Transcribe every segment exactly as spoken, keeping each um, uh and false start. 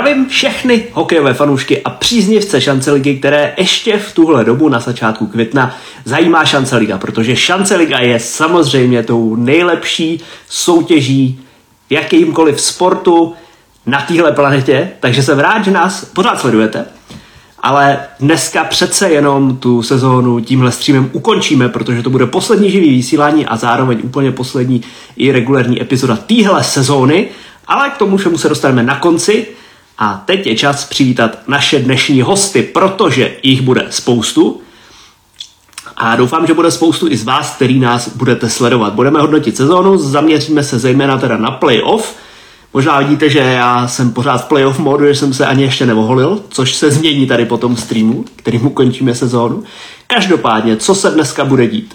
Zdravím všechny hokejové fanoušky a příznivce Šance ligy, které ještě v tuhle dobu na začátku května zajímá Šance liga, protože Šance liga je samozřejmě tou nejlepší soutěží v jakýmkoliv sportu na téhle planetě, takže jsem rád, že nás pořád sledujete. Ale dneska přece jenom tu sezónu tímhle streamem ukončíme, protože to bude poslední živý vysílání a zároveň úplně poslední i regulární epizoda téhle sezóny, ale k tomu všemu se dostaneme na konci. A teď je čas přivítat naše dnešní hosty, protože jich bude spoustu. A doufám, že bude spoustu i z vás, který nás budete sledovat. Budeme hodnotit sezónu, zaměříme se zejména teda na playoff. Možná vidíte, že já jsem pořád v playoff módu, že jsem se ani ještě neoholil, což se změní tady po tom streamu, kterým ukončíme sezónu. Každopádně, co se dneska bude dít?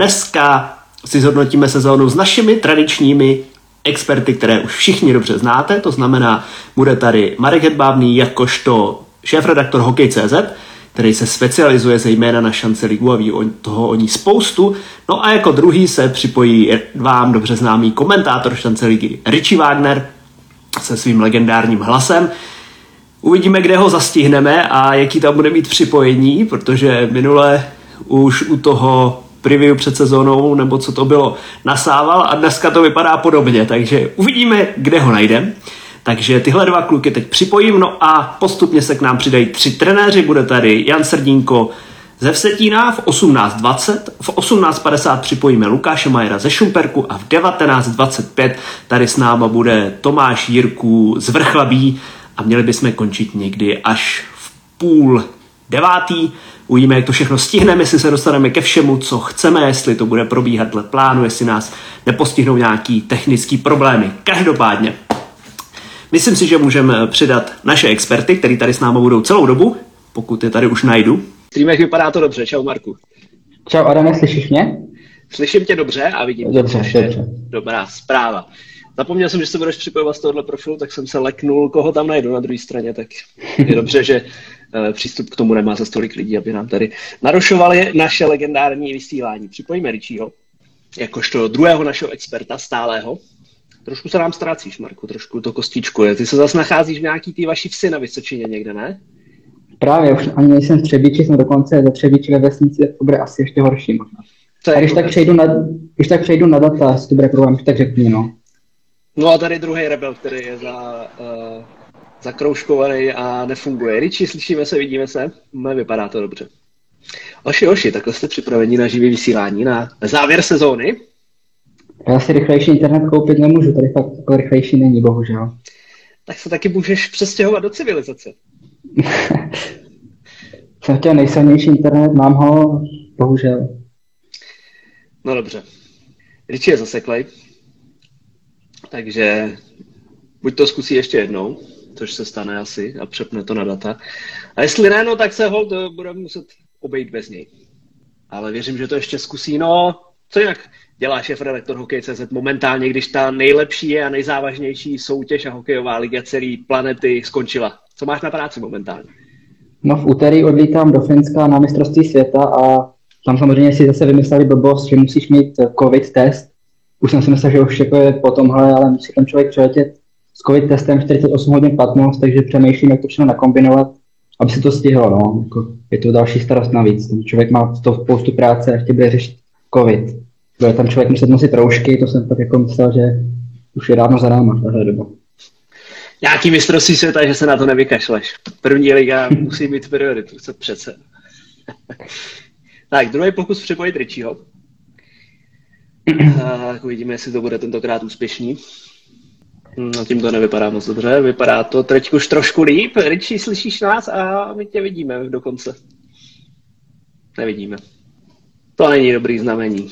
Dneska si zhodnotíme sezónu s našimi tradičními experty, které už všichni dobře znáte, to znamená, bude tady Marek Hedvábný jakožto šéfredaktor hokej tečka cé zet, který se specializuje zejména na Šance ligu a ví o toho o ní spoustu. No a jako druhý se připojí vám dobře známý komentátor Šance ligy Richie Wagner se svým legendárním hlasem. Uvidíme, kde ho zastihneme a jaký tam bude mít připojení, protože minule už u toho preview před sezónou, nebo co to bylo, nasával a dneska to vypadá podobně, takže uvidíme, kde ho najdeme. Takže tyhle dva kluky teď připojím, no a postupně se k nám přidají tři trenéři, bude tady Jan Srdínko ze Vsetína v osmnáct dvacet, v osmnáct padesát připojíme Lukáše Majera ze Šumperku a v devatenáct dvacet pět tady s náma bude Tomáš Jirků z Vrchlabí a měli bychom končit někdy až v půl devátý. Uvidíme, jak to všechno stihneme, jestli se dostaneme ke všemu, co chceme, jestli to bude probíhat dle plánu, jestli nás nepostihnou nějaký technický problémy. Každopádně, myslím si, že můžeme přidat naše experty, který tady s námi budou celou dobu, pokud je tady už najdu. Streamek vypadá to dobře, čau Marku. Čau Adame, slyšíš mě? Slyším tě dobře a vidím tě. Dobře, dobře. Dobrá zpráva. Zapomněl jsem, že se budeš připojovat z tohohle profilu, tak jsem se leknul, koho tam najdu na druhé straně, tak je dobře, že přístup k tomu nemá za tolik lidí, aby nám tady narušovali naše legendární vysílání. Připojíme Richieho, jakožto druhého našeho experta stálého. Trošku se nám ztrácíš, Marku, trošku to kostičkuje. Ty se zase nacházíš v nějaký té vaší vsi na Vysočině někde, ne? Právě, už ani nejsem v Třebíči, jsem dokonce ze Třebíči ve vesnici, to bude asi ještě horší možná. A když tak, přejdu na, když tak přejdu na data, jestli to bude problém, tak řekni, no. No a tady druhý rebel, který je za, uh, zakroužkovaný a nefunguje. Richie, slyšíme se, vidíme se? Nevypadá to dobře. Oši, oši, takhle jste připraveni na živý vysílání, na závěr sezóny? Já si rychlejší internet koupit nemůžu, tady fakt takhle rychlejší není, bohužel. Tak se taky můžeš přestěhovat do civilizace. Jsem chtěl nejsilnější internet, mám ho, bohužel. No dobře. Richie je zaseklej, takže buď to zkusí ještě jednou, což se stane asi a přepne to na data. A jestli ne, no tak se hold budeme muset obejít bez něj. Ale věřím, že to ještě zkusí. No, co jinak dělá šéfredaktor hokej tečka cé zet momentálně, když ta nejlepší a nejzávažnější soutěž a hokejová liga celé planety skončila? Co máš na práci momentálně? No v úterý odlítám do Finska na mistrovství světa a tam samozřejmě si zase vymysleli blbost, že musíš mít covid test. Už jsem si myslel, že už jako je po tomhle, ale musí tam člověk přiletět s covid testem čtyřicet osm hodin platnost, takže přemýšlím, jak to všechno nakombinovat, aby se to stihlo. No. Jako je to další starost navíc. Ten člověk má to spoustu práce a ještě bude řešit covid. Bude tam člověk muset nosit roušky, to jsem tak jako myslel, že už je dávno za náma tahle doba. Nějaký mistrovství světa, že se na to nevykašleš. První liga musí mít prioritu, co přece. Tak, druhý pokus připojit Richieho. Tak uvidíme, jestli to bude tentokrát úspěšný. No, tím to nevypadá moc dobře, vypadá to teď už trošku líp. Richie, slyšíš nás a my tě vidíme dokonce. Nevidíme. To není dobrý znamení.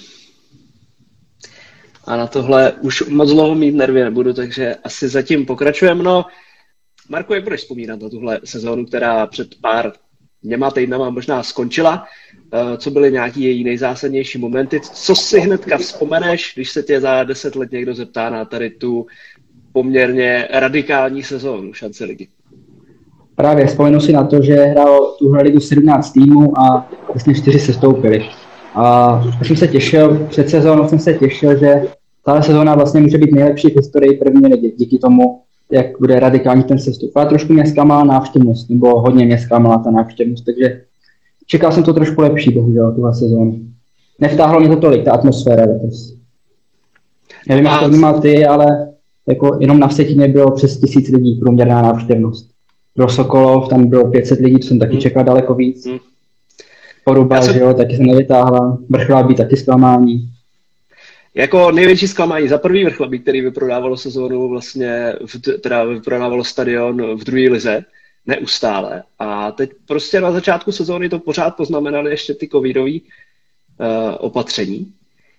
A na tohle už moc dlouho mít nervy nebudu, takže asi zatím pokračujeme. No, Marku, jak budeš vzpomínat na tuhle sezónu, která před pár dněma týdnama možná skončila? Co byly nějaký její nejzásadnější momenty? Co si hnedka vzpomeneš, když se tě za deset let někdo zeptá na tady tu poměrně radikální sezónu Šance ligy? Právě, vzpomenu si na to, že hrál tuhle ligu sedmnáct týmů a vlastně čtyři sestoupili. A jsem se těšil, před sezónou jsem se těšil, že tahle sezóna vlastně může být nejlepší v historii první ligy. Díky tomu, jak bude radikální ten sestup. Ale trošku mě zklamala návštěvnost, nebo hodně mě zklamala ta návštěvnost, takže čekal jsem to trošku lepší, bohužel, tuhle sezónu. Nevtáhlo mě to tolik, ta atmosféra letos. Nevím, jak to vnímal ty, ale jako jenom na Vsetíně bylo přes tisíc lidí průměrná návštěvnost. Pro Sokolov tam bylo pět set lidí, to jsem taky hmm. čekal daleko víc. Hmm. Poruba, jsem... že jo, taky jsem nevytáhla. Vrchlabí taky zklamání. Jako největší zklamání za první Vrchlabí, který vyprodávalo sezónu vlastně, v, teda vyprodávalo stadion v druhé lize, neustále. A teď prostě na začátku sezóny to pořád poznamenaly ještě ty covidový uh, opatření.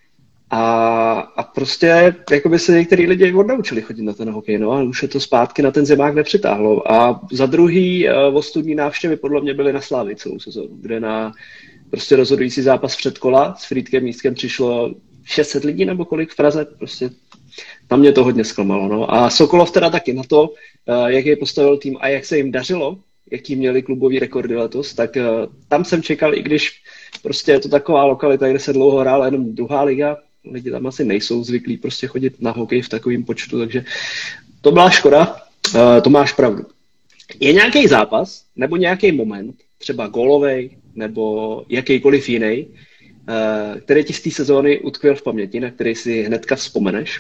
A, a prostě jako by se některý lidi odnaučili chodit na ten hokej, no a už je to zpátky na ten zimák nepřitáhlo. A za druhý uh, ostudní návštěvy podle mě byly na Slávii celou sezónu, kde na prostě rozhodující zápas předkola s Frýdkem Místkem přišlo šest set lidí nebo kolik v Praze, prostě tam mě to hodně zklamalo. No. A Sokolov teda taky na to, uh, jak je postavil tým a jak se jim dařilo, jaký měli klubový rekordy letos, tak uh, tam jsem čekal, i když prostě je to taková lokalita, kde se dlouho hrála jenom druhá liga, lidi tam asi nejsou zvyklí prostě chodit na hokej v takovém počtu, takže to byla škoda, uh, to máš pravdu. Je nějaký zápas nebo nějaký moment, třeba gólovej nebo jakýkoliv jiný, uh, který ti z té sezóny utkvěl v paměti, na který si hnedka vzpomeneš?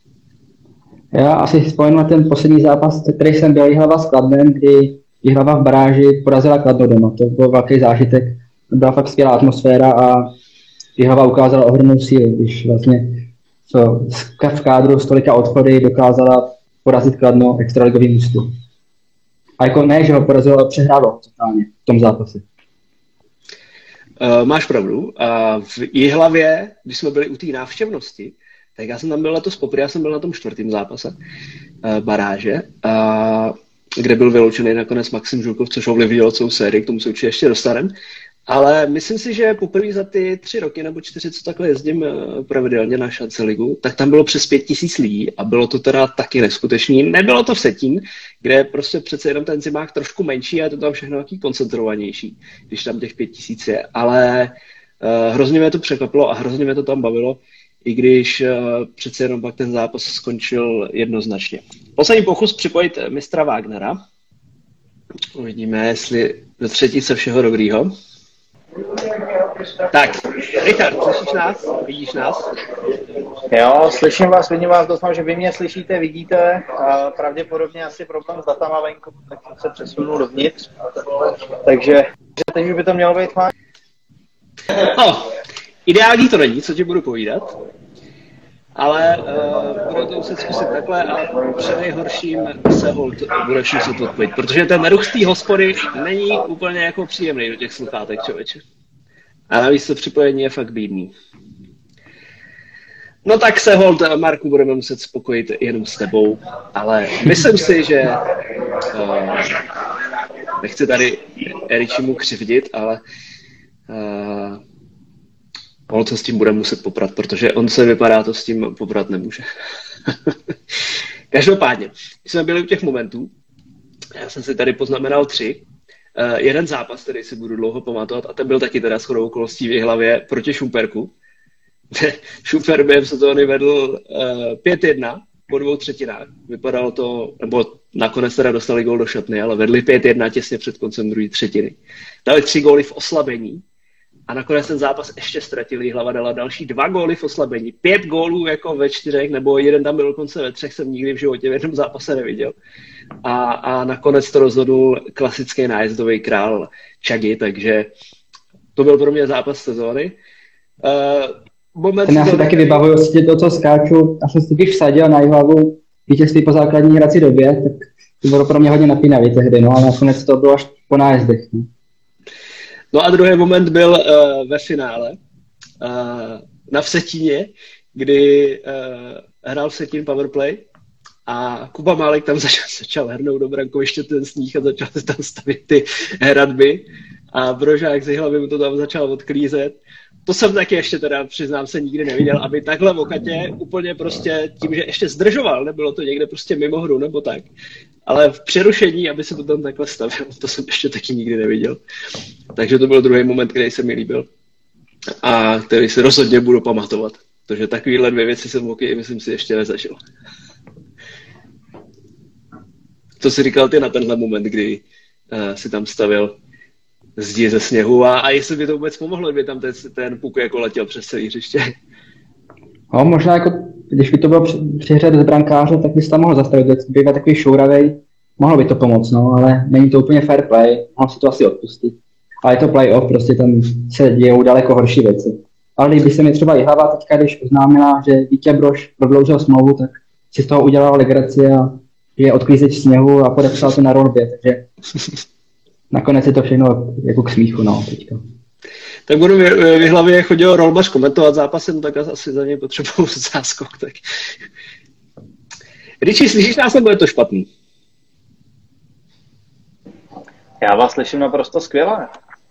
Já asi vzpomenu na ten poslední zápas, který jsem byl Jihlava s Kladnem, kdy Jihlava v baráži porazila Kladno doma. To byl velký zážitek, to byla fakt skvělá atmosféra a Jihlava ukázala ohromnou sílu, když vlastně co, v kádru s tolika odchody dokázala porazit Kladno extraligovým ústu. A jako ne, že ho porazilo, ale přehrálo totálně v tom zápase. Uh, máš pravdu. Uh, v Jihlavě, když jsme byli u té návštěvnosti, tak já jsem tam byl letos poprvé, já jsem byl na tom čtvrtém zápase uh, baráže, uh, kde byl vyloučený nakonec Maxim Žulkov, což ovlivnilo celou sérii, k tomu se určitě ještě dostaneme. Ale myslím si, že poprvé za ty tři roky nebo čtyři, co takhle jezdím pravidelně na Šanceligu, tak tam bylo přes pět tisíc lidí a bylo to teda taky neskutečný. Nebylo to v Vsetín, kde je prostě přece jenom ten zimák trošku menší a je to tam všechno taky koncentrovanější, když tam těch pět tisíc je. Ale uh, hrozně mě to překvapilo a hrozně mě to tam bavilo, i když uh, přece jenom pak ten zápas skončil jednoznačně. Poslední pokus připojit mistra Wagnera. Uvidíme, jestli do třetice všeho dobrýho. Tak, Richard, slyšíš nás? Vidíš nás? Jo, slyším vás, vidím vás, doufám, že vy mě slyšíte, vidíte. Pravděpodobně asi problém s datama venku, tak jsem se přesunul dovnitř. Takže teď už by to mělo být fajn. No, ideální to není, co ti budu povídat. Ale uh, budu to muset zkusit takhle a při nejhorším se hold budeš muset odpovědět, protože ten ruch té hospody není úplně jako příjemný do těch sluchátek, člověče. A navíc to připojení je fakt bídný. No tak se hold, Marku, budeme muset spokojit jenom s tebou, ale myslím si, že uh, nechci tady Eričimu křivdit, ale uh, on se s tím bude muset poprat, protože on se vypadá to s tím poprat nemůže. Každopádně, když jsme byli u těch momentů, já jsem si tady poznamenal tři. Uh, jeden zápas, který si budu dlouho pamatovat, a ten byl taky teda shodou okolností v Jihlavě proti Šumperku. Šumper během sezóny vedl uh, pět jedna po dvou třetinách. Vypadalo to, nebo nakonec teda dostali gól do šatny, ale vedli pět jedna těsně před koncem druhé třetiny. Dali tři góly v oslabení. A nakonec ten zápas ještě ztratili, Jihlava dala další dva góly v oslabení. Pět gólů jako ve čtyřech, nebo jeden tam byl dokonce ve třech, jsem nikdy v životě v jednom zápase neviděl. A, a nakonec to rozhodl klasický nájezdový král Čagi, takže to byl pro mě zápas sezóny. Uh, Ten já si taky vybavuju, si to, co skáču, já jsem si když vsadil na Jihlavu vítězství po základní hrací době, tak to bylo pro mě hodně napínavý tehdy, no a nakonec to bylo až po nájezdech. No. No a druhý moment byl uh, ve finále uh, na Vsetíně, kdy uh, hrál Vsetín powerplay a Kuba Málek tam začal, začal hrnout do brankoviště ten sníh a začal se tam stavit ty hradby a Brožák z Jihlavy mu to tam začal odklízet. To jsem taky ještě teda, přiznám se, nikdy neviděl, aby takhle v okatě úplně prostě tím, že ještě zdržoval, nebylo to někde prostě mimo hru nebo tak, ale v přerušení, aby se to tam takhle stavil, to jsem ještě taky nikdy neviděl. Takže to byl druhý moment, který se mi líbil a který si rozhodně budu pamatovat, protože takovýhle dvě věci jsem v hokeji, myslím si, ještě nezažil. Co jsi říkal ty na tenhle moment, kdy uh, si tam stavil zdi ze sněhu a, a jestli by to vůbec pomohlo, kdyby tam ten, ten puk jako letěl přes celý hřiště? No, možná jako, když by to bylo při, při hře bez brankáře, tak by se tam mohl zastavit, bývá takový šouravej, mohlo by to pomoct, no, ale není to úplně fair play, mohlo si to asi odpustit. Ale je to play-off, prostě tam se dějou daleko horší věci. Ale kdyby se mi třeba Jihlava teďka, když oznámila, že Vítě Brož prodloužil smlouvu, tak si z toho udělala legraci a je odklízeč sněhu a podepsal to na rolbě, takže nakonec je to všechno jako k smíchu, no, teďka. Tak budu v Jihlavě chodil rolbař komentovat zápasem, tak asi za něj potřebuju záskok. Tak. Richie, slyšíš nás, nebo je to špatný? Já vás slyším naprosto skvěle.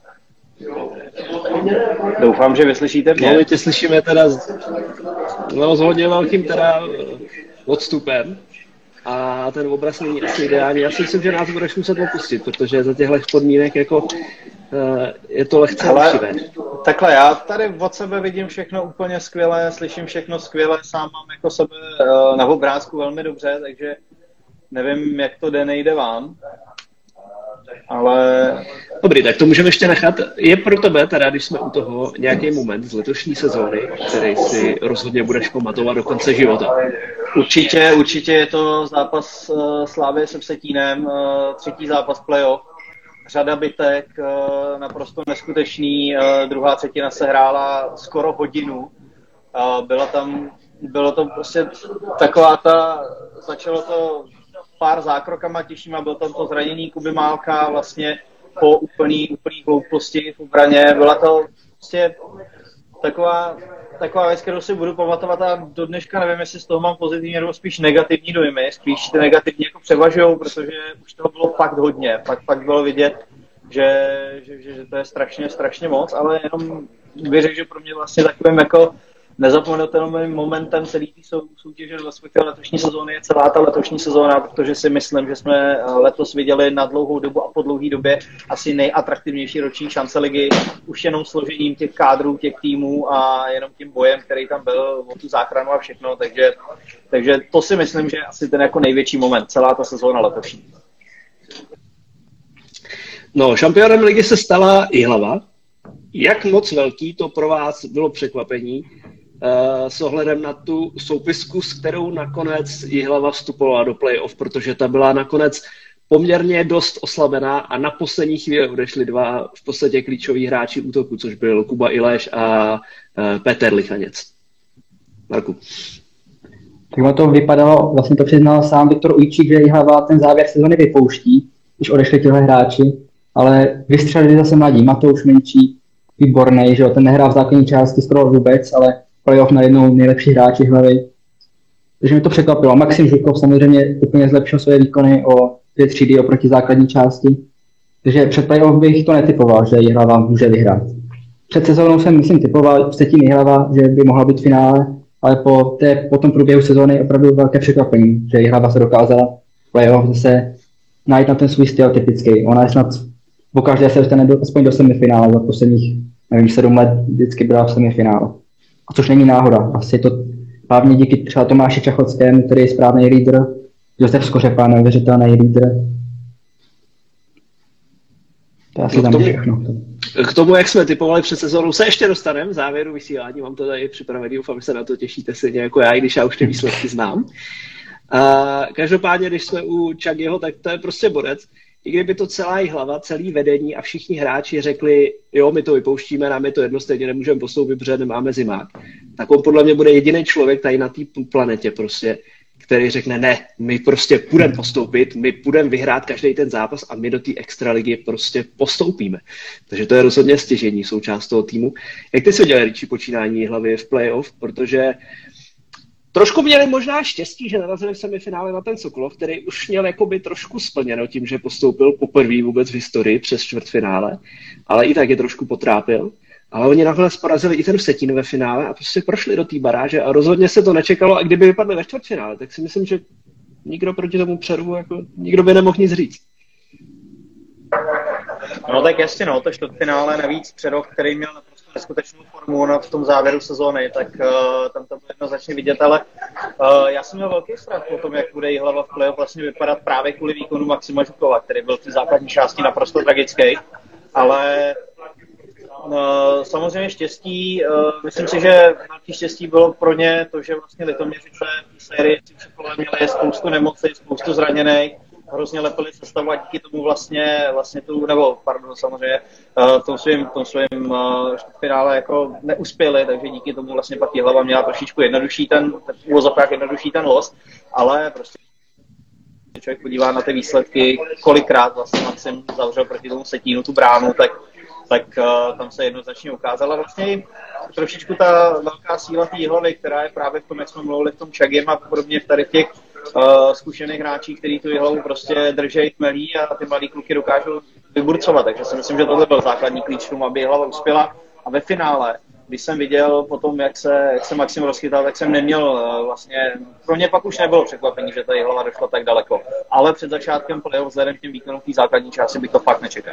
Doufám, že vyslyšíte mě. No, my tě slyšíme teda s, no, s hodně velkým teda odstupem. A ten obraz není asi ideální. Já si myslím, že nás budeš muset opustit, protože za těchto podmínek jako uh, je to lehce ušivé. Takhle, já tady od sebe vidím všechno úplně skvěle, slyším všechno skvěle, sám mám jako sebe uh, na obrázku velmi dobře, takže nevím, jak to jde, nejde vám. Ale... Dobrý, tak to můžeme ještě nechat. Je pro tebe teda, když jsme u toho, nějaký moment z letošní sezóny, který si rozhodně budeš pamatovat do konce života? Určitě, určitě je to zápas uh, Slávie se Vsetínem, uh, třetí zápas playoff. Řada bitek, uh, naprosto neskutečný. Uh, druhá třetina se hrála skoro hodinu. Uh, byla tam, bylo to prostě taková ta, začalo to pár zákrokama těžšíma, byl tam to zranění Kuby Málka vlastně po úplný, úplný hlouposti v obraně. Byla to prostě taková, taková věc, kterou si budu pamatovat a do dneška nevím, jestli z toho mám pozitivní nebo spíš negativní dojmy. Spíš ty negativní jako převažujou, protože už toho bylo fakt hodně. Pak, pak bylo vidět, že, že, že, že to je strašně, strašně moc, ale jenom bych řekl, že pro mě vlastně takovým jako nezapomenutelným momentem celé té soutěže respektive letošní sezóny je celá ta letošní sezóna, protože si myslím, že jsme letos viděli na dlouhou dobu a po dlouhé době asi nejatraktivnější roční šance ligy, už jenom složením těch kádrů, těch týmů a jenom tím bojem, který tam byl o tu záchranu a všechno, takže, takže to si myslím, že je asi ten jako největší moment, celá ta sezóna letošní. No, šampionem ligy se stala Jihlava. Jak moc velký to pro vás bylo překvapení uh, s ohledem na tu soupisku, s kterou nakonec Jihlava vstupovala do play-off, protože ta byla nakonec poměrně dost oslabená a na poslední chvíli odešli dva v podstatě klíčoví hráči útoku, což byl Kuba Ileš a uh, Petr Lichaněc. Marku. Tak to vypadalo, vlastně to přiznal sám Viktor Ujčík, že Jihlava ten závěr sezony vypouští, když odešli tihle hráči, ale vystřelili zase mladí, Matouš Menčík, výborný, že jo, ten nehrál v základní části skoro vůbec, ale playoff najednou nejlepší hráči Hlavy. Takže mi to překvapilo. Maxim Žukov samozřejmě úplně zlepšil svoje výkony o dvě třídy oproti základní části. Takže před playoff bych to netypoval, že Jihlava může vyhrát. Před sezónou jsem, myslím, typoval Vsetín Jihlava, že by mohla být v finále, ale po, té, po tom průběhu sezóny opravdu velké překvapení, že Jihlava se dokázala playoff zase najít na ten svůj styl typický. Ona je snad pokaždé se dostane do, aspoň do semifinále za posledních, nevím, sedm let vždycky byla v semifinále. A což není náhoda. Asi je to hlavně díky třeba Tomáši Čachockému, který je správný lídr, Josef Skořepa, neuvěřitelný lídr. To asi no tam všechno. K tomu, jak jsme typovali před sezónou, se ještě dostaneme v závěru vysílání, mám to tady připravený, doufám, že se na to těšíte stejně jako já, i když já už ty výsledky znám. A každopádně, když jsme u Čagiho, tak to je prostě borec. I kdyby to celá Jihlava, celý vedení a všichni hráči řekli, jo, my to vypouštíme, nám je to jedno, stejně nemůžeme postoupit, protože nemáme zimák, tak on podle mě bude jediný člověk tady na té planetě prostě, který řekne, ne, my prostě půjdeme postoupit, my půjdeme vyhrát každý ten zápas a my do té extraligy prostě postoupíme. Takže to je rozhodně stěžení součást toho týmu. Jak ty se dělají, Richie, počínání Jihlavy v playoff, protože trošku měli možná štěstí, že narazili v semifinále na ten Sokolov, který už měl jakoby trošku splněno tím, že postoupil poprvé vůbec v historii přes čtvrtfinále, ale i tak je trošku potrápil. Ale oni nakonec porazili i ten Vsetín ve finále a prostě prošli do té baráže a rozhodně se to nečekalo a kdyby vypadli ve čtvrtfinále, tak si myslím, že nikdo proti tomu Přerovu, jako nikdo by nemohl nic říct. No tak jasně, no, to čtvrtfinále navíc Přerov, který měl naprosto neskutečnou formu v tom závěru sezóny, tak uh, tam to bylo jednoznačně vidět, ale Uh, já jsem měl velký strach o tom, jak bude Jihlava v playoff vlastně vypadat právě kvůli výkonu Maxima Žukova, který byl v té základní části naprosto tragický, ale uh, samozřejmě štěstí, uh, myslím si, že velký štěstí bylo pro ně to, že vlastně Litoměřice v sérii měli spoustu nemocí, spoustu zraněných, hrozně lepili sestavu a díky tomu vlastně, vlastně tu, nebo pardon, samozřejmě uh, tom svým, tom svým uh, finále jako neuspěli, takže díky tomu vlastně pak Jihlava měla trošičku jednodušší ten, ten uvozovkách jednodušší ten los, ale prostě člověk podívá na ty výsledky, kolikrát vlastně Maxim zavřel proti tomu Setínu tu bránu, tak, tak uh, tam se jednoznačně ukázala vlastně trošičku ta velká síla té Jihlavy, která je právě v tom, jak jsme mluvili, v tom Čagim a podobně v tady těch uh, zkušených hráčí, který tu Jihlavu prostě držejí tmelí a ty mladý kluky dokážou vyburcovat, takže si myslím, že tohle byl základní klíč k tomu, aby Jihlava uspěla a ve finále, když jsem viděl potom, jak se, jak se Maxim rozchytal, tak jsem neměl uh, vlastně, pro mě pak už nebylo překvapení, že ta Jihlava došla tak daleko, ale před začátkem playoff vzhledem k těm výkonům té základní části bych to fakt nečekal.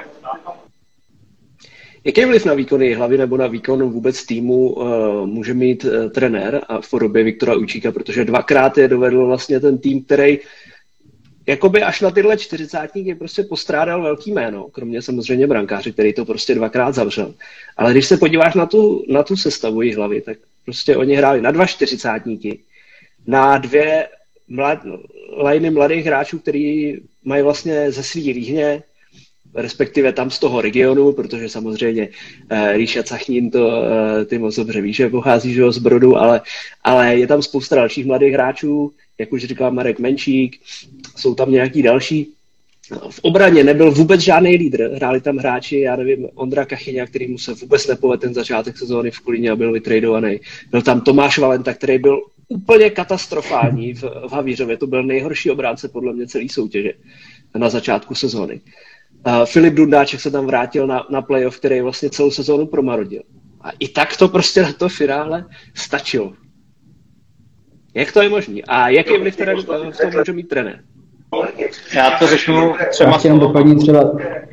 Jaký vliv na výkony Jihlavy nebo na výkon vůbec týmu uh, může mít uh, trenér a v podobě Viktora Ujčíka, protože dvakrát je dovedl vlastně ten tým, který jakoby až na tyhle čtyřicátníky prostě postrádal velký jméno, kromě samozřejmě brankáři, který to prostě dvakrát zavřel. Ale když se podíváš na tu, na tu sestavu Jihlavy, tak prostě oni hráli na dva čtyřicátníky, na dvě mlad, lajny mladých hráčů, který mají vlastně ze svý Líhně, respektive tam z toho regionu, protože samozřejmě uh, Ríša Cachnín to uh, ty moc dobře víš, že pochází že, z Brodu, ale, ale je tam spousta dalších mladých hráčů, jak už říkal Marek Menčík, jsou tam nějaký další. V obraně nebyl vůbec žádný lídr, hráli tam hráči, já nevím, Ondra Kachyňa, který mu se vůbec nepovedl ten začátek sezóny v Kolíně a byl vytradovaný. Byl tam Tomáš Valenta, který byl úplně katastrofální v, v Havířově, to byl nejhorší obránce podle mě celý soutěže na začátku sezóny. Uh, Filip Dundáček se tam vrátil na, na playoff, který vlastně celou sezónu promarodil. A i tak to prostě na to finále stačilo. Jak to je možné? A jaký vliv teda v tom může mít trenér? Já to řeknu třeba... Já jenom doplním třeba...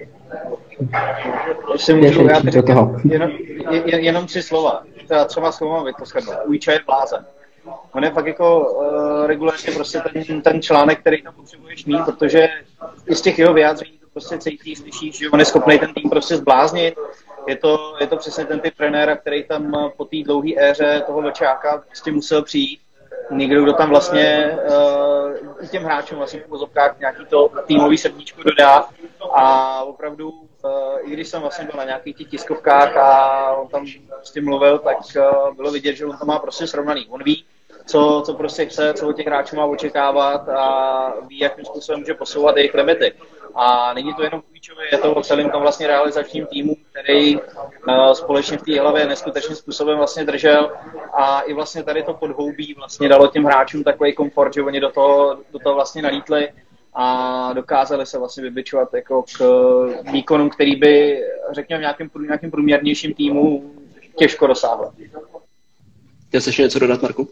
Jestli můžu, já teď jenom, jen, jenom tři slova. Třeba třeba slova bych to shrnul. Ujča je blázen. On je fakt jako uh, regulárně prostě ten, ten článek, který tam potřebuješ mít, protože i z těch jeho vyjádření to prostě cítí, slyšíš, že on je schopný ten tým prostě zbláznit. Je to, je to přesně ten typ trenéra, který tam po té dlouhé éře toho Vlčáka prostě musel přijít. Někdo, kdo tam vlastně uh, těm hráčům vlastně v uvozovkách nějaký to týmový srdíčko dodá a opravdu, uh, i když jsem vlastně byl na nějakých těch tiskovkách a on tam prostě mluvil, tak uh, bylo vidět, že on to má prostě srovnaný. On ví, co, co prostě chce, co od těch hráčů má očekávat a ví, jakým způsobem může posouvat jejich limity. A není to jenom k Ujčovi, je to o celém tom vlastně realizačním týmu, který uh, společně v té hlavě neskutečným způsobem vlastně držel a i vlastně tady to podhoubí vlastně dalo těm hráčům takový komfort, že oni do toho, do toho vlastně nalítli a dokázali se vlastně vybičovat jako k výkonům, který by, řekněme, v nějakém, nějakém průměrnějším týmu těžko dosáhl. Chtěl jsi ještě něco dodat, Marku?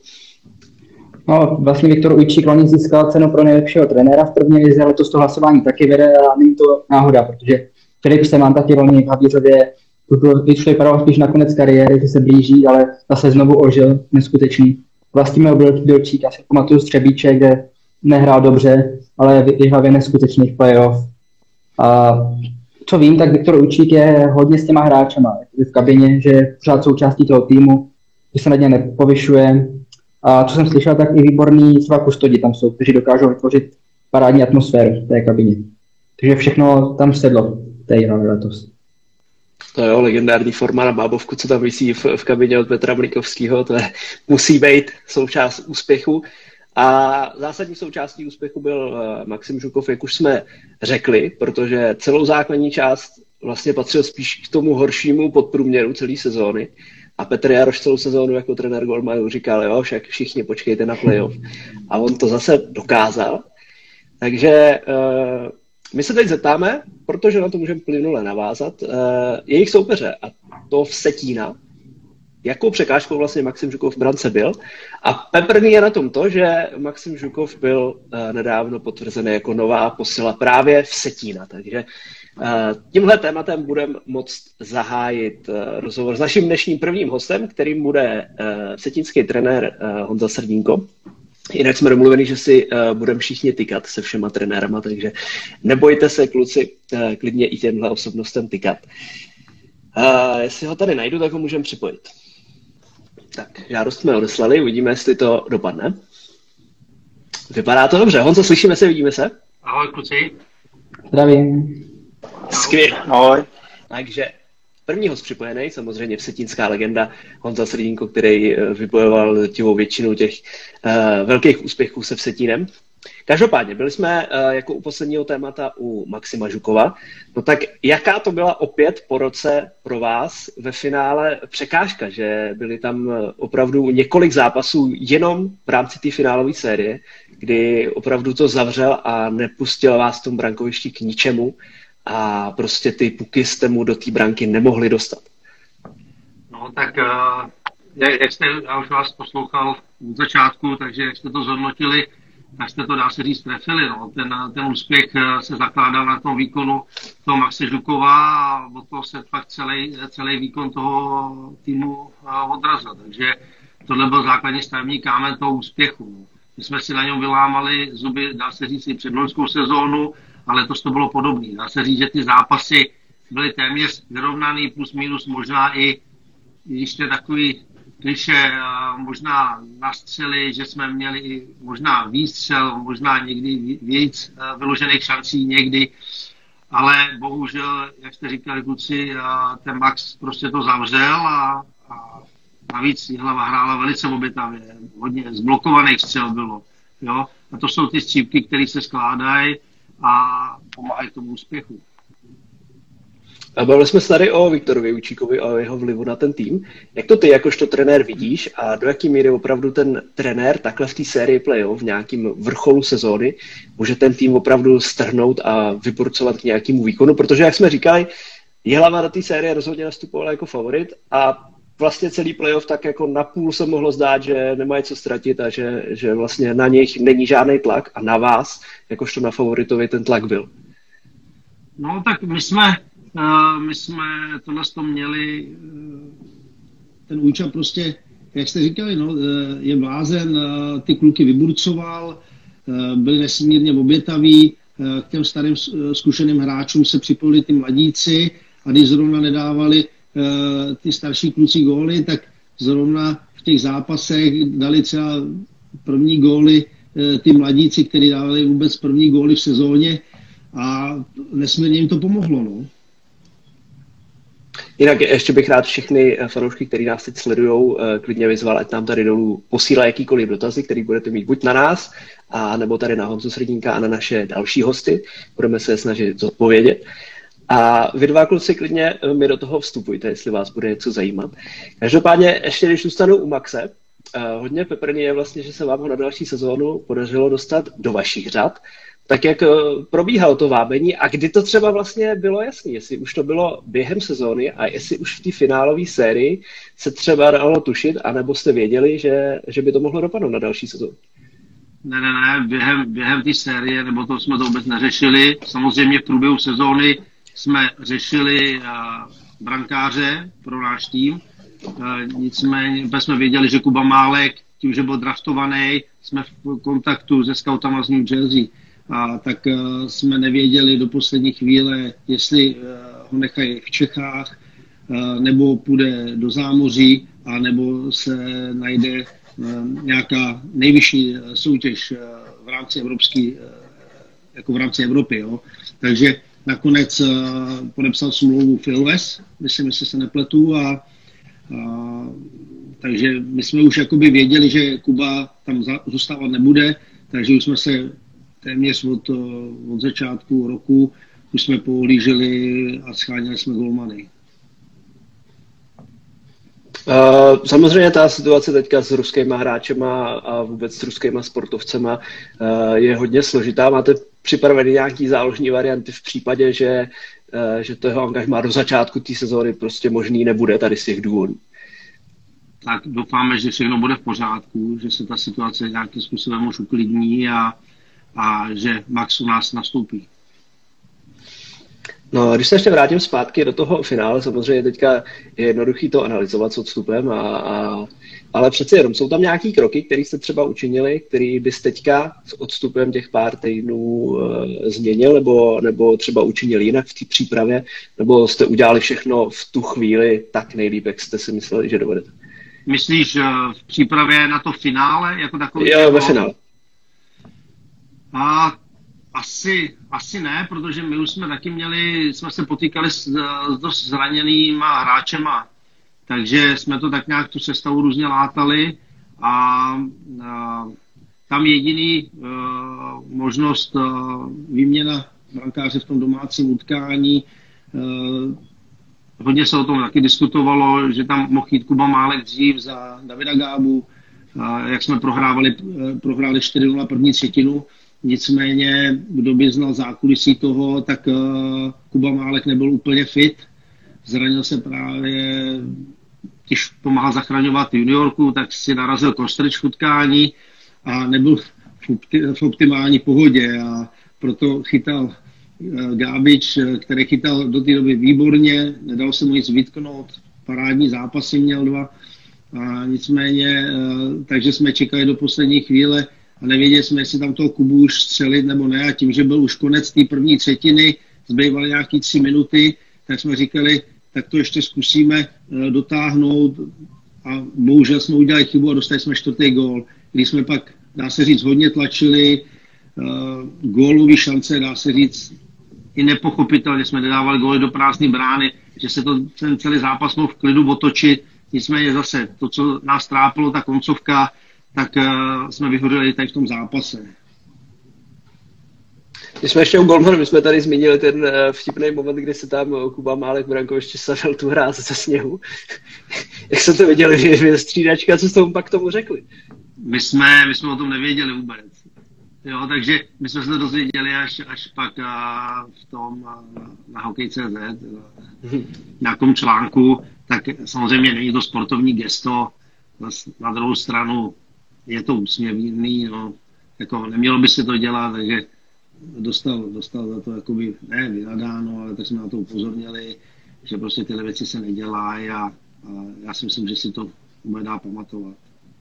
No, vlastně Viktor Ujčík loni získal cenu pro nejlepšího trenéra v první lize, letos to hlasování taky vede a není to náhoda, protože Filip Seman taky loni v Havířově vyšli vypadal spíš na konec kariéry, že se blíží, ale zase znovu ožil, neskutečný. Vlastimil Bilčík, já si pamatuju Střebíček, kde nehrál dobře, ale v hlavě neskutečný v playoff. A co vím, tak Viktor Ujčík je hodně s těma hráčema v kabině, že je pořád součástí toho týmu, že se na ně nepovyšuje. A co jsem slyšel, tak i výborný třeba kustodi tam jsou, kteří dokážou vytvořit parádní atmosféru v té kabině. Takže všechno tam sedlo té hlavě letos. To je legendární forma na bábovku, co tam visí v, v kabině od Petra Mlikovského, to je, musí být součást úspěchu. A zásadní součástí úspěchu byl uh, Maxim Žukov, jak už jsme řekli, protože celou základní část vlastně patřil spíš k tomu horšímu podprůměru celé sezóny. A Petr Jaroš celou sezónu jako trenér golmanů říkal, jo, však všichni počkejte na playoff. A on to zase dokázal. Takže uh, my se teď zeptáme, protože na to můžeme plynule navázat, uh, jejich soupeře, a to Vsetína, jakou překážkou vlastně Maxim Žukov v brance byl. A peprný je na tom to, že Maxim Žukov byl uh, nedávno potvrzený jako nová posila právě Vsetína. Takže uh, tímhle tématem budeme moct zahájit uh, rozhovor s naším dnešním prvním hostem, kterým bude uh, vsetínský trenér uh, Honza Srdínko. Jinak jsme domluveni, že si uh, budeme všichni tykat se všema trenérama, takže nebojte se, kluci, uh, klidně i těmhle osobnostem tykat. Uh, jestli ho tady najdu, tak ho můžeme připojit. Tak, žádost jsme odeslali, uvidíme, jestli to dopadne. Vypadá to dobře. Honzo, slyšíme se, vidíme se? Ahoj, kluci. Zdravím. Skvěle. Ahoj. Takže první host připojený, samozřejmě vsetínská legenda Honza Srdínko, který vybojoval tivou většinu těch uh, velkých úspěchů se Vsetínem. Každopádně, byli jsme uh, jako u posledního témata u Maxima Žukova. No tak jaká to byla opět po roce pro vás ve finále překážka, že byly tam opravdu několik zápasů jenom v rámci té finálové série, kdy opravdu to zavřel a nepustil vás v tom brankovišti k ničemu a prostě ty puky jste mu do té branky nemohli dostat. No tak, uh, jak jste, já už vás poslouchal od začátku, takže jak jste to zhodnotili, tak jste to, dá se říct, trefili. No. Ten, ten úspěch se zakládal na tom výkonu toho Maxe Žukova a od toho se fakt celý, celý výkon toho týmu odrazil. Takže tohle byl základní stavební kámen toho úspěchu. My jsme si na něm vylámali zuby, dá se říct, i před loňskou sezónu, ale to to bylo podobné. Dá se říct, že ty zápasy byly téměř vyrovnaný, plus minus, možná i, když to je takový kliše, možná na střely, že jsme měli i možná výstřel, možná někdy víc vyložených šancí někdy, ale bohužel, jak jste říkali kluci, ten Max prostě to zavřel a, a navíc Jihlava hrála velice obětavě, hodně zblokovaných střel bylo, jo, a to jsou ty střípky, které se skládají a pomáhají tomu úspěchu. A bavili jsme se tady o Viktorovi Učíkovi a o jeho vlivu na ten tým. Jak to ty jakožto trenér vidíš a do jaký míry opravdu ten trenér takhle v té sérii playoff v nějakým vrcholu sezóny může ten tým opravdu strhnout a vyburcovat k nějakému výkonu? Protože, jak jsme říkali, Jihlava do té série rozhodně nastupovala jako favorit a vlastně celý playoff tak jako napůl se mohlo zdát, že nemají co ztratit a že, že vlastně na nich není žádný tlak a na vás, jakožto na favoritovi, ten tlak byl. No tak my jsme Uh, my jsme tohle to měli, uh, ten Ujča prostě, jak jste říkali, no, uh, je blázen, uh, ty kluky vyburcoval, uh, byli nesmírně obětaví, uh, k těm starým uh, zkušeným hráčům se připojili ty mladíci a když zrovna nedávali uh, ty starší kluci góly, tak zrovna v těch zápasech dali třeba první góly uh, ty mladíci, kteří dávali vůbec první góly v sezóně a nesmírně jim to pomohlo, no. Jinak ještě bych rád všechny fanoušky, kteří nás teď sledují, klidně vyzval, ať nám tady dolů posílá jakýkoliv dotazy, který budete mít buď na nás, a nebo tady na Honzu Srdínka a na naše další hosty. Budeme se snažit zodpovědět. A vy dva kluci klidně mi do toho vstupujte, jestli vás bude něco zajímat. Každopádně ještě když zůstanu u Maxe, hodně peprný je vlastně, že se vám ho na další sezónu podařilo dostat do vašich řad. Tak jak probíhalo to vábení a kdy to třeba vlastně bylo jasný, jestli už to bylo během sezóny a jestli už v té finálové sérii se třeba dalo tušit, anebo jste věděli, že, že by to mohlo dopadnout na další sezónu? Ne, ne, ne, během, během té série, nebo to jsme to vůbec neřešili. Samozřejmě v průběhu sezóny jsme řešili uh, brankáře pro náš tým, uh, nicméně jsme věděli, že Kuba Málek, tím, že byl draftovaný, jsme v kontaktu se scoutama z New Jersey. A tak uh, jsme nevěděli do poslední chvíle, jestli uh, ho nechají v Čechách, uh, nebo půjde do zámoří, a nebo se najde uh, nějaká nejvyšší soutěž uh, v rámci evropský, uh, jako v rámci Evropy. Jo. Takže nakonec uh, podepsal smlouvu Phil Wes, myslím, jestli se nepletu, a uh, takže my jsme už jakoby věděli, že Kuba tam za, zůstávat nebude, takže už jsme se téměř od, od začátku roku už jsme pohlíželi a scháněli jsme golmany. Uh, samozřejmě ta situace teďka s ruskýma hráčema a vůbec s ruskýma sportovcema uh, je hodně složitá. Máte připravený nějaký záložní varianty v případě, že, uh, že toho angažmá do začátku té sezóny prostě možný nebude tady z těch důvodů? Tak doufáme, že všechno bude v pořádku, že se ta situace nějakým způsobem už uklidní a a že Max u nás nastoupí. No, když se ještě vrátím zpátky do toho finále, samozřejmě teďka je jednoduchý to analyzovat s odstupem, a, a, ale přece jenom jsou tam nějaký kroky, které jste třeba učinili, který bys teďka s odstupem těch pár týdnů e, změnil, nebo, nebo třeba učinil jinak v té přípravě, nebo jste udělali všechno v tu chvíli tak nejlíp, jak jste si mysleli, že dovedete? Myslíš v přípravě na to finále? Jako takový, jo, jako... ve finále. A asi, asi ne, protože my už jsme taky měli, jsme se potýkali s, s dost zraněnýma hráčema, takže jsme to tak nějak tu sestavu různě látali a, a tam jediný uh, možnost uh, výměna brankáře v tom domácím utkání. Uh, hodně se o tom taky diskutovalo, že tam mohl jít Kuba Málek dřív za Davida Gábu, uh, jak jsme prohrávali, uh, prohráli čtyři nula první třetinu. Nicméně, kdo by znal zákulisí toho, tak uh, Kuba Málek nebyl úplně fit. Zranil se právě, když pomáhal zachraňovat juniorku, tak si narazil kostrč v utkání a nebyl v, opti- v optimální pohodě. A proto chytal uh, Gábič, který chytal do té doby výborně, nedal se mu nic vytknout, parádní zápasy měl dva. A nicméně, uh, takže jsme čekali do poslední chvíle, a nevěděli jsme, jestli tam toho Kubu už střelit nebo ne. A tím, že byl už konec té první třetiny, zbývaly nějaký tři minuty, tak jsme říkali, tak to ještě zkusíme uh, dotáhnout. A bohužel jsme udělali chybu a dostali jsme čtvrtý gól. Když jsme pak, dá se říct, hodně tlačili, uh, gólový šance, dá se říct, i nepochopitelně jsme nedávali góly do prázdné brány, že se to ten celý zápas mohl v klidu otočit. Nicméně zase to, co nás trápilo, ta koncovka, tak uh, jsme vyhodili tady v tom zápase. My jsme ještě u golmanu, my jsme tady zmínili ten uh, vtipný moment, kdy se tam Kuba Málek v brankovišti sadil tu hráz ze sněhu. Jak jste to viděli, že je střídačka, co jste mu pak tomu řekli? My jsme, my jsme o tom nevěděli vůbec. Jo, takže my jsme se to dozvěděli až, až pak uh, v tom uh, na hokej tečka cé zet, uh, v nějakém článku, tak samozřejmě není to sportovní gesto, na druhou stranu je to úsměvný, no, jako nemělo by se to dělat, takže dostal, dostal za to jakoby, ne vynadáno, ale tak jsme na to upozornili, že prostě tyhle věci se nedělají a, a já si myslím, že si to bude dá pamatovat.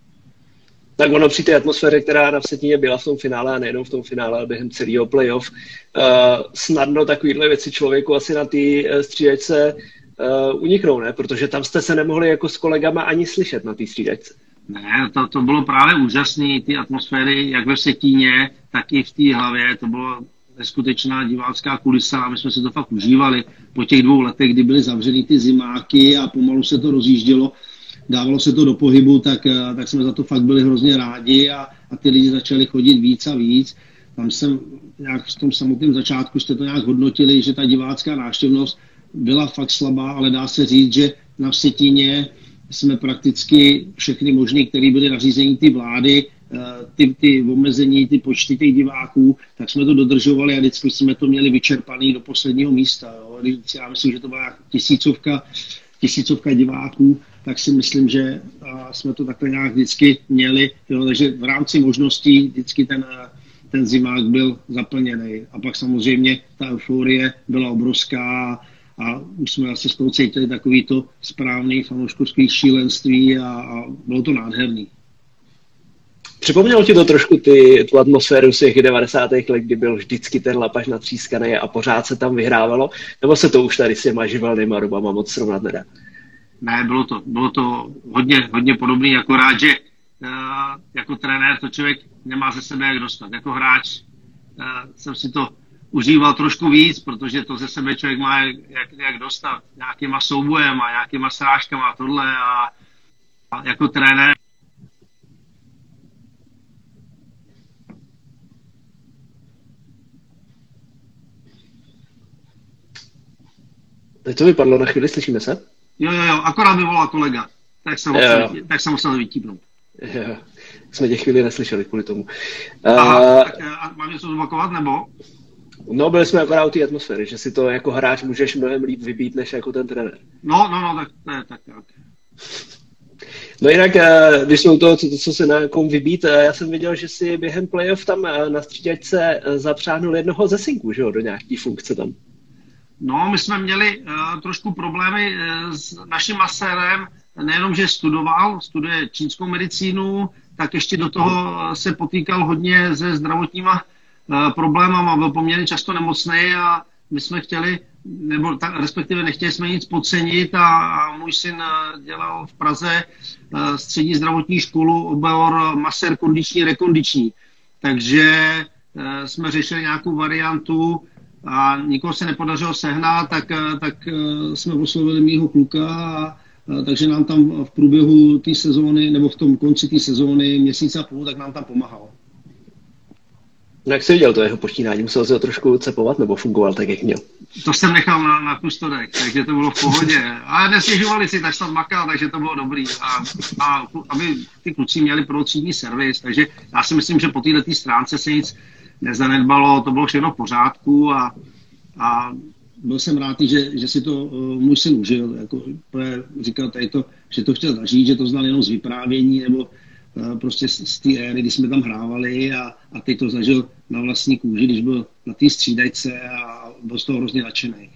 Tak ono při té atmosféře, která na Vsetíně byla v tom finále a nejenom v tom finále, ale během celého playoff, uh, snadno takovýhle věci člověku asi na té uh, střídačce uh, uniknou, ne? Protože tam jste se nemohli jako s kolegama ani slyšet na té střídačce. Ne, to, to bylo právě úžasné, ty atmosféry, jak ve Vsetíně, tak i v té hlavě, to bylo neskutečná divácká kulisa a my jsme si to fakt užívali po těch dvou letech, kdy byly zavřený ty zimáky a pomalu se to rozjíždělo, dávalo se to do pohybu, tak, tak jsme za to fakt byli hrozně rádi a, a ty lidi začali chodit víc a víc. Tam jsem nějak v tom samotném začátku jste to nějak hodnotili, že ta divácká návštěvnost byla fakt slabá, ale dá se říct, že na Vsetíně jsme prakticky všechny možný, které byly nařízení ty vlády, ty, ty omezení, ty počty těch diváků, tak jsme to dodržovali a vždycky jsme to měli vyčerpaný do posledního místa. Jo. Já myslím, že to byla tisícovka, tisícovka diváků, tak si myslím, že jsme to takhle nějak vždycky měli. Jo. Takže v rámci možností vždycky ten, ten zimák byl zaplněný. A pak samozřejmě ta euforie byla obrovská a už jsme asi z toho cítili takový to správný fanouškovský šílenství a, a bylo to nádherný. Připomnělo ti to trošku ty, tu atmosféru z těch devadesátých let, kdy byl vždycky ten lapaž natřískaný a pořád se tam vyhrávalo? Nebo se to už tady s těma živelnýma dobama moc srovnat nedá? Ne, bylo to, bylo to hodně, hodně podobný, akorát, že uh, jako trenér to člověk nemá ze sebe jak dostat. Jako hráč uh, jsem si to užíval trošku víc, protože to ze sebe člověk má jak, jak dostat nějakýma soubojem a nějakýma srážkama a tohle a, a jako trenér Teď to vypadlo, na chvíli slyšíme se? Jo, jo, jo, akorát mi volal kolega, tak jsem, musel, tak jsem musel vytípnout. Jo, jsme tě chvíli neslyšeli kvůli tomu. Aha, uh, tak a mám něco zopakovat, nebo? No, byli jsme akorát u té atmosféry, že si to jako hráč můžeš mnohem líp vybít, než jako ten trenér. No, no, no, tak to je tak, tak. No jinak, když jsou to, co, co se na kom vybít, já jsem viděl, že si během playoff tam na střídačce zapřáhnul jednoho ze synků, že jo, do nějaký funkce tam. No, my jsme měli uh, trošku problémy uh, s naším masérem, nejenom, že studoval, studuje čínskou medicínu, tak ještě do toho se potýkal hodně se zdravotníma uh, problémama, byl poměrně často nemocný a my jsme chtěli, nebo tak, respektive nechtěli jsme nic podcenit a, a můj syn uh, dělal v Praze uh, střední zdravotní školu, obor masér kondiční, rekondiční. Takže uh, jsme řešili nějakou variantu, a nikoho se nepodařilo sehnat, tak, tak jsme oslovili mýho kluka, a, a, takže nám tam v průběhu té sezóny, nebo v tom konci té sezóny, měsíc a půl, tak nám tam pomáhal. No jak jsi viděl to jeho počínání? Musel se ho trošku cepovat, nebo fungoval tak, jak měl? To jsem nechal na, na kustodek, takže to bylo v pohodě. Ale nestěžovali si, tak jsem makal, takže to bylo dobrý. A, a aby ty kluci měli prvotřídní servis, takže já si myslím, že po této stránce se nic nezanedbalo, to bylo všechno v pořádku a, a byl jsem rád, že, že si to uh, můj syn užil. Jako, říkal tady to, že to chtěl zažít, že to znal jenom z vyprávění nebo uh, prostě z, z té éry, kdy jsme tam hrávali a, a teď to zažil na vlastní kůži, když byl na té střídačce a byl z toho hrozně nadšený.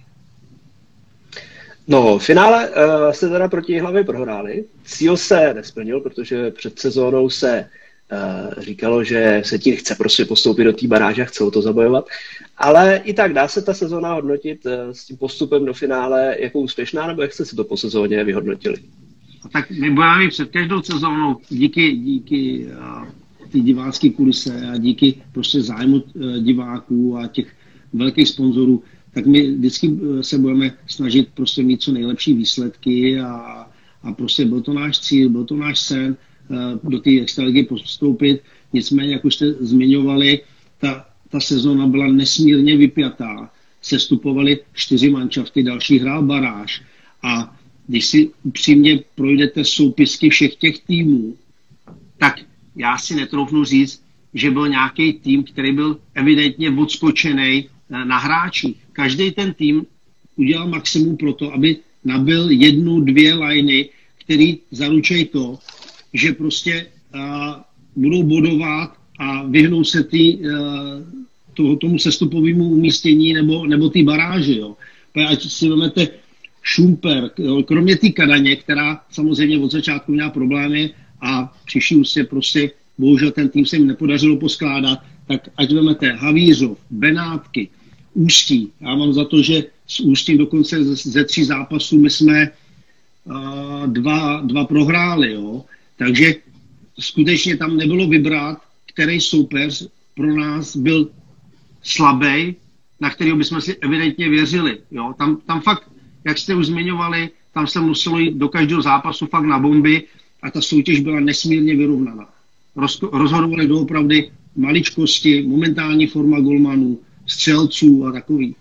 No, v finále uh, se teda proti Jihlavě prohráli. Cíl se nesplnil, protože před sezónou se Uh, říkalo, že se ti chce prostě postoupit do té baráže a chce to zabojovat. Ale i tak dá se ta sezóna hodnotit uh, s tím postupem do finále jako úspěšná, nebo jak jste si to po sezóně vyhodnotili? A tak my budeme mít před každou sezónou díky, díky uh, ty divácké kulise a díky prostě zájmu uh, diváků a těch velkých sponzorů, tak my vždycky uh, se budeme snažit prostě mít co nejlepší výsledky a, a prostě byl to náš cíl, byl to náš sen do té extraligy postoupit. Nicméně, jak už jste zmiňovali, ta, ta sezóna byla nesmírně vypjatá. Sestupovali čtyři manšafty, další hrál baráž. A když si upřímně projdete soupisky všech těch týmů, tak já si netroufnu říct, že byl nějaký tým, který byl evidentně odskočený na hráči. Každý ten tým udělal maximum pro to, aby nabil jednu, dvě liny, který zaručují to, že prostě uh, budou bodovat a vyhnou se tý, uh, toho, tomu sestupovému umístění nebo, nebo ty baráži. Jo. Ať si vezmete Šumper, kromě té Kadaně, která samozřejmě od začátku měla problémy a přišli ústě prostě, bohužel ten tým se jim nepodařilo poskládat, tak ať vezmete Havířov, Benátky, Ústí. Já mám za to, že s Ústím dokonce ze, ze tří zápasů my jsme uh, dva, dva prohráli, jo. Takže skutečně tam nebylo vybrat, který soupeř pro nás byl slabý, na kterého bychom si evidentně věřili. Jo? Tam, tam fakt, jak jste už zmiňovali, tam se muselo jít do každého zápasu fakt na bomby a ta soutěž byla nesmírně vyrovnaná. Roz, rozhodovali doopravdy maličkosti, momentální forma golmanů, střelců a takový.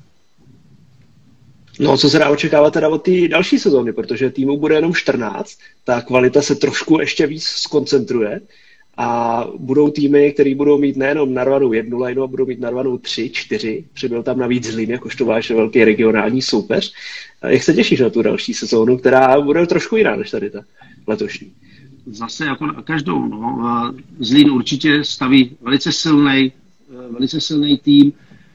No, co se dá očekávat teda od té další sezóny, protože týmu bude jenom čtrnáct, ta kvalita se trošku ještě víc skoncentruje a budou týmy, které budou mít nejenom narvanou jednu lajnu, a budou mít narvanou tři, čtyři, přibyl tam navíc Zlín, jakožto váš velký regionální soupeř. Jak se těšíš na tu další sezónu, která bude trošku jiná než tady ta letošní? Zase jako na každou, no. Zlín určitě staví velice silný, velice silný tým.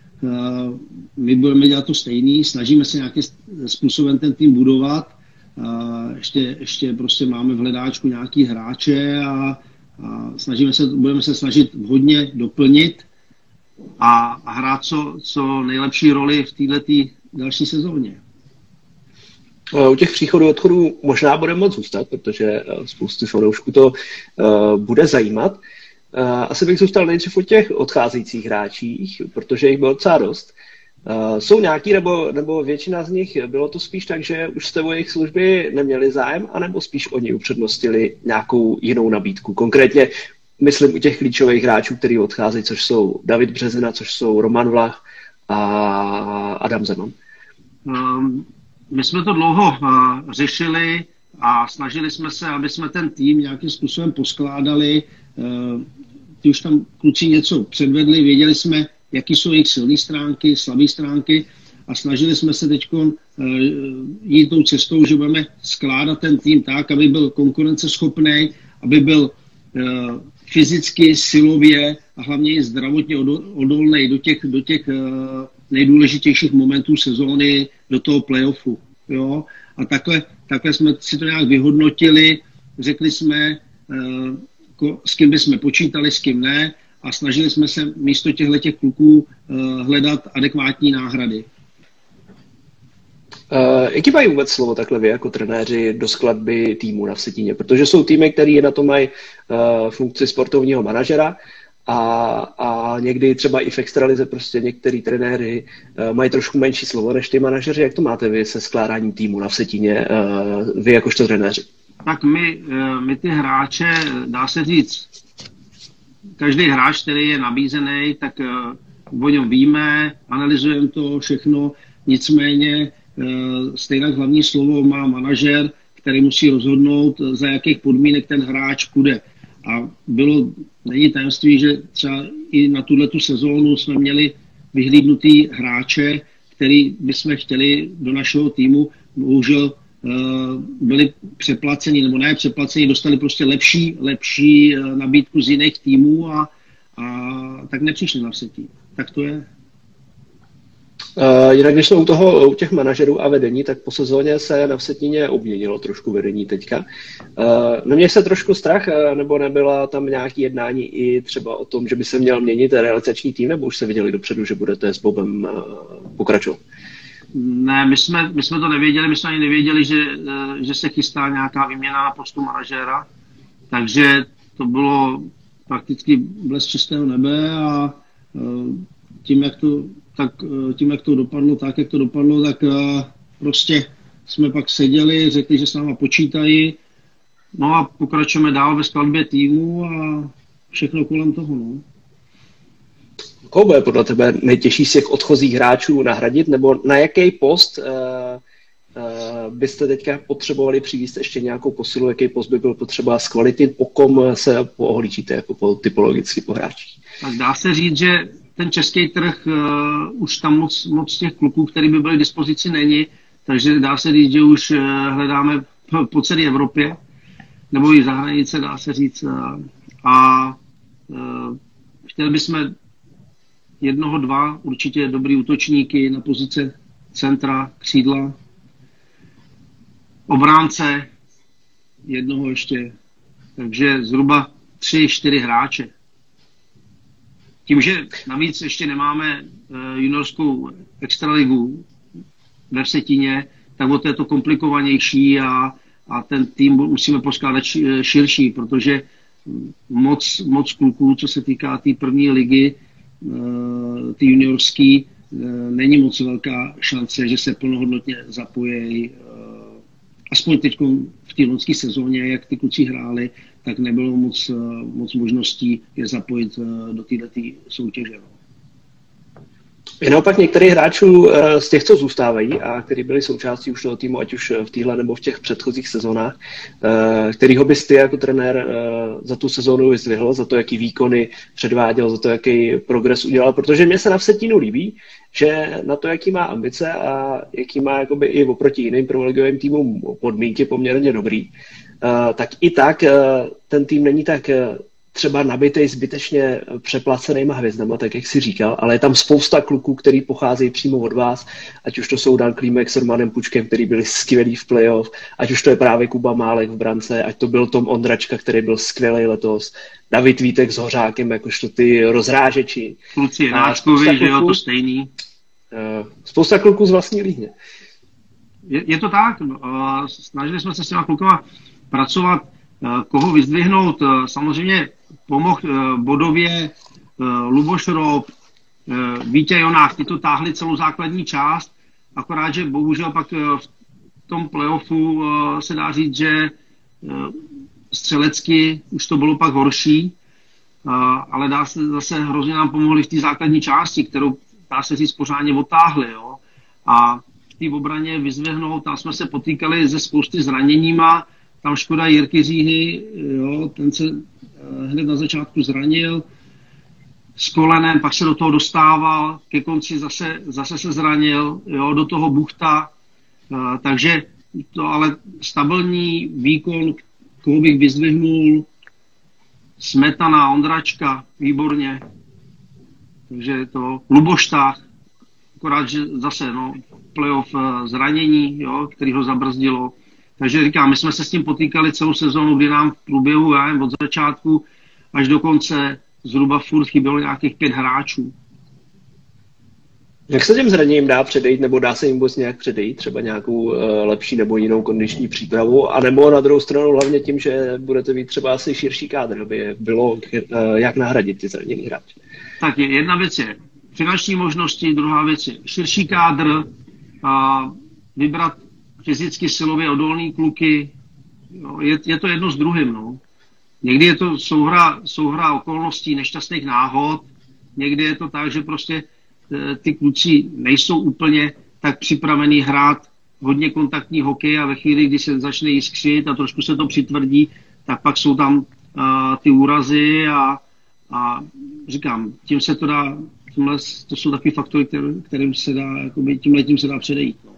My budeme dělat to stejný, snažíme se nějakým způsobem ten tým budovat. Ještě, ještě prostě máme v hledáčku nějaký hráče a, a snažíme se, budeme se snažit hodně doplnit a, a hrát co, co nejlepší roli v této další sezóně. U těch příchodů odchodů možná bude moc zůstat, protože spoustu fanoušků to uh, bude zajímat. Uh, asi bych zůstal nejdřív u těch odcházejících hráčích, protože jich bylo docela dost. Uh, jsou nějaký, nebo, nebo většina z nich, bylo to spíš tak, že už jste o jejich služby neměli zájem, anebo spíš oni upřednostili nějakou jinou nabídku. Konkrétně myslím u těch klíčových hráčů, kteří odcházejí, což jsou David Březina, což jsou Roman Vlach a Adam Zeman. Um, my jsme to dlouho uh, řešili a snažili jsme se, aby jsme ten tým nějakým způsobem poskládali. Uh, ty už tam kluci něco předvedli, věděli jsme, jaký jsou jejich silné stránky, slabé stránky a snažili jsme se teď uh, jít tou cestou, že budeme skládat ten tým tak, aby byl konkurenceschopný, aby byl uh, fyzicky, silově a hlavně i zdravotně odolný do těch, do těch uh, nejdůležitějších momentů sezóny do toho playoffu. Jo? A takhle, takhle jsme si to nějak vyhodnotili, řekli jsme, s kým bychom počítali, s kým ne, a snažili jsme se místo těchto kluků hledat adekvátní náhrady. Uh, jaký mají vůbec slovo takhle vy jako trenéři do skladby týmu na Vsetíně? Protože jsou týmy, které na to mají uh, funkci sportovního manažera a, a někdy třeba i v extralize prostě některý trenéři uh, mají trošku menší slovo než ty manažeři. Jak to máte vy se skládáním týmu na Vsetíně, uh, vy jakožto trenéři? Tak my, my ty hráče, dá se říct, každý hráč, který je nabízený, tak uh, o něm víme, analyzujeme to všechno, nicméně stejně hlavní slovo má manažer, který musí rozhodnout, za jakých podmínek ten hráč půjde. A bylo, není tajemství, že třeba i na tuhletu sezónu jsme měli vyhlídnutý hráče, který bychom chtěli do našeho týmu. Bohužel uh, byli přeplaceni, nebo ne přeplaceni, dostali prostě lepší, lepší uh, nabídku z jiných týmů a, a tak nepřišli na Vsetín. Tak to je. Uh, jinak, když jsme u toho, u těch manažerů a vedení, tak po sezóně se na Vsetíně obměnilo trošku vedení teďka. Uh, neměl se trošku strach, nebo nebyla tam nějaké jednání i třeba o tom, že by se měl měnit realizační tým, nebo už se viděli dopředu, že budete s Bobem uh, pokračovat? Ne, my jsme, my jsme to nevěděli, my jsme ani nevěděli, že, že se chystá nějaká výměna na postu manažéra, takže to bylo prakticky blesk čistého nebe a uh, tím, jak to tak tím, jak to dopadlo, tak, jak to dopadlo, tak uh, prostě jsme pak seděli, řekli, že s náma počítají, no a pokračujeme dál ve skladbě týmu a všechno kolem toho, no. Koho bude podle tebe nejtěžší z těch odchozích hráčů nahradit, nebo na jaký post uh, uh, byste teďka potřebovali přivést ještě nějakou posilu, jaký post by byl potřeba zkvalitit, po kom se pohlížíte jako po, typologicky po hráčích? Tak dá se říct, že ten český trh, uh, už tam moc, moc těch kluků, který by byli k dispozici, není, takže dá se říct, že už uh, hledáme po, po celé Evropě, nebo i za hranice, dá se říct. Uh, a uh, chtěli bychom jednoho, dva určitě dobrý útočníky na pozice centra, křídla, obránce, jednoho ještě, takže zhruba tři, čtyři hráče. Tím, že navíc ještě nemáme uh, juniorskou extraligu ve Vsetíně, tak o to je to komplikovanější a, a ten tým musíme poskládat širší, protože moc, moc kluků, co se týká té tý první ligy, uh, ty juniorský, uh, není moc velká šance, že se plnohodnotně zapojí. Uh, aspoň teď v té loňské sezóně, jak ty kluci hráli, tak nebylo moc, moc možností je zapojit do této soutěže. Je naopak některých hráčů z těch, co zůstávají a kteří byli součástí už toho týmu, ať už v téhle nebo v těch předchozích sezónách, kterýho bys ty jako trenér za tu sezónu vyzdvihl, za to, jaký výkony předváděl, za to, jaký progres udělal, protože mě se na Vsetínu líbí, že na to, jaký má ambice a jaký má jakoby i oproti jiným prvoligovým týmům podmínky poměrně dobrý, tak i tak ten tým není tak třeba nabitej zbytečně přeplacenýma hvězdama, tak jak si říkal, ale je tam spousta kluků, který pocházejí přímo od vás, ať už to jsou Dan Klímek s Romanem Pučkem, který byli skvělí v playoff, ať už to je právě Kuba Málek v brance, ať to byl Tom Ondračka, který byl skvělý letos, David Vítek s Hořákem, jakožto ty rozrážeči. Kluci Jenáčkovi, že jo, to stejný. Spousta kluků z vlastní líhně. Je, je to tak, snažili jsme se s těma klukama pracovat, koho vyzdvihnout, samozřejmě pomohl bodově Luboš Rob, Vítě Jonák, ty to táhli celou základní část, akorát, že bohužel pak v tom playoffu se dá říct, že střelecky už to bylo pak horší, ale dá se, zase hrozně nám pomohli v té základní části, kterou dá se říct pořádně otáhli. Jo? A v té obraně vyzvihnout, tam jsme se potýkali se spousty zraněníma, tam škoda Jirky Říhy, jo, ten se hned na začátku zranil s kolenem, pak se do toho dostával, ke konci zase, zase se zranil, jo, do toho Buchta, takže to ale stabilní výkon, koho bych vyzdvihnul, Smetana, Ondračka, výborně, takže to Luboštách, akorát, že zase no, playoff zranění, jo, který ho zabrzdilo. Takže říkám, my jsme se s tím potýkali celou sezónu, kdy nám v průběhu, já jen od začátku až do konce zhruba furt chybělo nějakých pět hráčů. Jak se těm zraněním dá předejít, nebo dá se jim vůbec nějak předejít, třeba nějakou uh, lepší nebo jinou kondiční přípravu, anebo na druhou stranu hlavně tím, že budete mít třeba asi širší kádr, aby bylo uh, jak nahradit ty zraněný hráče? Tak jedna věc je finanční možnosti, druhá věc je širší kádr, a vybrat fyzicky silově odolný kluky, jo, je, je to jedno s druhým. No. Někdy je to souhra, souhra okolností, nešťastných náhod, někdy je to tak, že prostě ty kluci nejsou úplně tak připravený hrát hodně kontaktní hokej a ve chvíli, kdy se začne jiskřit a trošku se to přitvrdí, tak pak jsou tam uh, ty úrazy a, a říkám, tím se to dá, tímhle, to jsou takový faktory, který, kterým se dá, jakoby, tímhle tím se dá předejít. No.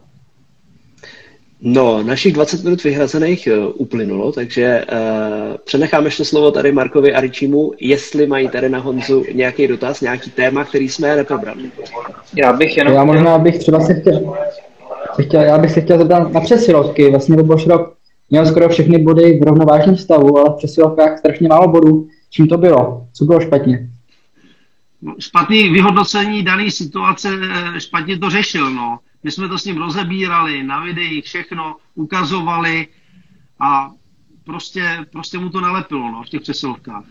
No, našich dvacet minut vyhrazených uh, uplynulo, takže uh, přenechám ještě slovo tady Markovi a Richimu, jestli mají tady na Honzu nějaký dotaz, nějaký téma, který jsme neprobrali. Já bych jenom... Já možná bych třeba se chtěl, se chtěl já bych se chtěl zeptat na přesilovky. Vlastně Luboš Rok měl skoro všechny body v rovnovážném stavu, ale v přesilovkách strašně málo bodů. Čím to bylo? Co bylo špatně? Špatný vyhodnocení dané situace, špatně to řešil, no. My jsme to s ním rozebírali, na videích všechno ukazovali a prostě, prostě mu to nalepilo, no, v těch přesilovkách.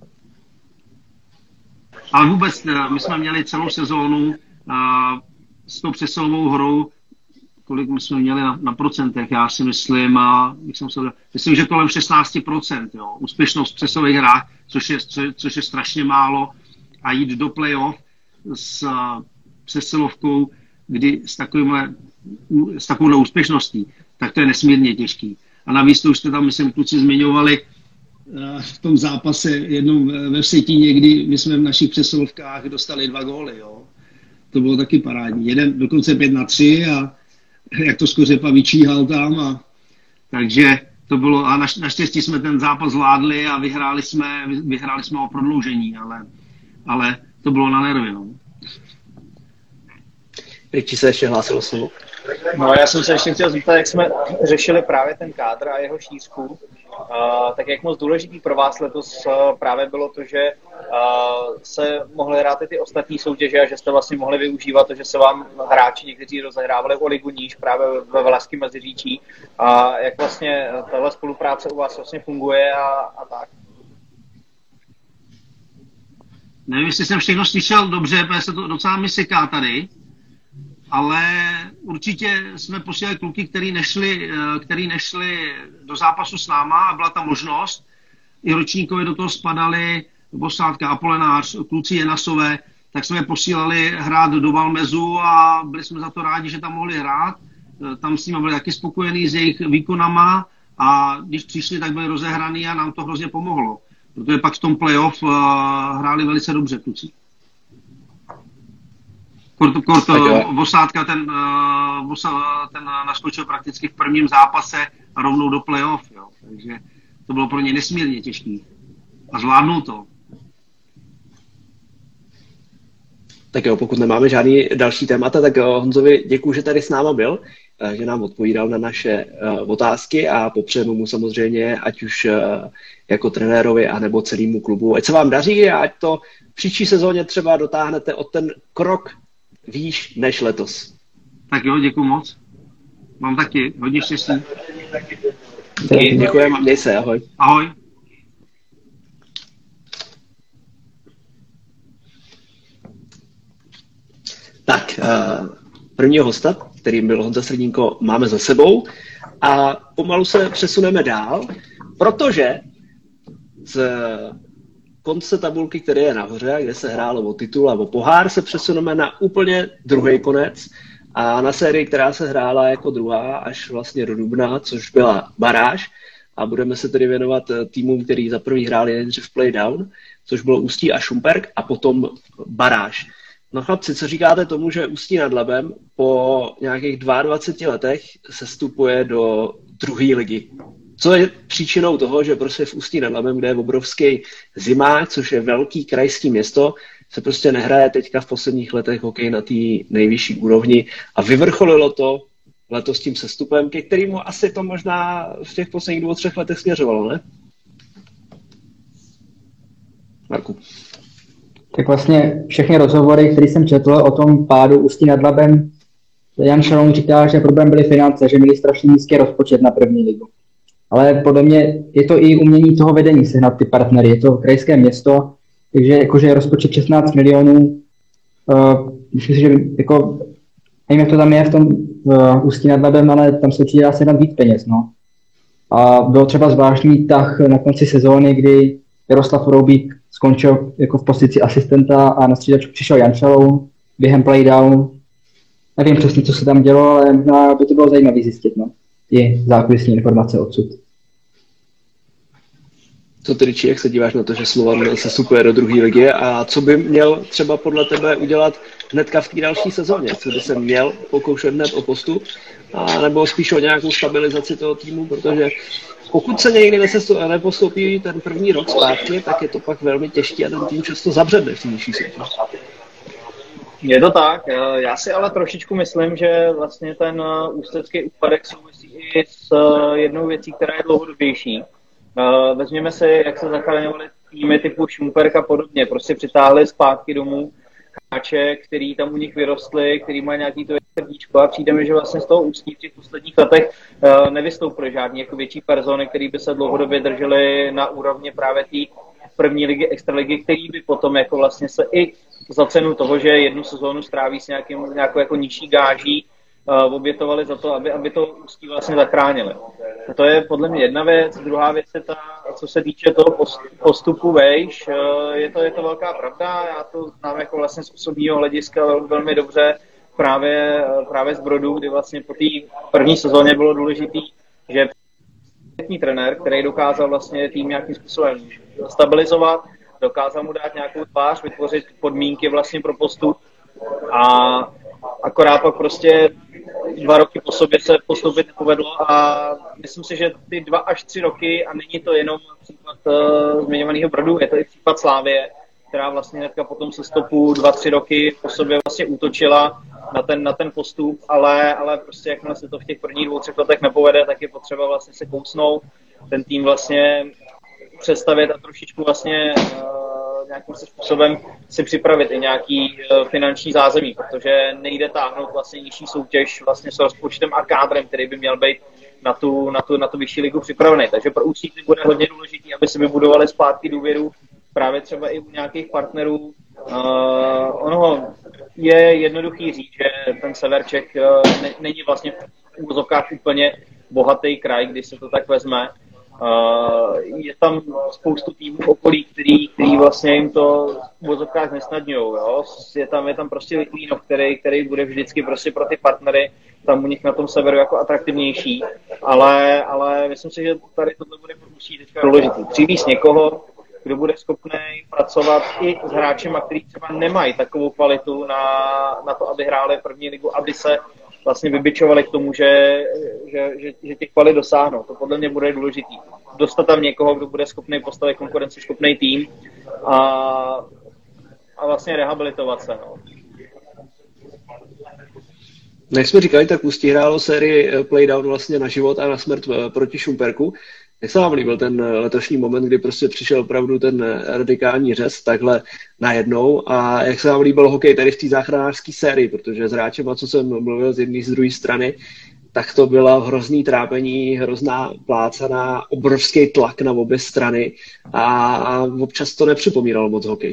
Ale vůbec, my jsme měli celou sezónu a, s tou přesilovou hrou, kolik my jsme měli na, na procentech, já si myslím, a jsem se, myslím, že kolem šestnáct procent, jo, úspěšnost v přesilových hrách, což je, což je strašně málo, a jít do playoff s přesilovkou, kdy s, s takovou úspěšností, tak to je nesmírně těžký. A navíc to už jste tam, myslím, kluci zmiňovali v tom zápase jednou ve Vsetíně, kdy my jsme v našich přesilovkách dostali dva góly. Jo. To bylo taky parádní. Jeden dokonce pět na tři a jak to Skořepa vyčíhal tam. A, takže to bylo, a naš, naštěstí jsme ten zápas zvládli a vyhráli jsme, vyhráli jsme o prodloužení, ale, ale to bylo na nervy. No. Richi se ještě hlásil slovo. No, já jsem se ještě chtěl zeptat, jak jsme řešili právě ten kádr a jeho šířku. Uh, tak jak moc důležitý pro vás letos uh, právě bylo to, že uh, se mohly hrát i ty ostatní soutěže a že jste vlastně mohli využívat to, že se vám hráči někteří rozehrávali o ligu níž právě ve Valašském Meziříčí. A uh, jak vlastně tahle spolupráce u vás vlastně funguje a, a tak? Nevím, jestli jsem všechno slyšel dobře, protože se to docela mi seká tady. Ale určitě jsme posílali kluky, který nešli, který nešli do zápasu s náma a byla ta možnost. I ročníkovi do toho spadali Bosátka, Apolenář, kluci Jenasové, tak jsme je posílali hrát do Valmezu a byli jsme za to rádi, že tam mohli hrát. Tam s nimi byli taky spokojení s jejich výkonama a když přišli, tak byli rozehraný a nám to hrozně pomohlo. Protože pak v tom playoff hráli velice dobře kluci. Kort, kort Vosátka ten, uh, ten naskočil prakticky v prvním zápase a rovnou do playoff, jo. Takže to bylo pro ně nesmírně těžký. A zvládnul to. Tak jo, pokud nemáme žádný další témata, tak Honzovi děkuji, že tady s náma byl, že nám odpovídal na naše uh, otázky a popřejeme mu samozřejmě, ať už uh, jako trenérovi, anebo celému klubu. Ať se vám daří a ať to v příští sezóně třeba dotáhnete o ten krok výš než letos. Tak jo, děkuji moc. Mám taky hodně štěstí. Děkujeme a měj se, ahoj. Ahoj. Tak, prvního hosta, kterým byl Honza Srdínko, máme za sebou a pomalu se přesuneme dál, protože z konce tabulky, který je nahoře, kde se hrálo o titul a o pohár, se přesuneme na úplně druhý konec a na sérii, která se hrála jako druhá až vlastně do dubna, což byla baráž. A budeme se tedy věnovat týmům, který za první hráli nejdřív playdown, což bylo Ústí a Šumperk a potom baráž. No chlapci, co říkáte tomu, že Ústí nad Labem po nějakých dvaceti dvou letech sestupuje do druhé ligy? Co je příčinou toho, že prostě v Ústí nad Labem, kde je obrovský zimák, což je velký krajský město, se prostě nehraje teďka v posledních letech hokej na té nejvyšší úrovni a vyvrcholilo to letos tím sestupem, ke kterému asi to možná v těch posledních dvou, třech letech směřovalo, ne? Marku. Tak vlastně všechny rozhovory, které jsem četl o tom pádu Ústí nad Labem, Jan Šalom říká, že problém byly finance, že měli strašně nízký rozpočet na první ligu. Ale podle mě je to i umění toho vedení sehnat ty partnery. Je to krajské město, takže jakože je rozpočet šestnáct milionů. Uh, myslím si, že jako, nevím, jak to tam je v tom uh, Ústí nad Labem, ale tam se určitě dá sehnat víc peněz. No. A byl třeba zvláštní tah na konci sezóny, kdy Jaroslav Roubík skončil jako v pozici asistenta a na střídačku přišel Jan Šalom během playdown. Nevím přesně, co se tam dělo, ale no, by to bylo zajímavé zjistit. No. Je zákulisní informace odsud. Co ty, Riči, jak se díváš na to, že Slovan se supuje do druhé ligy a co by měl třeba podle tebe udělat hnedka v té další sezóně? Co by se měl pokoušet hned o postup a nebo spíš o nějakou stabilizaci toho týmu, protože pokud se někdy nepostoupí ten první rok zpátky, tak je to pak velmi těžké a ten tým často zabředne v té nižší soutěži. Je to tak, já si ale trošičku myslím, že vlastně ten ústecký úpadek souvisí i s jednou věcí, která je dlouhodobější. Vezměme si, jak se zachraňovaly týmy typu Šumperk a podobně, prostě přitáhli zpátky domů hráče, který tam u nich vyrostli, který mají nějaký to srdíčko a přijde mi, že vlastně z toho Ústí v těch posledních letech nevystoupily žádný jako větší persony, který by se dlouhodobě drželi na úrovni právě té první ligy, extraligy, který by potom jako vlastně se i za cenu toho, že jednu sezónu stráví s nějakým, nějakou jako nižší gáží, uh, obětovali za to, aby, aby to Ústí vlastně zachránili. A to je podle mě jedna věc. Druhá věc je ta, co se týče toho postupu vejš, uh, je to, je to velká pravda. Já to znám jako vlastně z osobního hlediska velmi dobře právě, právě z Brodu, kdy vlastně po té první sezóně bylo důležitý, že trenér, který dokázal vlastně tým nějakým způsobem stabilizovat, dokázal mu dát nějakou tvář, vytvořit podmínky vlastně pro postup a akorát pak prostě dva roky po sobě se postoupit nepovedlo a myslím si, že ty dva až tři roky, a není to jenom případ uh, zmiňovaného Brodu, je to i případ Slávie, která vlastně hnedka po tom sestupu dva, tři roky po sobě vlastně útočila na ten, na ten postup, ale, ale prostě jakmile se to v těch prvních dvou, třech letech nepovede, tak je potřeba vlastně se kousnout, ten tým vlastně představit a trošičku vlastně uh, nějakým způsobem si připravit i nějaký uh, finanční zázemí, protože nejde táhnout vlastně nižší soutěž vlastně s rozpočtem a kádrem, který by měl být na tu, na tu, na tu vyšší ligu připravený. Takže pro Ústí bude hodně důležitý, aby si vybudovali zpátky důvěru právě třeba i u nějakých partnerů. Uh, ono je jednoduchý říct, že ten sever Čech uh, ne, není vlastně v úvozovkách úplně bohatý kraj, když se to tak vezme. Uh, je tam spoustu týmů v okolí, který, který vlastně jim to v úvozovkách nesnadňujou. Jo? Je tam, je tam prostě Litvínov, který, který bude vždycky prostě pro ty partnery tam u nich na tom severu jako atraktivnější. Ale, ale myslím si, že tady tohle bude pro Ústí teďka důležitý. Přivízt někoho, kdo bude schopný pracovat i s hráčema, kteří třeba nemají takovou kvalitu na, na to, aby hráli první ligu, aby se vlastně vybičovali k tomu, že, že, že, že těch kvalit dosáhnou. To podle mě bude důležitý. Dostat tam někoho, kdo bude schopný postavit konkurenceschopný tým a, a vlastně rehabilitovat se. No. Jak jsme říkali, tak Ústí hrálo sérii playdown vlastně na život a na smrt proti Šumperku. Jak se vám líbil ten letošní moment, kdy prostě přišel opravdu ten radikální řez takhle najednou a jak se vám líbil hokej tady v té záchranářské sérii, protože s hráčema, co jsem mluvil z jedné z druhé strany, tak to bylo hrozný trápení, hrozná plácaná, obrovský tlak na obě strany a, a občas to nepřipomínalo moc hokej.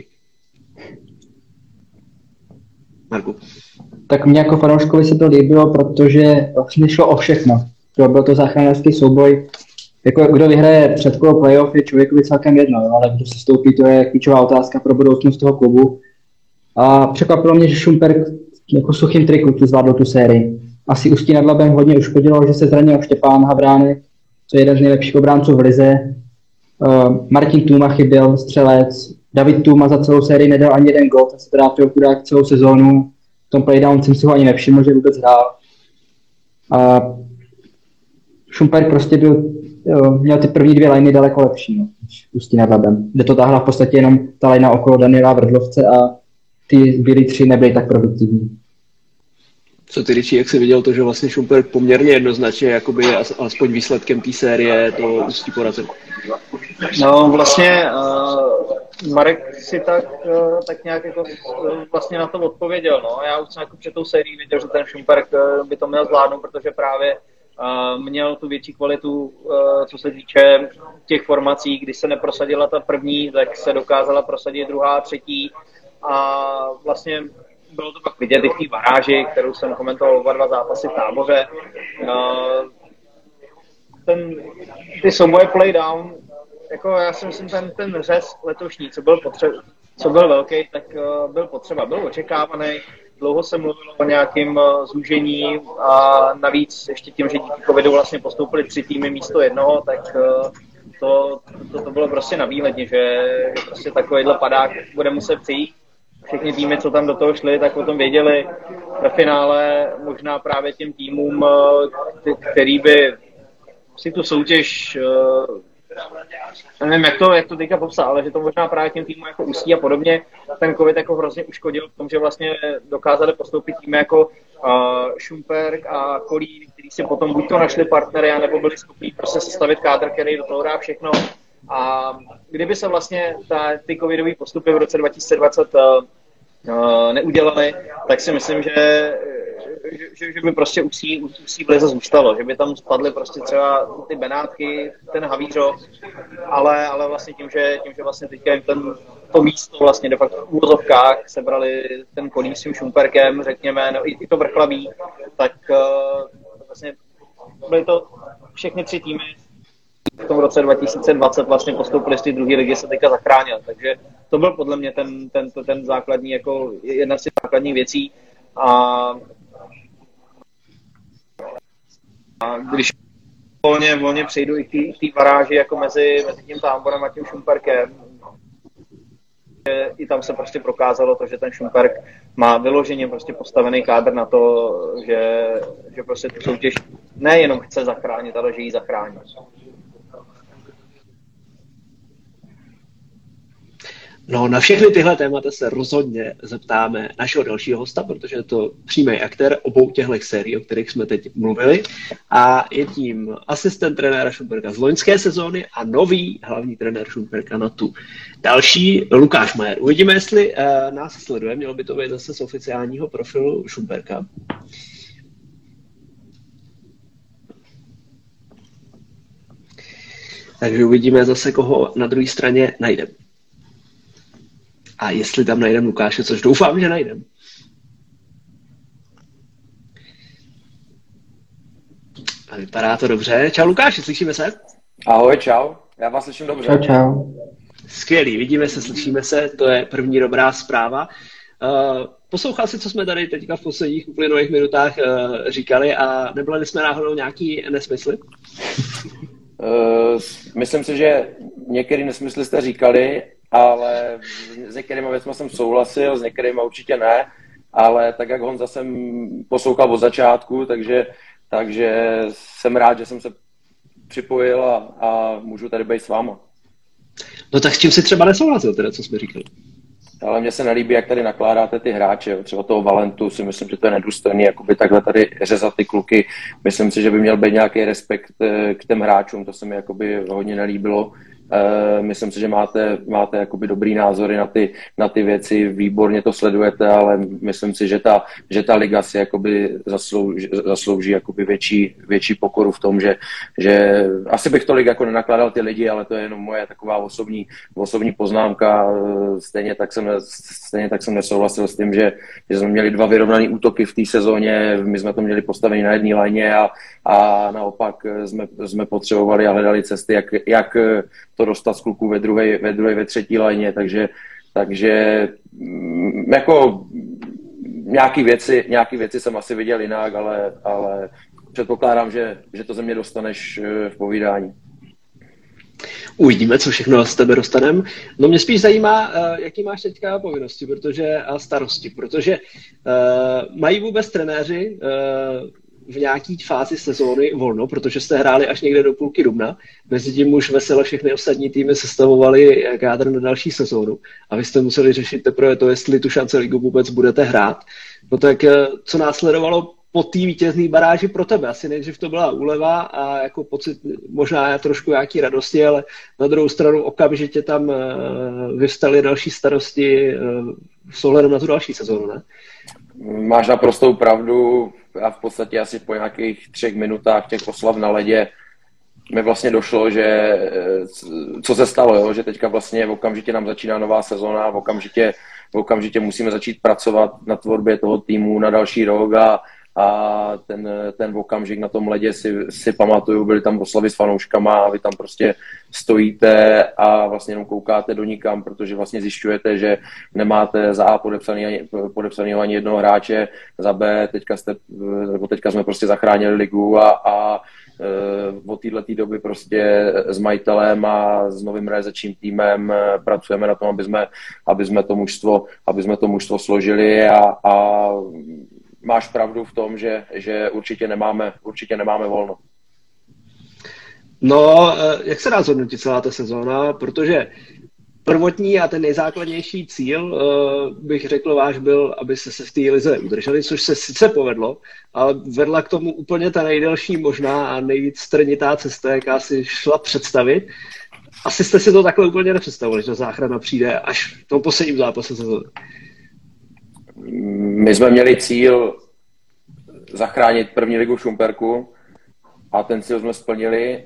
Marku. Tak mě jako fanouškovi se to líbilo, protože vlastně šlo o všechno. Byl to záchranářský souboj. Jako, kdo vyhraje předkolo playoff, je člověkovi celkem jedno, jo, ale kdo se stoupí, to je klíčová otázka pro budoucnost toho klubu. A překvapilo mě, že Šumperk jako suchým triku tu zvládl tu sérii. Asi Ústí nad Labem hodně uškodilo, že se zranil Štěpán Havránek, co je jeden z nejlepších obránců v lize. Uh, Martin Tůma chyběl, střelec. David Tůma za celou sérii nedal ani jeden gól, tak se trápil chudák celou sezónu. V tom playdown jsem si ho ani nevšiml, že vůbec hrál. A Šumperk prostě byl, jo, měl ty první dvě liny daleko lepší, no, než Ústí nad Labem. Kde to táhla v podstatě jenom ta lina okolo Daniela Vrdlovce a ty zbylí tři nebyly tak produktivní. Co ty, Richie, jak jsi viděl to, že vlastně Šumperk poměrně jednoznačně, jakoby aspoň výsledkem té série to Ústí porazil? No vlastně uh, Marek si tak, uh, tak nějak jako uh, vlastně na to odpověděl. No. Já už jsem jako před tou sérií viděl, že ten Šumperk uh, by to měl zvládnout, protože právě uh, měl tu větší kvalitu, uh, co se týče těch formací. Když se neprosadila ta první, tak se dokázala prosadit druhá, třetí a vlastně bylo to pak vidět i v té baráži, kterou jsem komentoval oba dva zápasy v Táboře. Uh, ten, ty souboje play down, jako já si myslím, ten, ten řez letošní, co byl, potře- co byl velký, tak uh, byl potřeba, byl očekávaný. Dlouho se mluvilo o nějakém uh, zúžení a navíc ještě tím, že díky covidu vlastně postoupili tři týmy místo jednoho, tak uh, to, to, to bylo prostě nabíledně, že, že prostě takovýhle padák bude muset přijít. Všechny týmy, co tam do toho šli, tak o tom věděli. Ve finále možná právě těm týmům, který by si tu soutěž, nevím, jak to, jak to teďka popsat, ale že to možná právě těm týmům jako Ústí a podobně, ten covid jako hrozně uškodil v tom, že vlastně dokázali postoupit týmy jako Šumperk a Kolín, který si potom buď to našli partnery, anebo byli schopni prostě sestavit kádr, který do toho dá všechno. A kdyby se vlastně ta, ty covidové postupy v roce dva tisíce dvacet uh, neudělaly, tak si myslím, že, že, že by prostě Ústí, Ústí v lize zůstalo, že by tam spadly prostě třeba ty Benátky, ten Havířov, ale, ale vlastně tím, že, tím, že vlastně teďka jim ten, to místo vlastně de facto v úvozovkách sebrali ten Kolín s tím Šumperkem, řekněme, no i, i to Vrchlaví, tak uh, vlastně byly to všechny tři týmy v tom roce dva tisíce dvacet vlastně postoupili z té druhé ligy, se teďka zachránil. Takže to byl podle mě ten, ten, ten základní, jako jedna z těch základních věcí. A, a když volně, volně přejdu i k té baráži jako mezi, mezi tím Táborem a tím Šumperkem, i tam se prostě prokázalo to, že ten Šumperk má vyloženě prostě postavený kádr na to, že, že prostě tu soutěž nejenom chce zachránit, ale že ji zachrání. No, na všechny tyhle témata se rozhodně zeptáme našeho dalšího hosta, protože je to přímý aktér obou těchto sérií, o kterých jsme teď mluvili. A je tím asistent trenéra Šumperka z loňské sezóny a nový hlavní trenér Šumperka na tu další, Lukáš Majer. Uvidíme, jestli uh, nás sleduje. Mělo by to být zase z oficiálního profilu Šumperka. Takže uvidíme zase, koho na druhé straně najdeme. A jestli tam najdem Lukáše, což doufám, že najdem. A vypadá to dobře. Čau Lukáši, slyšíme se? Ahoj, čau. Já vás slyším dobře. Čau, čau. Skvělý, vidíme se, slyšíme se, to je první dobrá zpráva. Uh, poslouchal jsi, co jsme tady teďka v posledních uplynulých minutách uh, říkali a nebyli jsme náhodou nějaký nesmysly? Uh, myslím si, že některé nesmysly jste říkali, ale s některými věcmi jsem souhlasil, s některými určitě ne, ale tak, jak Honza jsem poslouchal od začátku, takže, takže jsem rád, že jsem se připojil a, a můžu tady být s váma. No tak s čím si třeba nesouhlasil, teda, co jsme říkali? Ale mně se nelíbí, jak tady nakládáte ty hráče. Třeba toho Valentu si myslím, že to je nedůstojný, jakoby takhle tady řezat ty kluky. Myslím si, že by měl být nějaký respekt k těm hráčům, to se mi jakoby hodně nelíbilo. Myslím si, že máte, máte jakoby dobrý názory na ty, na ty věci, výborně to sledujete, ale myslím si, že ta, že ta liga si jakoby zaslouží, zaslouží jakoby větší, větší pokoru v tom, že, že asi bych tolik jako nenakládal ty lidi, ale to je jenom moje taková osobní, osobní poznámka. Stejně tak jsem, stejně tak jsem nesouhlasil s tím, že, že jsme měli dva vyrovnané útoky v té sezóně, my jsme to měli postavení na jedné léně a, a naopak jsme, jsme potřebovali a hledali cesty, jak, jak to dostat z kluků ve druhé, ve druhé, ve třetí léně, takže, takže jako nějaký věci, nějaký věci jsem asi viděl jinak, ale, ale předpokládám, že, že to ze mě dostaneš v povídání. Uvidíme, co všechno z tebe dostaneme. No mě spíš zajímá, jaký máš teďka povinnosti, protože a starosti, protože uh, mají vůbec trenéři uh, v nějaký fázi sezóny volno, protože jste hráli až někde do půlky dubna. Mezitím už vesele všechny ostatní týmy sestavovali kádr na další sezónu a vy jste museli řešit teprve to, jestli tu šance ligu vůbec budete hrát. No tak co následovalo po té vítězné baráži pro tebe? Asi nejdřív to byla úleva a jako pocit možná trošku nějaký radosti, ale na druhou stranu okamžitě tam vyvstaly další starosti s ohledem na tu další sezónu, ne? Máš naprostou pravdu. A v podstatě asi po nějakých třech minutách těch oslav na ledě mi vlastně došlo, že co se stalo, jo? Že teďka vlastně okamžitě nám začíná nová sezóna, okamžitě, okamžitě musíme začít pracovat na tvorbě toho týmu na další rok a, a ten, ten okamžik na tom ledě si, si pamatuju, byly tam oslavy s fanouškama a vy tam prostě stojíte a vlastně jenom koukáte do nikam, protože vlastně zjišťujete, že nemáte za A podepsaný ani, podepsaný ani jednoho hráče, za B teďka, jste, nebo teďka jsme prostě zachránili ligu a, a od této doby prostě s majitelem a s novým realizačním týmem pracujeme na tom, aby jsme, aby jsme to mužstvo, aby jsme to mužstvo složili a, a máš pravdu v tom, že, že určitě nemáme, určitě nemáme volno. No, jak se dá zhodnotit celá ta sezóna, protože prvotní a ten nejzákladnější cíl, bych řekl váš, byl, aby se se v té lize udrželi, což se sice povedlo, ale vedla k tomu úplně ta nejdelší možná a nejvíc strnitá cesta, jaká si šla představit. Asi jste si to takhle úplně nepředstavili, že záchrana přijde až v tom posledním zápase sezóny. My jsme měli cíl zachránit první ligu v Šumperku a ten cíl jsme splnili.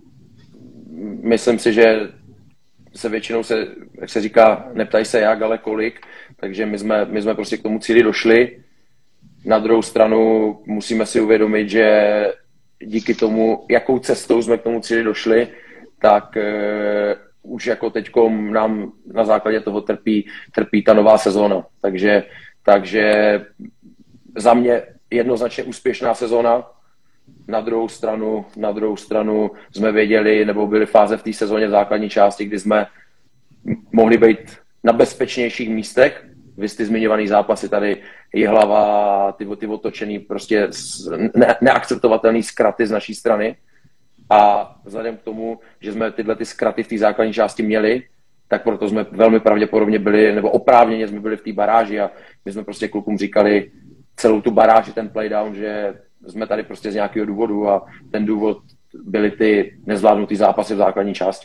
Myslím si, že se většinou se, jak se říká, neptají se jak, ale kolik, takže my jsme, my jsme prostě k tomu cíli došli. Na druhou stranu musíme si uvědomit, že díky tomu, jakou cestou jsme k tomu cíli došli, tak uh, už jako teďkom nám na základě toho trpí, trpí ta nová sezóna. Takže, takže za mě jednoznačně úspěšná sezóna. Na druhou stranu, na druhou stranu jsme věděli, nebo byly fáze v té sezóně v základní části, kdy jsme mohli být na bezpečnějších místech. Vy ty zmiňovaný zápasy tady, Jihlava, ty, ty otočený, prostě ne, neakceptovatelný zkraty z naší strany. A vzhledem k tomu, že jsme tyhle ty zkraty v té základní části měli, tak proto jsme velmi pravděpodobně byli, nebo oprávněně jsme byli v té baráži a my jsme prostě klukům říkali celou tu baráži, ten playdown, že jsme tady prostě z nějakého důvodu a ten důvod byly ty nezvládnutý zápasy v základní části.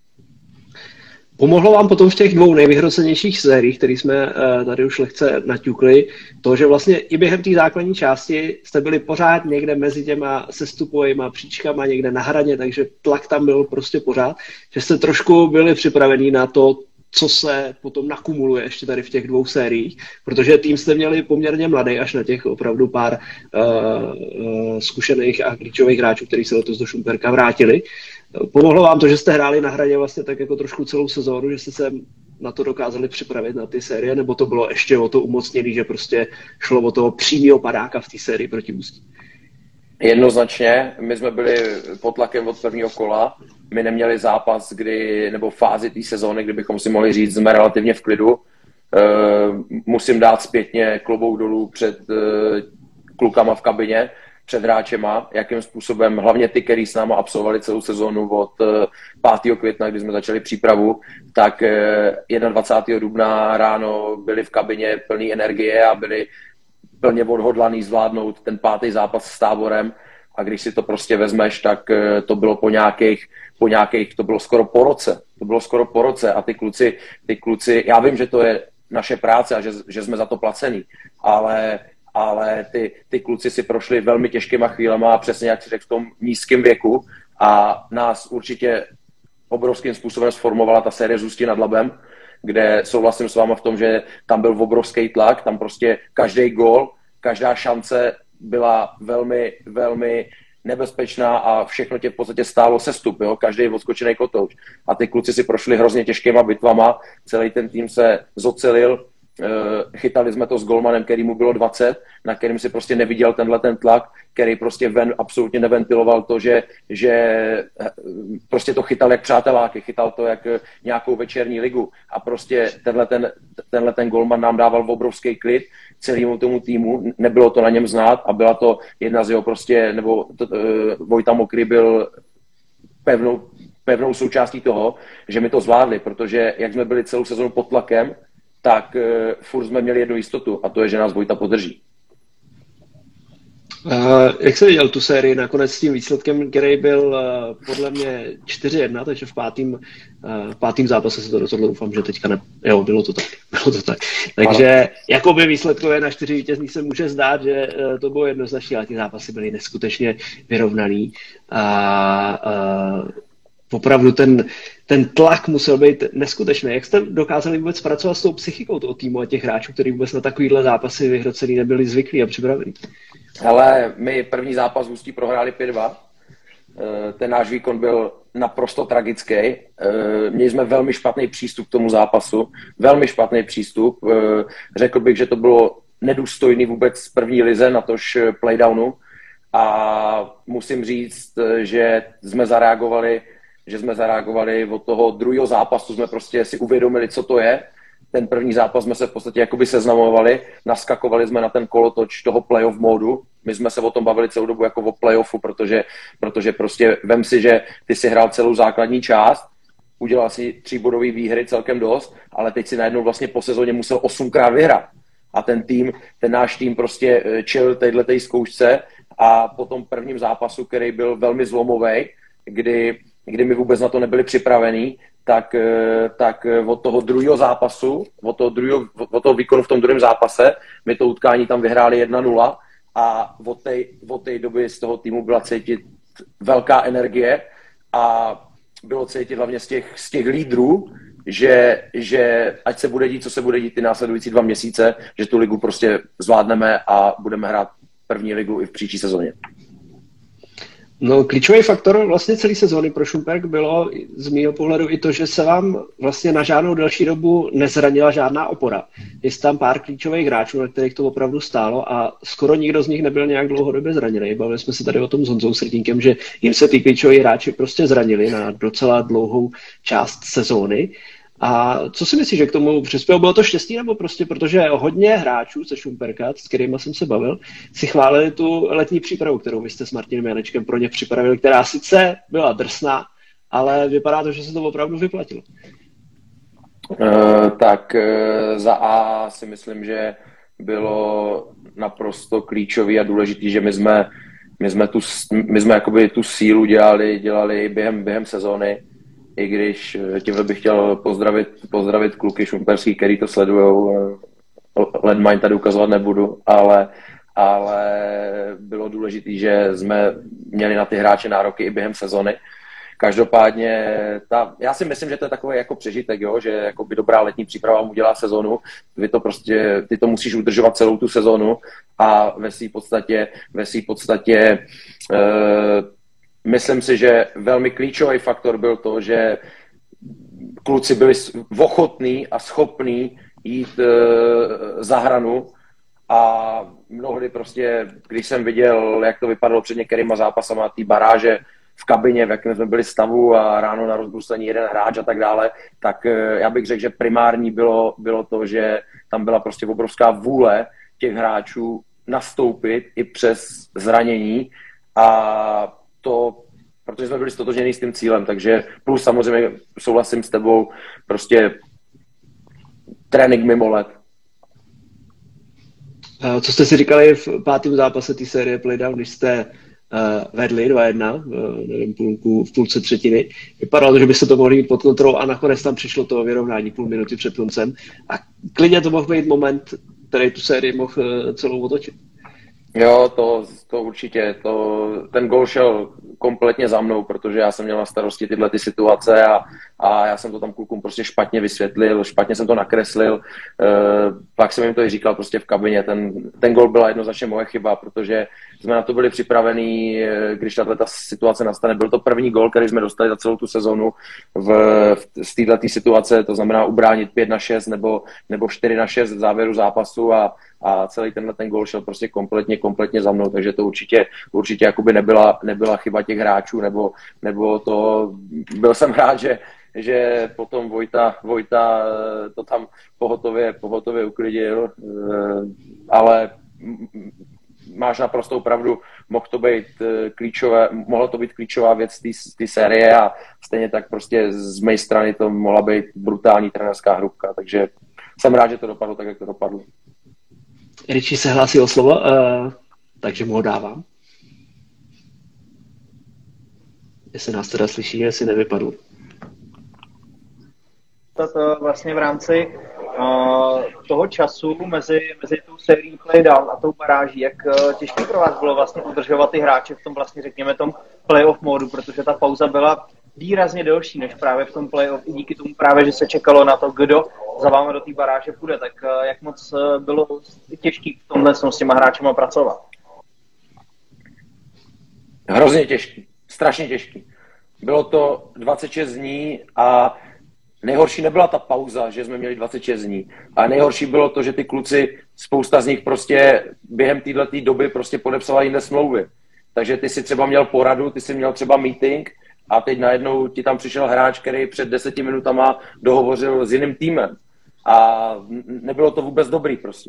Pomohlo vám potom v těch dvou nejvyhrocenějších sériích, které jsme tady už lehce naťukli, to, že vlastně i během té základní části jste byli pořád někde mezi těma sestupovými příčkama, někde na hraně, takže tlak tam byl prostě pořád, že jste trošku byli připravení na to, co se potom nakumuluje ještě tady v těch dvou sériích, protože tým jste měli poměrně mladý až na těch opravdu pár uh, uh, zkušených a klíčových hráčů, kteří se letos do Šumperka vrátili. Pomohlo vám to, že jste hráli na hraně vlastně tak jako trošku celou sezónu, že jste se na to dokázali připravit na ty série, nebo to bylo ještě o to umocněný, že prostě šlo o toho přímého padáka v té sérii proti Ústí? Jednoznačně, my jsme byli pod tlakem od prvního kola, my neměli zápas, kdy, nebo fázi té sezóny, kdybychom si mohli říct, jsme relativně v klidu. E, musím dát zpětně klobouk dolů před e, klukama v kabině, před hráčema, jakým způsobem, hlavně ty, který s náma absolvovali celou sezónu od pátého května, kdy jsme začali přípravu, tak dvacátého prvního dubna ráno byli v kabině plný energie a byli plně odhodlaný zvládnout ten pátý zápas s Táborem. A když si to prostě vezmeš, tak to bylo po nějakých, po nějakých, to bylo skoro po roce. To bylo skoro po roce a ty kluci, ty kluci, já vím, že to je naše práce a že, že jsme za to placený, ale ale ty, ty kluci si prošli velmi těžkýma chvílema a přesně jak si řekl v tom nízkém věku a nás určitě obrovským způsobem sformovala ta série z Ústí nad Labem, kde souhlasím s váma v tom, že tam byl obrovský tlak, tam prostě každý gól, každá šance byla velmi, velmi nebezpečná a všechno tě v podstatě stálo sestup, jo? Každý odskočený kotouč. A ty kluci si prošli hrozně těžkýma bitvama, celý ten tým se zocelil, chytali jsme to s golmanem, který mu bylo dvacet, na kterým si prostě neviděl tenhle ten tlak, který prostě ven absolutně neventiloval to, že, že prostě to chytal jak přáteláky, chytal to jak nějakou večerní ligu a prostě tenhle ten, tenhle ten golman nám dával obrovský klid celému tomu týmu, nebylo to na něm znát a byla to jedna z jeho prostě, nebo to, uh, Vojta Mokrý byl pevnou, pevnou součástí toho, že my to zvládli, protože jak jsme byli celou sezonu pod tlakem, tak uh, furt jsme měli jednu jistotu a to je, že nás Vojta podrží. Uh, jak jsi viděl tu sérii nakonec s tím výsledkem, který byl uh, podle mě čtyři jedna, takže v pátým, uh, v pátým zápase se to rozhodlo, doufám, že teďka ne... Jo, bylo to tak. Bylo to tak. Takže jakoby výsledkově na čtyři vítězných se může zdát, že uh, to bylo jednoznačné, ale ty zápasy byly neskutečně vyrovnaný. A uh, opravdu ten, ten tlak musel být neskutečný. Jak jste dokázali vůbec pracovat s tou psychikou toho týmu a těch hráčů, kteří vůbec na takovýhle zápasy vyhrocený nebyli zvyklí a připravení? Ale my první zápas v Ústí prohráli pět dva. Ten náš výkon byl naprosto tragický. Měli jsme velmi špatný přístup k tomu zápasu. Velmi špatný přístup. Řekl bych, že to bylo nedůstojný vůbec z první lize, natož playdownu. A musím říct, že jsme zareagovali, že jsme zareagovali od toho druhého zápasu, jsme prostě si uvědomili, co to je. Ten první zápas jsme se v podstatě jakoby seznamovali, naskakovali jsme na ten kolotoč toho playoff módu. My jsme se o tom bavili celou dobu jako o playoffu, protože, protože prostě vem si, že ty si hrál celou základní část, udělal si tříbodový výhry celkem dost, ale teď si najednou vlastně po sezóně musel osmkrát vyhrát. A ten tým, ten náš tým prostě čelil téhletej zkoušce a po tom prvním zápasu, který byl velmi zlomový, kdy, kdy my vůbec na to nebyli připravení, tak, tak od toho druhého zápasu, od toho, druhého, od toho výkonu v tom druhém zápase, my to utkání tam vyhráli jedna nula a od té, od té doby z toho týmu byla cítit velká energie a bylo cítit hlavně z těch, z těch lídrů, že, že ať se bude dít, co se bude dít ty následující dva měsíce, že tu ligu prostě zvládneme a budeme hrát první ligu i v příští sezóně. No, klíčový faktor vlastně celé sezóny pro Šumperk bylo z mého pohledu i to, že se vám vlastně na žádnou delší dobu nezranila žádná opora. Je tam pár klíčových hráčů, na kterých to opravdu stálo a skoro nikdo z nich nebyl nějak dlouhodobě zraněný. Bavili jsme se tady o tom s Honzou Srdínkem, že jim se ty klíčoví hráči prostě zranili na docela dlouhou část sezóny. A co si myslíš, že k tomu přispělo? Bylo to štěstí, nebo prostě protože hodně hráčů ze Šumperka, s kterými jsem se bavil, si chválili tu letní přípravu, kterou vy jste s Martinem Janečkem pro ně připravili, která sice byla drsná, ale vypadá to, že se to opravdu vyplatilo. Uh, tak uh, za A si myslím, že bylo naprosto klíčový a důležitý, že my jsme, my jsme, tu, my jsme jakoby tu sílu dělali, dělali během, během sezóny. I když tímhle bych chtěl pozdravit, pozdravit kluky šumperský, který to sledujou. Landmine tady ukazovat nebudu, ale, ale bylo důležité, že jsme měli na ty hráče nároky i během sezony. Každopádně, ta, já si myslím, že to je takový jako přežitek, jo? Že jako by dobrá letní příprava mu dělá sezonu, ty to prostě, ty to musíš udržovat celou tu sezonu a ve své podstatě, ve své podstatě uh, myslím si, že velmi klíčový faktor byl to, že kluci byli ochotní a schopní jít e, za hranu a mnohdy prostě, když jsem viděl, jak to vypadalo před některýma zápasama, té baráže v kabině, v jakém jsme byli stavu a ráno na rozbruslení jeden hráč a tak dále, tak e, já bych řekl, že primární bylo, bylo to, že tam byla prostě obrovská vůle těch hráčů nastoupit i přes zranění a to, protože jsme byli stotožněni s tím cílem, takže plus samozřejmě souhlasím s tebou, prostě trénink mimo let. Co jste si říkali v pátém zápase té série Playdown, když jste uh, vedli dva jedna uh, nevím, půlku, v půlce třetiny. Vypadalo to, že byste to mohli mít pod kontrolou a nakonec tam přišlo to vyrovnání půl minuty před koncem a klidně to mohl být moment, který tu sérii mohl uh, celou otočit. Jo, to, to určitě. To, ten gól šel kompletně za mnou, protože já jsem měl na starosti tyhle ty situace a, a já jsem to tam klukům prostě špatně vysvětlil, špatně jsem to nakreslil. E, pak jsem jim to i říkal prostě v kabině. Ten, ten gol byla jednoznačně moje chyba, protože jsme na to byli připravení, když tato situace nastane. Byl to první gol, který jsme dostali za celou tu sezonu v, v, z této situace, to znamená ubránit pět na šest nebo, nebo čtyři na šest v závěru zápasu a, a celý tenhle ten gol šel prostě kompletně, kompletně za mnou, takže to určitě, určitě jakoby nebyla, nebyla chyba těch hráčů, nebo, nebo to, byl jsem rád, že, že potom Vojta, Vojta to tam pohotově, pohotově uklidil, ale máš naprostou pravdu, mohl to být klíčové, mohla to být klíčová věc té série a stejně tak prostě z mé strany to mohla být brutální trenérská hrubka, takže jsem rád, že to dopadlo tak, jak to dopadlo. Richie se hlásí o slovo, uh, takže mu ho dávám. Jestli nás teda slyší, jestli nevypadl. To vlastně v rámci uh, toho času mezi, mezi tou sérií play-down a tou baráží, jak uh, těžké pro vás bylo vlastně udržovat ty hráče v tom vlastně řekněme tom play-off módu, protože ta pauza byla výrazně delší než právě v tom play-off i díky tomu právě, že se čekalo na to, kdo za vámi do té baráže půjde, tak uh, jak moc uh, bylo těžké v tomhle s těma hráčema pracovat? Hrozně těžký, strašně těžký. Bylo to dvacet šest dní a nejhorší nebyla ta pauza, že jsme měli dvacet šest dní. A nejhorší bylo to, že ty kluci, spousta z nich prostě během této doby prostě podepsala jiné smlouvy. Takže ty si třeba měl poradu, ty si měl třeba meeting a teď najednou ti tam přišel hráč, který před deseti minutama dohovořil s jiným týmem. A nebylo to vůbec dobrý prostě.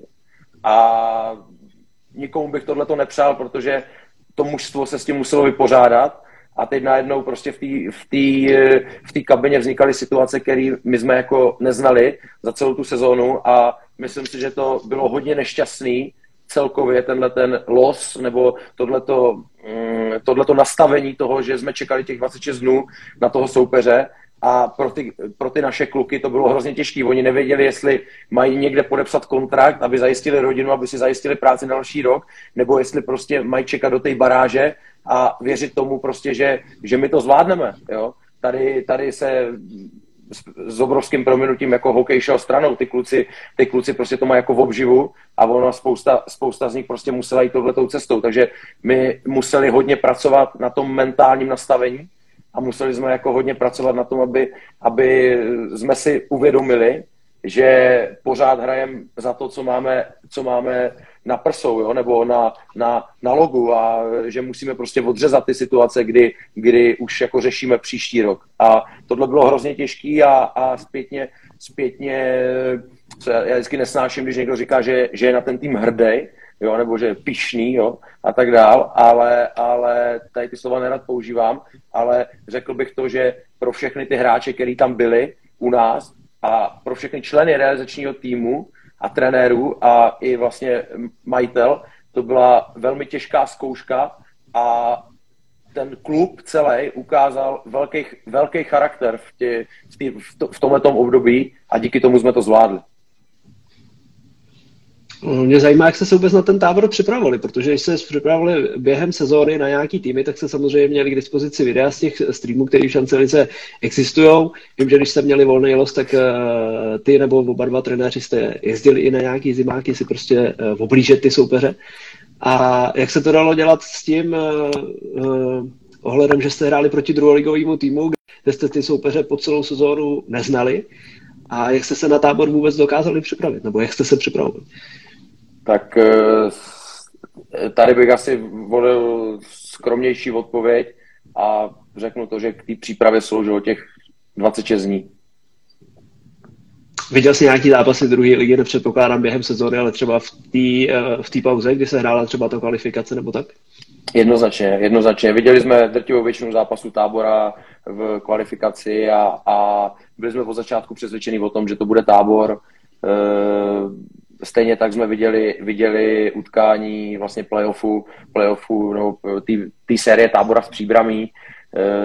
A nikomu bych tohleto nepřál, protože to mužstvo se s tím muselo vypořádat. A teď najednou prostě v té v té, v té kabině vznikaly situace, které my jsme jako neznali za celou tu sezónu a myslím si, že to bylo hodně nešťastný celkově tenhle ten los nebo tohleto, tohleto nastavení toho, že jsme čekali těch dvacet šest dnů na toho soupeře a pro ty, pro ty naše kluky to bylo hrozně těžké. Oni nevěděli, jestli mají někde podepsat kontrakt, aby zajistili rodinu, aby si zajistili práci na další rok, nebo jestli prostě mají čekat do té baráže a věřit tomu prostě, že, že my to zvládneme. Jo? Tady, tady se s, s obrovským prominutím jako hokej šel stranou. Ty kluci, ty kluci prostě to mají jako v obživu a ono spousta, spousta z nich prostě musela jít touhletou cestou. Takže my museli hodně pracovat na tom mentálním nastavení a museli jsme jako hodně pracovat na tom, aby, aby jsme si uvědomili, že pořád hrajeme za to, co máme, co máme na prsou, jo? Nebo na, na, na logu a že musíme prostě odřezat ty situace, kdy, kdy už jako řešíme příští rok. A tohle bylo hrozně těžký a, a zpětně, zpětně já vždycky nesnáším, když někdo říká, že, že je na ten tým hrdý, jo? Nebo že je pyšný, jo? A tak dál, ale, ale tady ty slova nerad používám, ale řekl bych to, že pro všechny ty hráče, kteří tam byli u nás a pro všechny členy realizačního týmu a trenérů a i vlastně majitel, to byla velmi těžká zkouška a ten klub celý ukázal velký, velký charakter v, tě, v, tě, v, to, v tomhletom období a díky tomu jsme to zvládli. Mě zajímá, jak jste se vůbec na ten tábor připravovali, protože když se připravovali během sezóny na nějaký týmy, tak se samozřejmě měli k dispozici videa z těch streamů, které v Šancelice existují. Vím, že když jste měli volný los, tak ty nebo oba dva trenéři jste jezdili i na nějaký zimáky si prostě oblížet ty soupeře. A jak se to dalo dělat s tím uh, ohledem, že jste hráli proti druholigovému týmu, kde jste ty soupeře po celou sezónu neznali? A jak jste se na tábor vůbec dokázali připravit? Nebo jak jste se připravili? Tak tady bych asi volil skromnější odpověď a řeknu to, že k té přípravě sloužilo těch dvacet šest dní. Viděl jsi nějaký zápasy druhé ligy, nepředpokládám během sezóny, ale třeba v té v té pauze, kdy se hrála třeba ta kvalifikace nebo tak? Jednoznačně, jednoznačně. Viděli jsme drtivou většinu zápasů tábora v kvalifikaci a, a byli jsme od začátku přesvědčení o tom, že to bude tábor. Stejně tak jsme viděli, viděli utkání vlastně playoffu, playoffu no, té série tábora v Příbramí,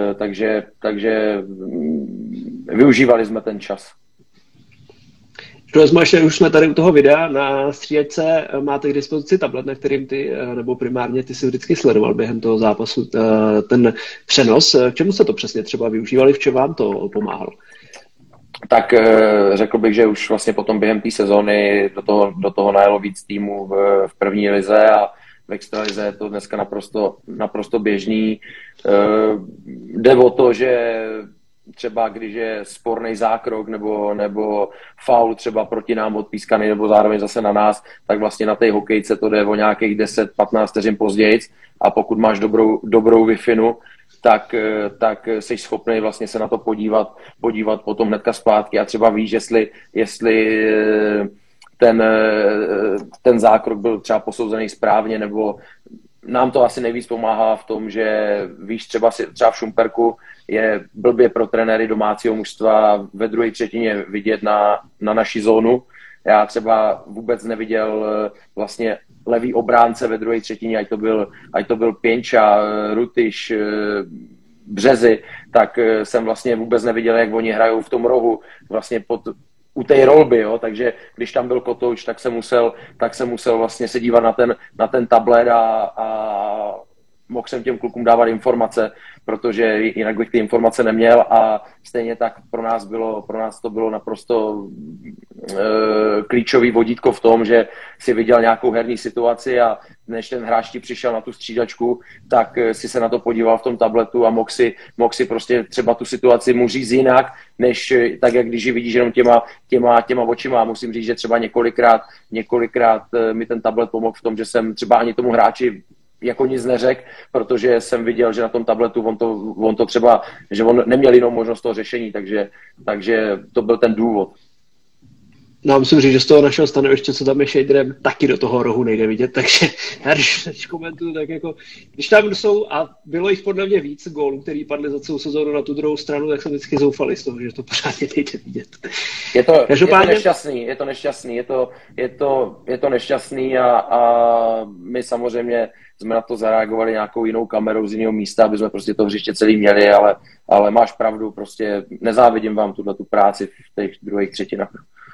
takže, takže využívali jsme ten čas. Vezmu ještě, už jsme tady u toho videa, na střídačce máte k dispozici tablet, na kterým ty, nebo primárně ty si vždycky sledoval během toho zápasu ten přenos. K čemu jste to přesně třeba využívali, v čem vám to pomáhalo? Tak řekl bych, že už vlastně potom během té sezóny do toho, do toho najelo víc týmů v, v první lize a v extralize je to dneska naprosto, naprosto běžný. Jde o to, že třeba když je sporný zákrok nebo, nebo faul třeba proti nám odpískaný nebo zároveň zase na nás, tak vlastně na té hokejce to jde o nějakých deset patnáct vteřin později a pokud máš dobrou, dobrou Wi-Fi, tak, tak jsi schopný vlastně se na to podívat, podívat potom hnedka zpátky a třeba víš, jestli, jestli ten, ten zákrok byl třeba posouzený správně, nebo nám to asi nejvíc pomáhá v tom, že víš, třeba, si, třeba v Šumperku je blbě pro trenéry domácího mužstva ve druhé třetině vidět na, na naši zónu. Já třeba vůbec neviděl vlastně levý obránce ve druhé třetině, ať to byl, ať to byl Pěnča, Rutyš, Březy, tak jsem vlastně vůbec neviděl, jak oni hrajou v tom rohu, vlastně pod, u té rolby, jo? Takže když tam byl Kotouč, tak se musel, tak se musel vlastně se dívat na ten, na ten tablet a, a mohl jsem těm klukům dávat informace, protože jinak bych ty informace neměl a stejně tak pro nás bylo, pro nás to bylo naprosto e, klíčový vodítko v tom, že si viděl nějakou herní situaci a než ten hráč ti přišel na tu střídačku, tak si se na to podíval v tom tabletu a mohl si, mohl si prostě třeba tu situaci mu říct jinak, než tak, jak když ji vidíš jenom těma, těma, těma očima. Musím říct, že třeba několikrát, několikrát mi ten tablet pomohl v tom, že jsem třeba ani tomu hráči jako nic neřekl, protože jsem viděl, že na tom tabletu on to, on to třeba, že on neměl jinou možnost toho řešení, takže, takže to byl ten důvod. No, musím říct, že z toho našeho stanu ještě, co tam je shaderem, taky do toho rohu nejde vidět, takže já když, když komentuju, tak jako, když tam jsou, a bylo jich podle mě víc gólů, který padly za celou sezónu na tu druhou stranu, tak jsem vždycky zoufalý z toho, že to pořádně nejde vidět. Je to, Každopádně... je to nešťastný, je to nešťastný, je to, je to, je to nešťastný a, a my samozřejmě jsme na to zareagovali nějakou jinou kamerou z jiného místa, aby jsme prostě to hřiště celý měli, ale, ale máš pravdu, prostě nezávidím vám tuhle tu práci v těch druhých třetinách.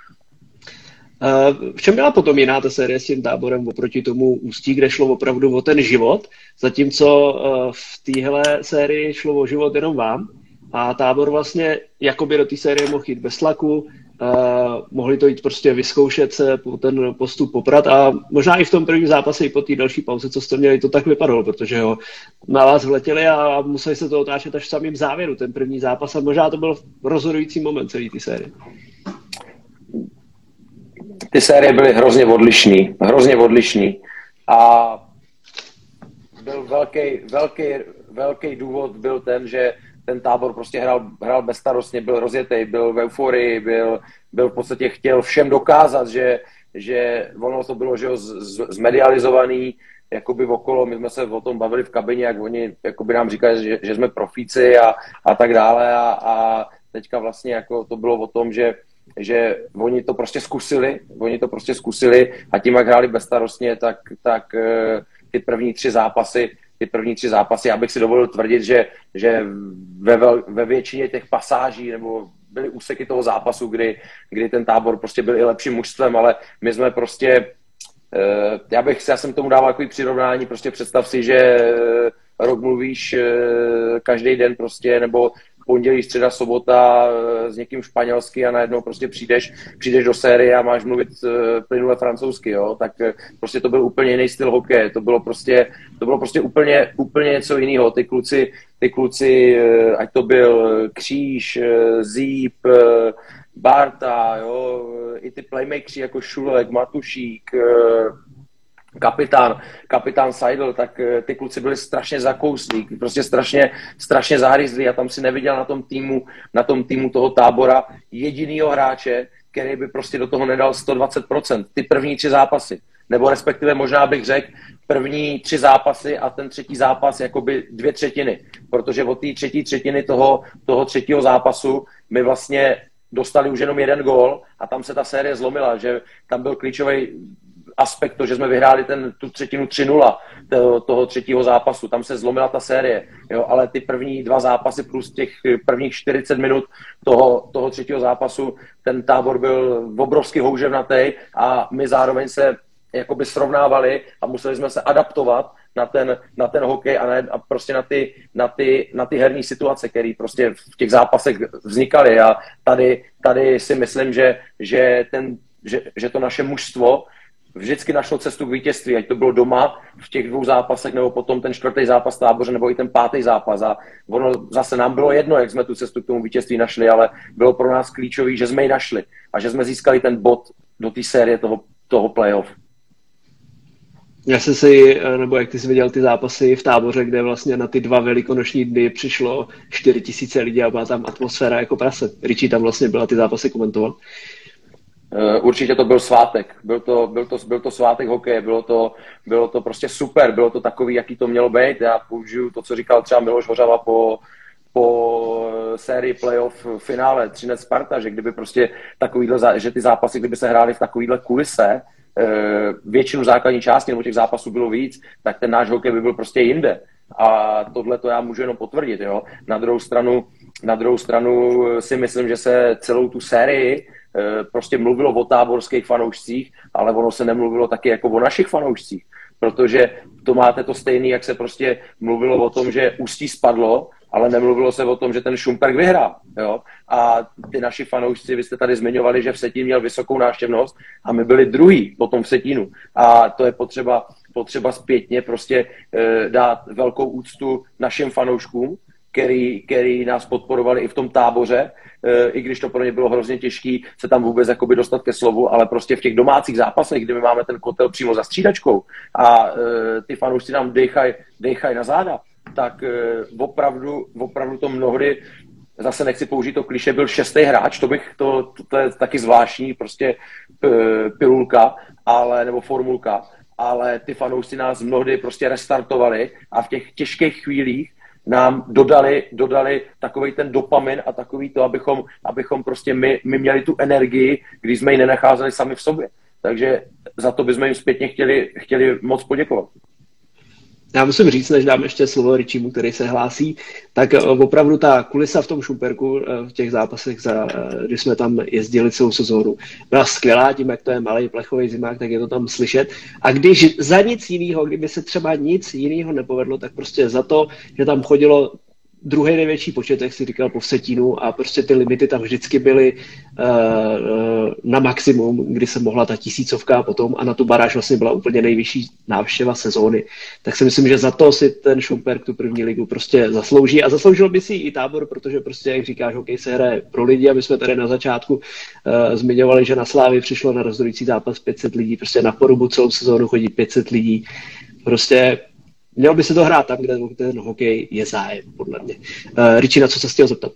V čem byla potom jiná ta série s tím Táborem oproti tomu Ústí, kde šlo opravdu o ten život, zatímco v téhle sérii šlo o život jenom vám a Tábor vlastně jakoby do té série mohl jít bez tlaku, mohli to jít prostě vyzkoušet se po ten postup poprat a možná i v tom prvním zápase i po té další pauze, co jste měli, to tak vypadalo, protože ho na vás vletěli a museli se to otáčet až v samým závěru, ten první zápas a možná to byl rozhodující moment celé té série. Ty série byly hrozně odlišný, hrozně odlišný a byl velký, velký, velký důvod byl ten, že ten Tábor prostě hrál, hrál bezstarostně, byl rozjetý, byl v euforii, byl, byl v podstatě chtěl všem dokázat, že, že ono to bylo, že jo, z, z, zmedializovaný jakoby okolo, my jsme se o tom bavili v kabině, jak oni jakoby nám říkali, že, že jsme profíci a, a tak dále a, a teďka vlastně jako to bylo o tom, že že oni to prostě zkusili, oni to prostě zkusili a tím, jak hráli bezstarostně, tak, tak ty první tři zápasy, ty první tři zápasy, já bych si dovolil tvrdit, že, že ve, ve většině těch pasáží nebo byly úseky toho zápasu, kdy, kdy ten Tábor prostě byl i lepším mužstvem, ale my jsme prostě, já bych, já jsem tomu dával takový přirovnání, prostě představ si, že rok mluvíš každý den prostě, nebo pondělí, středa, sobota s někým španělsky a najednou prostě přijdeš, přijdeš do série a máš mluvit plynule francouzsky, jo, tak prostě to byl úplně jiný styl hokeje, to bylo prostě, to bylo prostě úplně, úplně něco jiného, ty kluci, ty kluci, ať to byl Kříž, Zíp, Barta, jo, i ty playmakeri jako Šulek, Matušík, kapitán, kapitán Seidel, tak ty kluci byli strašně zakouslí, prostě strašně, strašně zahryzlí a tam si neviděl na tom týmu, na tom týmu toho Tábora jedinýho hráče, který by prostě do toho nedal sto dvacet procent, ty první tři zápasy. Nebo respektive možná bych řekl první tři zápasy a ten třetí zápas jakoby dvě třetiny, protože od té třetí třetiny toho, toho třetího zápasu my vlastně dostali už jenom jeden gól a tam se ta série zlomila, že tam byl klíčový aspekt, to, že jsme vyhráli ten, tu třetinu tři nula toho, toho třetího zápasu, tam se zlomila ta série, jo, ale ty první dva zápasy plus těch prvních čtyřicet minut toho, toho třetího zápasu, ten Tábor byl obrovsky houževnatý a my zároveň se jakoby srovnávali a museli jsme se adaptovat na ten, na ten hokej a, ne, a prostě na ty, na, ty, na ty herní situace, které prostě v těch zápasech vznikaly. A tady, tady si myslím, že, že, ten, že, že to naše mužstvo vždycky našlo cestu k vítězství, ať to bylo doma v těch dvou zápasech, nebo potom ten čtvrtý zápas v Táboře, nebo i ten pátý zápas. A ono zase nám bylo jedno, jak jsme tu cestu k tomu vítězství našli, ale bylo pro nás klíčový, že jsme ji našli a že jsme získali ten bod do té série toho, toho playoff. Já jsem si, nebo jak ty jsi viděl ty zápasy v Táboře, kde vlastně na ty dva velikonoční dny přišlo čtyři tisíce lidí a byla tam atmosféra jako prase. Richie tam vlastně byla ty zápasy komentoval. Určitě to byl svátek. Byl to, byl to, byl to svátek hokeje, bylo to, bylo to prostě super, bylo to takový, jaký to mělo být. Já použiju to, co říkal třeba Miloš Hořava po, po sérii playoff v finále Třinec Sparta, že kdyby prostě takovýhle, že ty zápasy, kdyby se hrály v takovýhle kulise, většinu základní části nebo těch zápasů bylo víc, tak ten náš hokej by byl prostě jinde. A tohle to já můžu jenom potvrdit. Jo. Na druhou stranu, na druhou stranu si myslím, že se celou tu sérii prostě mluvilo o táborských fanoušcích, ale ono se nemluvilo taky jako o našich fanoušcích. Protože to máte to stejný, jak se prostě mluvilo o tom, že Ústí spadlo, ale nemluvilo se o tom, že ten Šumperk vyhrál. Jo? A ty naši fanoušci, vy jste tady zmiňovali, že Vsetín měl vysokou návštěvnost a my byli druhý potom v Vsetínu. A to je potřeba, potřeba zpětně prostě e, dát velkou úctu našim fanouškům, který, který nás podporovali i v tom Táboře, e, i když to pro ně bylo hrozně těžké se tam vůbec jakoby dostat ke slovu, ale prostě v těch domácích zápasech, kdy my máme ten kotel přímo za střídačkou a e, ty fanoušci nám dejchají dejchaj na záda, tak e, opravdu, opravdu to mnohdy, zase nechci použít to klišé, byl šestý hráč, to bych, to, to, to je taky zvláštní prostě p, pilulka, ale, nebo formulka, ale ty fanoušci nás mnohdy prostě restartovali a v těch těžkých chvílích nám dodali, dodali takovej ten dopamin a takový to, abychom, abychom prostě my, my měli tu energii, když jsme ji nenacházeli sami v sobě. Takže za to bychom jim zpětně chtěli, chtěli moc poděkovat. Já musím říct, než dám ještě slovo Richiemu, který se hlásí, tak opravdu ta kulisa v tom Šumperku v těch zápasech, za, když jsme tam jezdili celou sezónu, byla skvělá, tím, jak to je malý plechový zimák, tak je to tam slyšet. A když za nic jiného, kdyby se třeba nic jiného nepovedlo, tak prostě za to, že tam chodilo druhý největší počet, jak jsi říkal, po Vsetínu a prostě ty limity tam vždycky byly uh, na maximum, kdy se mohla ta tisícovka potom a na tu baráž vlastně byla úplně nejvyšší návštěva sezóny. Tak si myslím, že za to si ten Šumperk tu první ligu prostě zaslouží a zasloužil by si i Tábor, protože prostě, jak říkáš, hokej se hraje pro lidi a my jsme tady na začátku uh, zmiňovali, že na Slávy přišlo na rozhodující zápas pět set lidí, prostě na Porubu celou sezónu chodí pět set lidí. Prostě mělo by se to hrát tam, kde ten hokej je zájem, podle mě. Uh, Richie, na co se chtěl zeptat?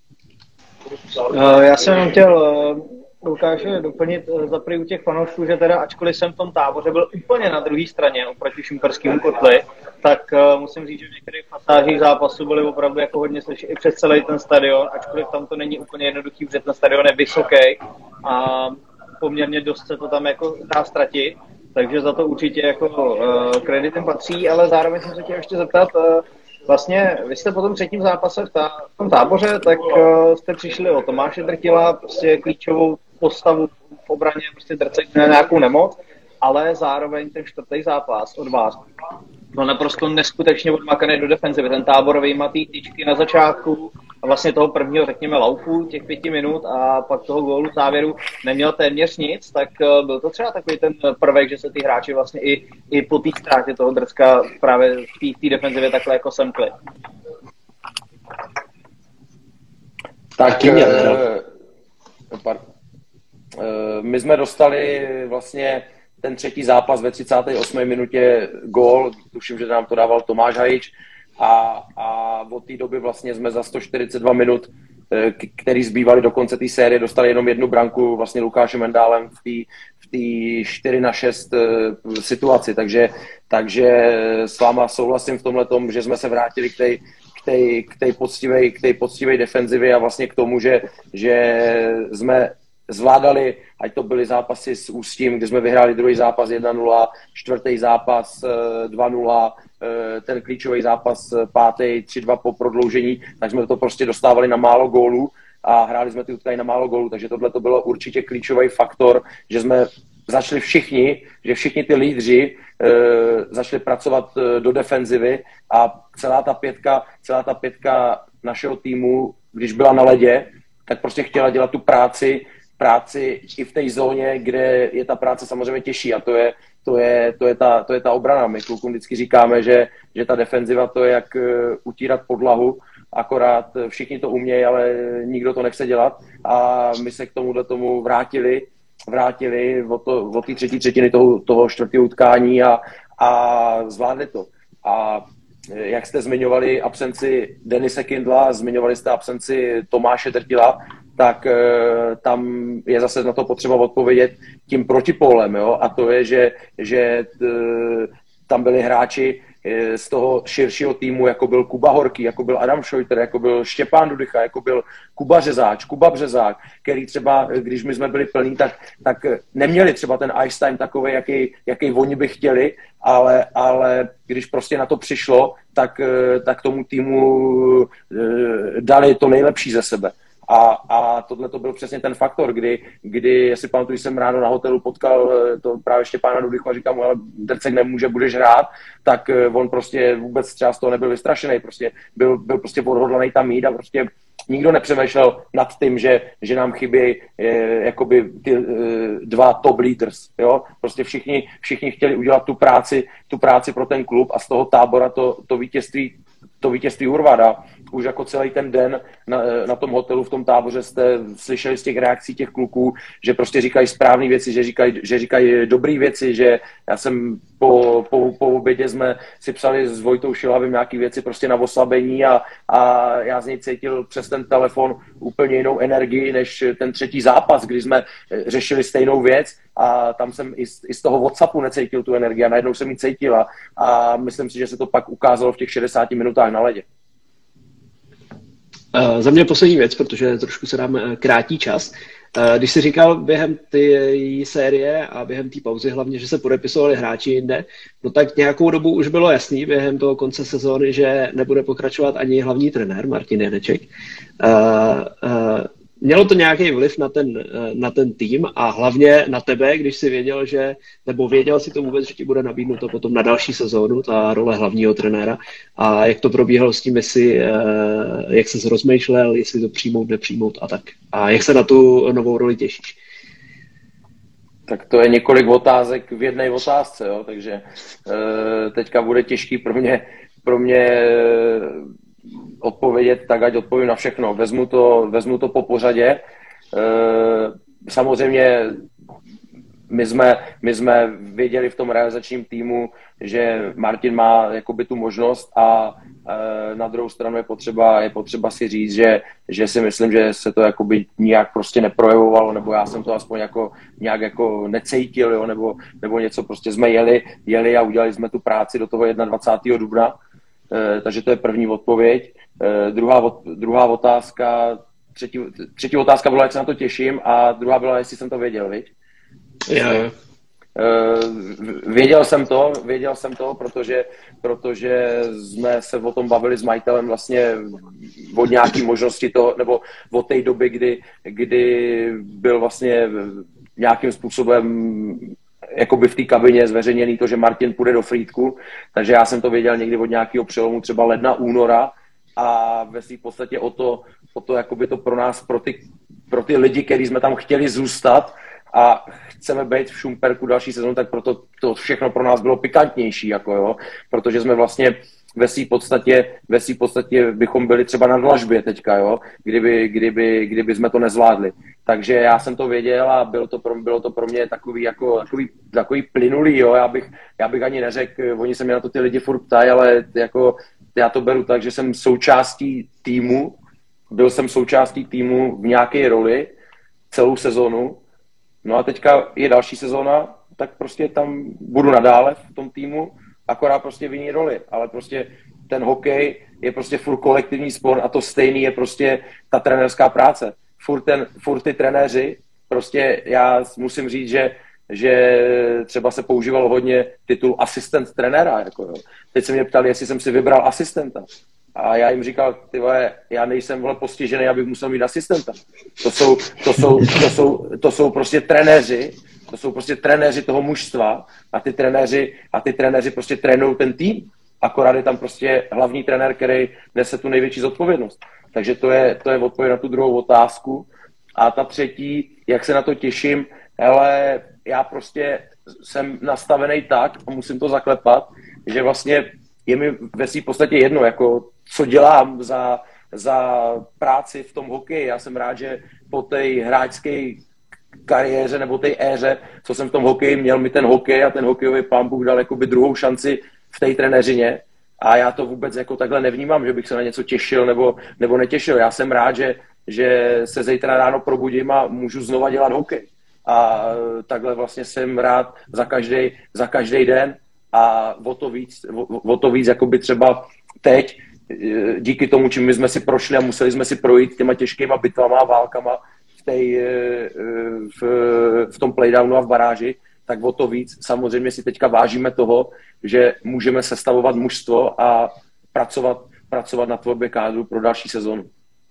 Uh, já jsem jenom chtěl uh, Lukáše doplnit uh, za prý u těch fanoušků, že teda ačkoliv jsem v tom Táboře byl úplně na druhé straně oproti šumperskému kotli, tak uh, musím říct, že v některých pasážích zápasu byly opravdu jako hodně slyšet i přes celý ten stadion, ačkoliv tam to není úplně jednoduchý, protože ten stadion je vysoký a poměrně dost se to tam jako dá ztratit. Takže za to určitě jako uh, kreditem patří, ale zároveň jsem se chtěl ještě zeptat, uh, vlastně vy jste po tom třetím zápase v, ta, v tom Táboře, tak uh, jste přišli o Tomáše Drtila, prostě klíčovou postavu v obraně, prostě drcet na nějakou nemoc, ale zároveň ten čtvrtý zápas od vás no naprosto neskutečně odmakaný do defenzivy. Ten Tábor vyjma ty tyčky na začátku a vlastně toho prvního, řekněme, laufu těch pěti minut a pak toho gólu závěru neměl téměř nic, tak byl to třeba takový ten prvek, že se ty hráči vlastně i, i po té ztrátě toho Drcka právě v té defenzivě takhle jako semkli. Tak uh, uh, my jsme dostali vlastně ten třetí zápas ve třicáté osmé minutě gól, tuším, že nám to dával Tomáš Hajič a, a od té doby vlastně jsme za sto čtyřicet dva minut, který zbývali do konce té série, dostali jenom jednu branku vlastně Lukášem Mendálem v té v té čtyři na šest situaci, takže, takže s váma souhlasím v tomhletom, že jsme se vrátili k té k té k té poctivé k té poctivé defenzivě a vlastně k tomu, že, že jsme zvládali, ať to byly zápasy s Ústím, kde jsme vyhráli druhý zápas jedna nula, čtvrtý zápas dva nula, ten klíčový zápas pátý tři dva po prodloužení, tak jsme to prostě dostávali na málo gólů a hráli jsme ty utkání na málo gólů, takže tohle to bylo určitě klíčový faktor, že jsme začali všichni, že všichni ty lídři e, začali pracovat do defenzivy a celá ta pětka, celá ta pětka našeho týmu, když byla na ledě, tak prostě chtěla dělat tu práci, práci i v té zóně, kde je ta práce samozřejmě těžší a to je, to je, to je, ta, to je ta obrana. My klukům vždycky říkáme, že, že ta defenziva to je jak utírat podlahu, akorát všichni to umějí, ale nikdo to nechce dělat a my se k tomuhle tomu vrátili, vrátili od, to, od té třetí třetiny toho, toho čtvrtého utkání a, a zvládli to. A jak jste zmiňovali absenci Denise Kindla, zmiňovali jste absenci Tomáše Trtila, tak e, tam je zase na to potřeba odpovědět tím protipólem, jo? A to je, že, že t, tam byli hráči z toho širšího týmu, jako byl Kuba Horký, jako byl Adam Šojter, jako byl Štěpán Dudycha, jako byl Kuba Řezáč, Kuba Březák, který třeba, když my jsme byli plní, tak, tak neměli třeba ten ice time takový, jaký, jaký oni by chtěli, ale, ale když prostě na to přišlo, tak, tak tomu týmu dali to nejlepší ze sebe. A, a tohle to byl přesně ten faktor, kdy, kdy jestli pamatuju, jsem ráno na hotelu potkal to právě Štěpána Dudychu a říkám mu, ale Drcek nemůže, budeš hrát, tak on prostě vůbec třeba z toho nebyl vystrašený, prostě byl, byl prostě odhodlaný tam jít a prostě nikdo nepřemýšlel nad tím, že, že nám chybí eh, jakoby ty eh, dva top leaders, jo, prostě všichni, všichni chtěli udělat tu práci, tu práci pro ten klub a z toho tábora to, to vítězství to vítězství urvat a už jako celý ten den na, na tom hotelu, v tom táboře jste slyšeli z těch reakcí těch kluků, že prostě říkají správné věci, že říkají, že říkají dobré věci, že já jsem po, po, po obědě jsme si psali s Vojtou Šilavým nějaké věci prostě na oslabení a, a já z něj cítil přes ten telefon úplně jinou energii než ten třetí zápas, kdy jsme řešili stejnou věc a tam jsem i z, i z toho WhatsAppu necítil tu energii a najednou jsem ji cítila a myslím si, že se to pak ukázalo v těch šedesáti minutách na ledě. Uh, za mě poslední věc, protože trošku se nám krátí čas. Uh, když jsi říkal během té série a během té pauzy hlavně, že se podepisovali hráči jinde, no tak nějakou dobu už bylo jasný během toho konce sezóny, že nebude pokračovat ani hlavní trenér Martin Janeček. Uh, uh, Mělo to nějaký vliv na ten, na ten tým a hlavně na tebe, když jsi věděl, že, nebo věděl si to vůbec, že ti bude nabídnuto potom na další sezónu, ta role hlavního trenéra a jak to probíhalo s tím, jestli, jak jsi rozmýšlel, jestli to přijmout, nepřijmout a tak. A jak se na tu novou roli těšíš? Tak to je několik otázek v jedné otázce, jo? Takže teďka bude těžký pro mě, pro mě odpovědět, tak ať odpovím na všechno. Vezmu to, vezmu to po pořadě. Samozřejmě my jsme, my jsme věděli v tom realizačním týmu, že Martin má jakoby tu možnost a na druhou stranu je potřeba, je potřeba si říct, že, že si myslím, že se to jakoby nijak prostě neprojevovalo, nebo já jsem to aspoň jako nějak jako necítil, jo, nebo, nebo něco prostě jsme jeli, jeli a udělali jsme tu práci do toho dvacátého prvního dubna. Takže to je první odpověď. Druhá, druhá otázka, třetí, třetí otázka byla, jak se na to těším a druhá byla, jestli jsem to věděl, viď? Yeah. Věděl jsem to, věděl jsem to, protože, protože jsme se o tom bavili s majitelem vlastně od nějaký možnosti toho, nebo od té doby, kdy, kdy byl vlastně nějakým způsobem jakoby v té kabině zveřejněný to, že Martin půjde do Frýdku, takže já jsem to věděl někdy od nějakého přelomu třeba ledna, února a ve svým podstatě o to, o to jakoby to pro nás, pro ty, pro ty lidi, kteří jsme tam chtěli zůstat a chceme být v Šumperku další sezónu, tak proto to všechno pro nás bylo pikantnější, jako jo, protože jsme vlastně ve svým podstatě, ve svým podstatě bychom byli třeba na dlažbě teďka, jo, kdyby, kdyby, kdyby jsme to nezvládli. Takže já jsem to věděl a bylo to pro, bylo to pro mě takový, jako, takový, takový plynulý, jo, já bych, já bych ani neřekl, oni se mě na to ty lidi furt ptají, ale jako, já to beru tak, že jsem součástí týmu, byl jsem součástí týmu v nějaké roli celou sezonu, no a teďka je další sezóna, tak prostě tam budu nadále v tom týmu, akorát prostě v jiný roli, ale prostě ten hokej je prostě furt kolektivní sport a to stejný je prostě ta trenérská práce. Furt, ten, furt ty trenéři prostě já musím říct, že, že třeba se používal hodně titul asistent trenéra. Jako jo. Teď se mě ptali, jestli jsem si vybral asistenta. A já jim říkal, ty vole, já nejsem vole postižený, abych musel mít asistenta. To jsou, to jsou, to jsou, to jsou prostě trenéři, to jsou prostě trenéři toho mužstva a ty trenéři, a ty trenéři prostě trénují ten tým. Akorát je tam prostě hlavní trenér, který nese tu největší zodpovědnost. Takže to je, to je odpověď na tu druhou otázku. A ta třetí, jak se na to těším, hele, já prostě jsem nastavený tak, a musím to zaklepat, že vlastně je mi ve svým podstatě jedno, jako co dělám za, za práci v tom hokeji. Já jsem rád, že po té hráčské kariéře nebo té éře, co jsem v tom hokeji měl, mi ten hokej a ten hokejový pán Bůh dal jakoby druhou šanci v té trenéřině. A já to vůbec jako takhle nevnímám, že bych se na něco těšil nebo, nebo netěšil. Já jsem rád, že, že se zítra ráno probudím a můžu znova dělat hokej. A takhle vlastně jsem rád za každý, za každý den a o to víc, o, o to víc jakoby třeba teď, díky tomu, čím my jsme si prošli a museli jsme si projít těma těžkýma bitvama a válkama v, tej, v, v tom playdownu a v baráži, tak o to víc samozřejmě si teďka vážíme toho, že můžeme sestavovat mužstvo a pracovat, pracovat na tvorbě kádru pro další sezonu.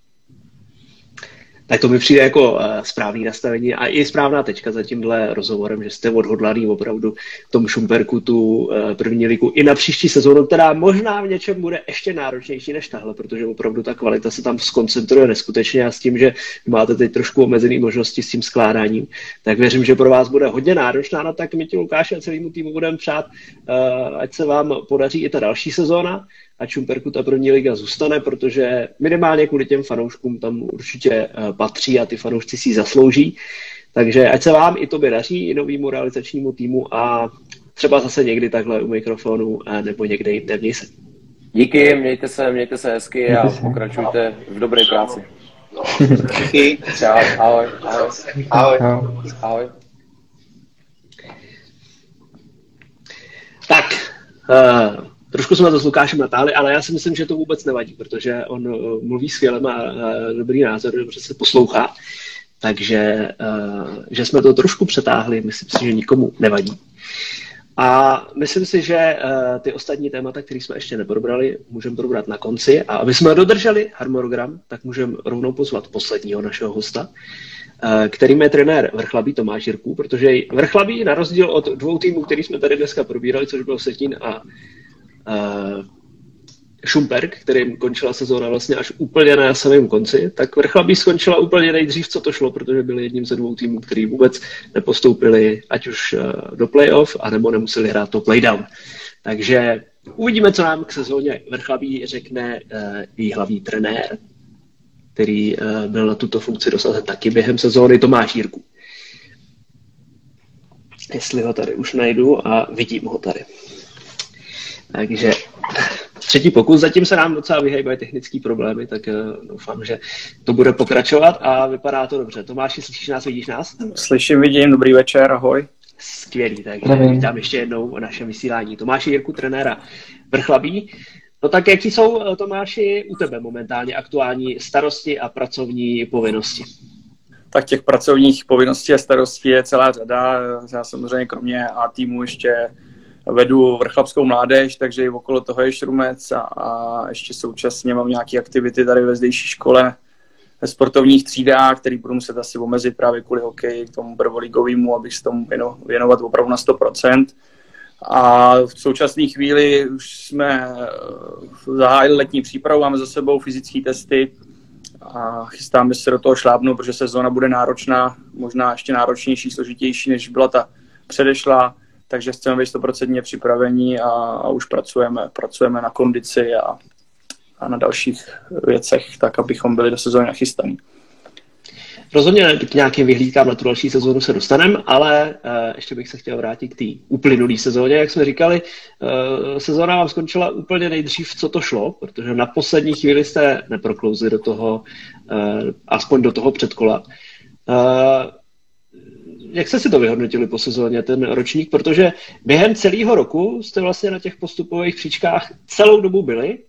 Tak to mi přijde jako uh, správný nastavení a i správná tečka za tímhle rozhovorem, že jste odhodlaný opravdu v tom Šumperku tu uh, první ligu i na příští sezónu, která možná v něčem bude ještě náročnější než tahle, protože opravdu ta kvalita se tam zkoncentruje neskutečně a s tím, že máte teď trošku omezený možnosti s tím skládáním, tak věřím, že pro vás bude hodně náročná, no tak my ti, Lukáši, a celému týmu budeme přát, uh, ať se vám podaří i ta další sezóna, a Šumperku ta první liga zůstane, protože minimálně kvůli těm fanouškům tam určitě patří a ty fanoušci si ji zaslouží. Takže ať se vám i tobě daří, i novýmu realizačnímu týmu a třeba zase někdy takhle u mikrofonu nebo někde jinde. Měj se. Díky, mějte se, mějte se hezky a pokračujte v dobré práci. Díky. Čau, ahoj, ahoj. Ahoj. Ahoj. Tak, uh, trošku jsme to s Lukášem natáhli, ale já si myslím, že to vůbec nevadí, protože on uh, mluví skvěle, má uh, dobrý názor, dobře se poslouchá, takže uh, že jsme to trošku přetáhli, myslím si, že nikomu nevadí. A myslím si, že uh, ty ostatní témata, které jsme ještě neprobrali, můžeme probrat na konci a aby jsme dodrželi harmonogram, tak můžeme rovnou pozvat posledního našeho hosta, uh, kterým je trenér Vrchlabí Tomáš Jirků, protože Vrchlabí na rozdíl od dvou týmů, který jsme tady dneska probírali, což byl Vsetín a Uh, Šumperk, kterým končila sezóna vlastně až úplně na samém konci, tak Vrchlabí skončila úplně nejdřív, co to šlo, protože byli jedním ze dvou týmů, který vůbec nepostoupili ať už uh, do playoff, anebo nemuseli hrát to playdown. Takže uvidíme, co nám k sezóně Vrchlabí řekne uh, její hlavní trenér, který uh, byl na tuto funkci dosazen taky během sezóny, Tomáš Jirků. Jestli ho tady už najdu a vidím ho tady. Takže třetí pokus, zatím se nám docela vyhýbají technické problémy, tak uh, doufám, že to bude pokračovat a vypadá to dobře. Tomáši, slyšíš nás, vidíš nás? Slyším, vidím, dobrý večer, ahoj. Skvělý, takže vítám ještě jednou o našem vysílání. Tomáši Jirku, trenéra Vrchlabí. No tak jaký jsou, Tomáši, u tebe momentálně aktuální starosti a pracovní povinnosti? Tak těch pracovních povinností a starostí je celá řada. Já samozřejmě kromě A týmu ještě vedu vrchlabskou mládež, takže i okolo toho je Šrumec a, a ještě současně mám nějaké aktivity tady ve zdejší škole, ve sportovních třídách, který budu muset asi omezit právě kvůli hokeji, k tomu prvoligovému, abych se tomu věnovat opravdu na sto procent. A v současné chvíli už jsme zahájili letní přípravu, máme za sebou fyzické testy a chystáme se do toho šlápnout, protože sezóna bude náročná, možná ještě náročnější, složitější, než byla ta předešlá. Takže chceme být stoprocentně připravení a, a už pracujeme, pracujeme na kondici a, a na dalších věcech, tak abychom byli do sezóny nachystaní. Rozhodně k nějakým vyhlídkám na tu další sezónu se dostaneme, ale uh, ještě bych se chtěl vrátit k té uplynulé sezóně. Jak jsme říkali, uh, sezóna vám skončila úplně nejdřív, co to šlo, protože na poslední chvíli jste neproklouzli do toho, uh, aspoň do toho předkola. Uh, Jak jste si to vyhodnotili po sezóně, ten ročník? Protože během celého roku jste vlastně na těch postupových příčkách celou dobu byli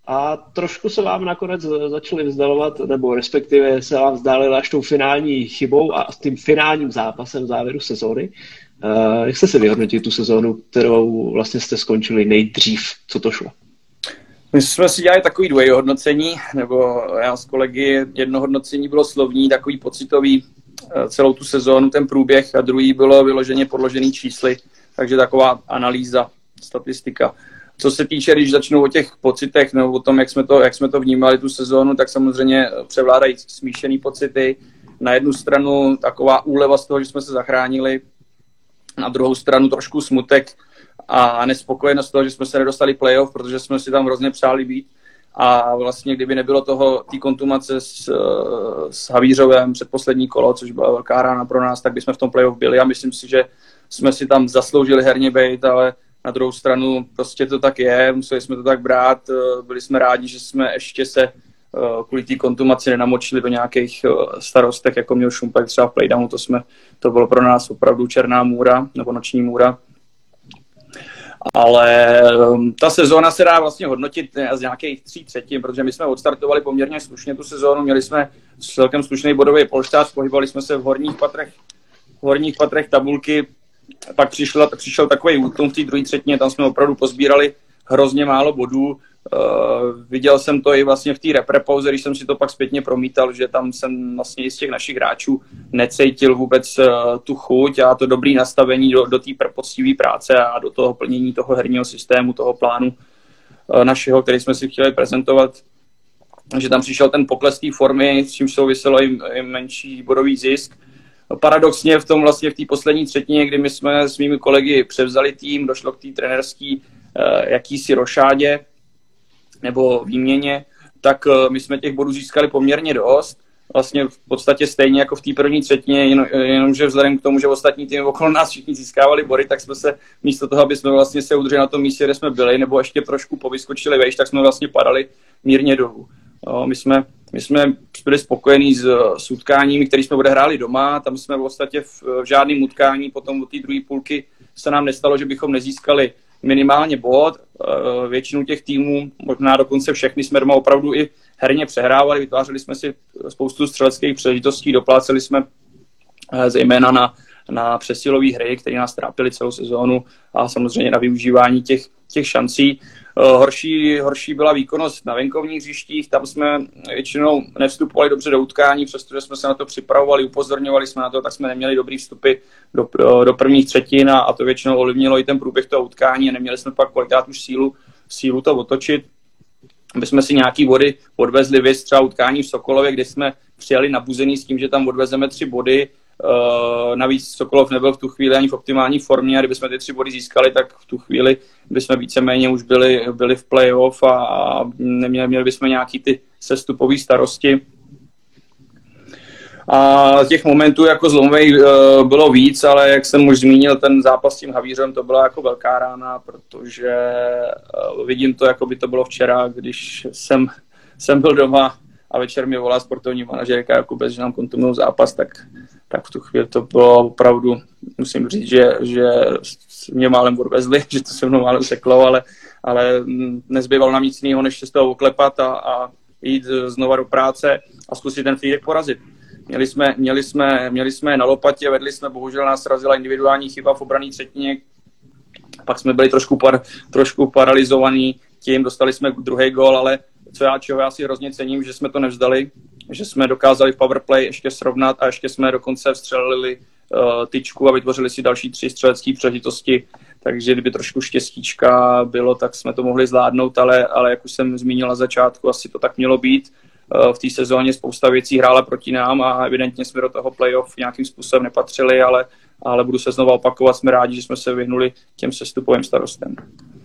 a trošku se vám nakonec začali vzdalovat, nebo respektive se vám vzdálila až tou finální chybou a s tím finálním zápasem v závěru sezóny. Uh, jak jste se vyhodnotili tu sezónu, kterou vlastně jste skončili nejdřív, co to šlo? My jsme si dělali takový dvojhodnocení, nebo já s kolegy, jedno hodnocení bylo slovní, takový pocitový celou tu sezónu, ten průběh, a druhý bylo vyloženě podložený čísly, takže taková analýza, statistika. Co se týče, když začnu o těch pocitech nebo o tom, jak jsme to, jak jsme to vnímali tu sezónu, tak samozřejmě převládají smíšený pocity. Na jednu stranu taková úleva z toho, že jsme se zachránili, na druhou stranu trošku smutek a nespokojenost z toho, že jsme se nedostali playoff, protože jsme si tam hrozně přáli být. A vlastně kdyby nebylo toho, té kontumace s, s Havířovem předposlední kolo, což byla velká rána pro nás, tak bychom v tom playoff byli a myslím si, že jsme si tam zasloužili herně být, ale na druhou stranu prostě to tak je, museli jsme to tak brát, byli jsme rádi, že jsme ještě se kvůli té kontumaci nenamočili do nějakých starostek, jako měl Šumpek třeba v playdownu, to, jsme, to bylo pro nás opravdu černá můra, nebo noční můra. Ale ta sezóna se dá vlastně hodnotit z nějakých tří třetin, protože my jsme odstartovali poměrně slušně tu sezónu, měli jsme celkem slušný bodový polštář, pohybovali jsme se v horních patrech, v horních patrech tabulky, pak přišel, přišel takový útlum v té druhé třetině, tam jsme opravdu pozbírali hrozně málo bodů. Uh, viděl jsem to i vlastně v té reprepauze, když jsem si to pak zpětně promítal, že tam jsem vlastně z těch našich hráčů necítil vůbec uh, tu chuť a to dobré nastavení do, do té poctivé práce a do toho plnění toho herního systému, toho plánu uh, našeho, který jsme si chtěli prezentovat. Že tam přišel ten pokles té formy, s čím souviselo i, i menší bodový zisk. Paradoxně v tom vlastně v té poslední třetině, kdy my jsme s mými kolegy převzali tým, došlo k té trenérský uh, jakýsi rošádě nebo výměně, tak uh, my jsme těch bodů získali poměrně dost. Vlastně v podstatě stejně jako v té první třetině, jen, jenomže vzhledem k tomu, že ostatní týmy okolo nás všichni získávali body, tak jsme se místo toho, aby jsme vlastně se udrželi na tom místě, kde jsme byli, nebo ještě trošku povyskočili vejš, tak jsme vlastně padali mírně dolů. No, my jsme My jsme byli spokojení s, s utkáními, které jsme odehráli doma. Tam jsme v podstatě v, v žádném utkání potom od té druhé půlky se nám nestalo, že bychom nezískali minimálně bod. Většinu těch týmů, možná dokonce všechny, jsme doma opravdu i herně přehrávali. Vytvářeli jsme si spoustu střeleckých příležitostí, dopláceli jsme zejména na, na přesilové hry, které nás trápily celou sezónu a samozřejmě na využívání těch, těch šancí. Horší, horší byla výkonnost na venkovních hřištích, tam jsme většinou nevstupovali dobře do utkání, přestože jsme se na to připravovali, upozorňovali jsme na to, tak jsme neměli dobrý vstupy do, do prvních třetin a, a to většinou ovlivnilo i ten průběh toho utkání a neměli jsme pak kolikrát už sílu, sílu to otočit. My jsme si nějaký body odvezli vys, třeba utkání v Sokolově, kde jsme přijali nabuzený s tím, že tam odvezeme tři body. Uh, navíc Sokolov nebyl v tu chvíli ani v optimální formě a kdybychom ty tři body získali, tak v tu chvíli bychom víceméně už byli, byli v playoff a, a neměli, měli bychom nějaký ty sestupové starosti. A těch momentů jako zlomových uh, bylo víc, ale jak jsem už zmínil, ten zápas s tím Havířem, to byla jako velká rána, protože uh, vidím to, jako by to bylo včera, když jsem, jsem byl doma a večer mi volá sportovní manažerka Jakubec, že nám kontinuují zápas, tak, tak v tu chvíli to bylo opravdu, musím říct, že, že mě málem odvezli, že to se mnou málem seklo, ale, ale nezbývalo nám nic jiného, než se z toho oklepat a, a jít znova do práce a zkusit ten Frýdek porazit. Měli jsme, měli, jsme, měli jsme na lopatě, vedli jsme, bohužel nás srazila individuální chyba v obranné třetině, pak jsme byli trošku, par, trošku paralizovaní tím, dostali jsme druhý gól, ale co já, čeho já si hrozně cením, že jsme to nevzdali, že jsme dokázali v powerplay ještě srovnat a ještě jsme dokonce vstřelili uh, tyčku a vytvořili si další tři střelecké příležitosti, takže kdyby trošku štěstíčka bylo, tak jsme to mohli zvládnout, ale, ale jak už jsem zmínil na začátku, asi to tak mělo být. Uh, v té sezóně spousta věcí hrála proti nám a evidentně jsme do toho playoff nějakým způsobem nepatřili, ale, ale budu se znovu opakovat, jsme rádi, že jsme se vyhnuli těm sestupovým starostem.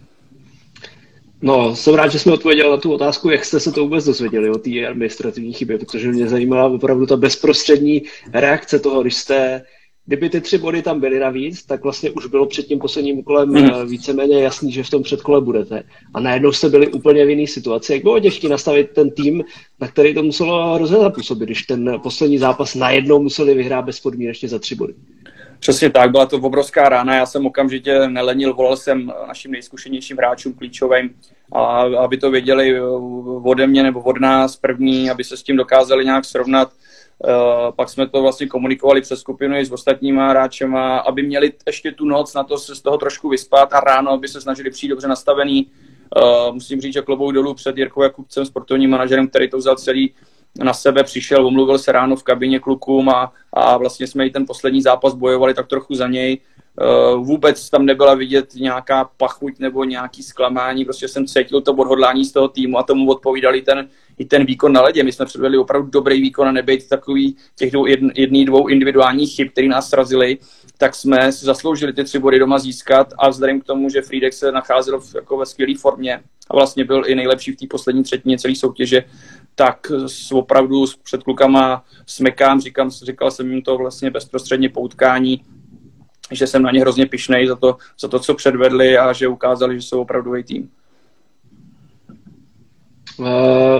No, jsem rád, že jsme odpověděli na tu otázku, jak jste se to vůbec dozvěděli o té administrativní chybě, protože mě zajímala opravdu ta bezprostřední reakce toho, když jste, kdyby ty tři body tam byly navíc, tak vlastně už bylo před tím posledním kolem mm. víceméně jasný, že v tom předkole budete. A najednou jste byli úplně v jiné situaci. Jak bylo těžké nastavit ten tým, na který to muselo hrozně zapůsobit, když ten poslední zápas najednou museli vyhrát bezpodmínečně za tři body? Přesně tak, byla to obrovská rána, já jsem okamžitě nelenil, volal jsem našim nejzkušenějším hráčům klíčovým, a aby to věděli ode mě nebo od nás první, aby se s tím dokázali nějak srovnat. Uh, pak jsme to vlastně komunikovali přes skupinu i s ostatníma hráčema, aby měli ještě tu noc na to se z toho trošku vyspat a ráno, aby se snažili přijít dobře nastavený. Uh, musím říct, že klobouk dolů před Jirkou Jakubcem, sportovním manažerem, který to vzal celý na sebe, přišel, omluvil se ráno v kabině klukům a, a vlastně jsme i ten poslední zápas bojovali tak trochu za něj. Uh, vůbec tam nebyla vidět nějaká pachuť nebo nějaký zklamání, prostě jsem cítil to odhodlání z toho týmu a tomu odpovídali ten, i ten výkon na ledě. My jsme předvedli opravdu dobrý výkon a nebejt takový těch dvou, jedný, dvou individuálních chyb, který nás srazili, tak jsme si zasloužili ty tři body doma získat a vzhledem k tomu, že Frýdek se nacházel v, jako ve skvělé formě a vlastně byl i nejlepší v té poslední třetině celé soutěže, tak s, opravdu s před klukama smekám, říkám, říkal jsem jim to vlastně bezprostředně po utkání, že jsem na ně hrozně pyšnej za to, za to, co předvedli a že ukázali, že jsou opravdový tým. Uh,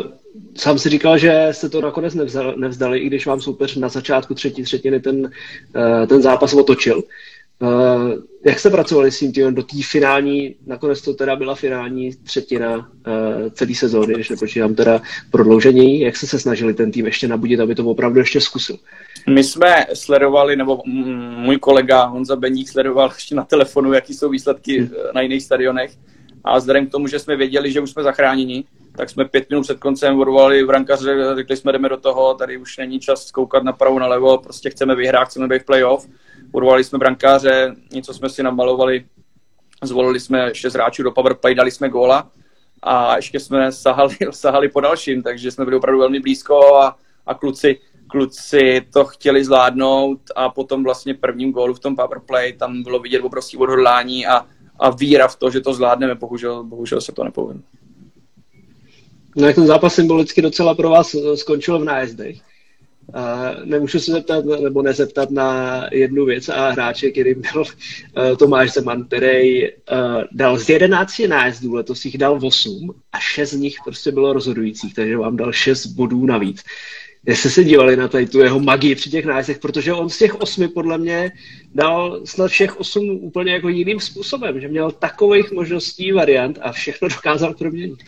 sám si říkal, že jste to nakonec nevzdali, nevzdali, i když vám soupeř na začátku třetí třetiny ten, uh, ten zápas otočil. Uh, jak jste pracovali s tím týmem do té finální, nakonec to teda byla finální třetina uh, celé sezóny, když nepočítám teda prodloužení, jak jste se snažili ten tým ještě nabudit, aby to opravdu ještě zkusil? My jsme sledovali, nebo můj kolega Honza Beník sledoval ještě na telefonu, jaký jsou výsledky hmm. na jiných stadionech a vzhledem k tomu, že jsme věděli, že už jsme zachráněni, tak jsme pět minut před koncem odvolali brankaře, řekli jsme, jdeme do toho, tady už není čas koukat napravo, nalevo, prostě chceme vyhrát, chceme být v playoff. Odvolali jsme brankáře, něco jsme si namalovali, zvolili jsme šest hráčů do powerplay, dali jsme góla a ještě jsme sahali, sahali po dalším, takže jsme byli opravdu velmi blízko a, a kluci, kluci to chtěli zvládnout a potom vlastně prvním gólu v tom powerplay tam bylo vidět obrovské odhodlání a, a víra v to, že to zvládneme, bohužel, bohužel se to nepovedlo. No jak ten zápas symbolicky docela pro vás skončil v nájezdech. Uh, nemůžu se zeptat, nebo nezeptat na jednu věc a hráče, kterým byl uh, Tomáš Zeman, který uh, dal z jedenácti nájezdů, letos jich dal osm a šest z nich prostě bylo rozhodujících, takže vám dal šest bodů navíc. Jestli se dívali na tady tu jeho magii při těch nájezdech, protože on z těch osmi podle mě dal snad všech osm úplně jako jiným způsobem, že měl takových možností variant a všechno dokázal proměnit.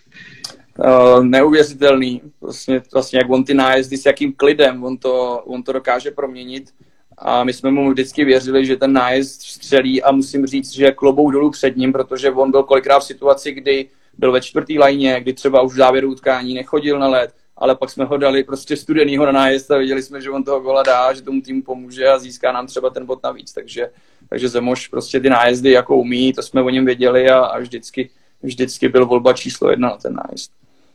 Uh, neuvěřitelný, vlastně, vlastně jak on ty nájezdy s jakým klidem, on to, on to dokáže proměnit a my jsme mu vždycky věřili, že ten nájezd střelí a musím říct, že klobouk dolů před ním, protože on byl kolikrát v situaci, kdy byl ve čtvrtý lajně, kdy třeba už v závěru utkání nechodil na led, ale pak jsme ho dali prostě studenýho na nájezd a viděli jsme, že on toho gola dá, že tomu týmu pomůže a získá nám třeba ten bod navíc, takže, takže Zemoš prostě ty nájezdy jako umí, to jsme o něm věděli a, a vždycky, vždycky byl volba číslo jedna na ten nájezd.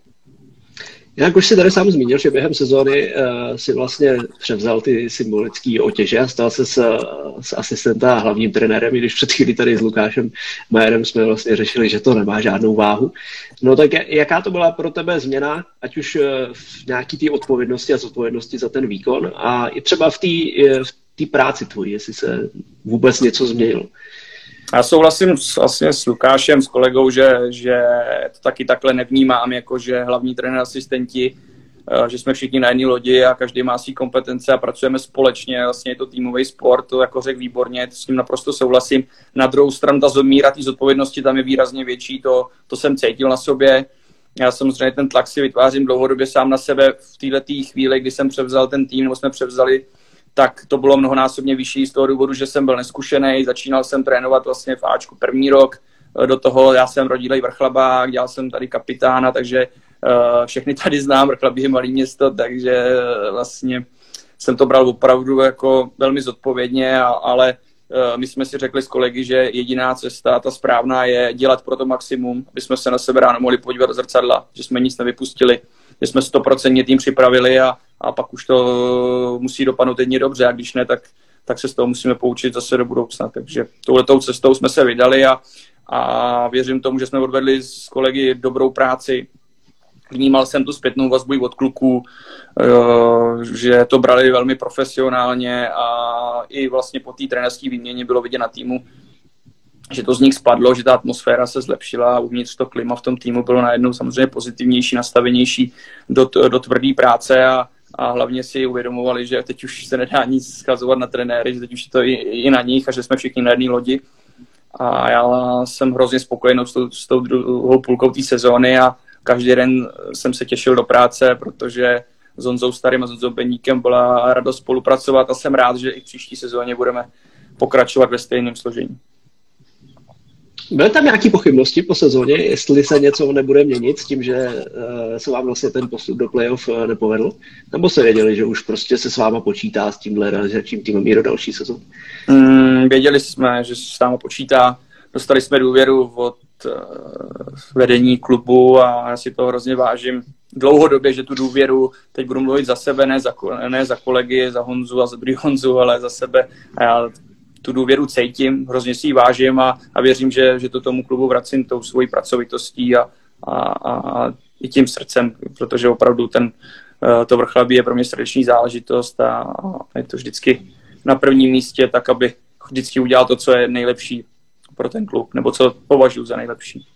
Jak už si tady sám zmínil, že během sezóny uh, si vlastně převzal ty symbolické otěže a stal se s, s asistenta a hlavním trenérem, i když před chvíli tady s Lukášem Majerem jsme vlastně řešili, že to nemá žádnou váhu. No tak jaká to byla pro tebe změna, ať už v nějaký té odpovědnosti a zodpovědnosti za ten výkon a i třeba v té v té práci tvojí, jestli se vůbec něco změnilo? Já souhlasím s, vlastně s Lukášem, s kolegou, že, že to taky takhle nevnímám, jako že hlavní trenér, asistenti, že jsme všichni na jedné lodi a každý má svý kompetence a pracujeme společně, vlastně je to týmový sport, to jako řekl výborně, to s tím naprosto souhlasím. Na druhou stranu ta míra té zodpovědnosti tam je výrazně větší, to, to jsem cítil na sobě. Já samozřejmě ten tlak si vytvářím dlouhodobě sám na sebe v této chvíli, kdy jsem převzal ten tým, nebo jsme převzali, tak to bylo mnohonásobně vyšší z toho důvodu, že jsem byl neskušený, začínal jsem trénovat vlastně v Ačku první rok, do toho já jsem rodilej vrchlabák, dělal jsem tady kapitána, takže uh, všechny tady znám, Vrchlabí je malé město, takže vlastně jsem to bral opravdu jako velmi zodpovědně, a, ale uh, my jsme si řekli s kolegy, že jediná cesta, ta správná, je dělat pro to maximum, aby jsme se na sebe ráno mohli podívat do zrcadla, že jsme nic nevypustili, že jsme stoprocentně tým připravili a a pak už to musí dopadnout jedně dobře a když ne, tak, tak se z toho musíme poučit zase do budoucna. Takže touhletou cestou jsme se vydali a, a věřím tomu, že jsme odvedli s kolegy dobrou práci. Vnímal jsem tu zpětnou vazbu od kluků, že to brali velmi profesionálně a i vlastně po té trenérské výměně bylo vidět na týmu, že to z nich spadlo, že ta atmosféra se zlepšila a uvnitř to klima v tom týmu bylo najednou samozřejmě pozitivnější, nastavenější do, do tvrdé práce a a hlavně si uvědomovali, že teď už se nedá nic schazovat na trenéry, že teď už je to i, i na nich a že jsme všichni na jedné lodi. a já jsem hrozně spokojený s tou, s tou druhou půlkou té sezóny a každý den jsem se těšil do práce, protože s Honzou Starým a s Honzou Beníkem byla radost spolupracovat a jsem rád, že i v příští sezóně budeme pokračovat ve stejném složení. Byly tam nějaké pochybnosti po sezóně, jestli se něco nebude měnit s tím, že uh, se vám vlastně ten postup do playoff uh, nepovedl? Nebo se věděli, že už prostě se s váma počítá s tímhle realizačním týmem i do další sezóny? Mm, věděli jsme, že se s náma počítá. Dostali jsme důvěru od uh, vedení klubu a já si to hrozně vážím dlouhodobě, že tu důvěru, teď budu mluvit za sebe, ne za, ne za kolegy, za Honzu a za druhý Honzu, ale za sebe. A já tu důvěru cítím, hrozně si ji vážím a, a věřím, že, že to tomu klubu vracím tou svojí pracovitostí a, a, a i tím srdcem, protože opravdu ten, to Vrchlabí je pro mě srdeční záležitost a, a je to vždycky na prvním místě, tak aby vždycky udělal to, co je nejlepší pro ten klub, nebo co považuji za nejlepší.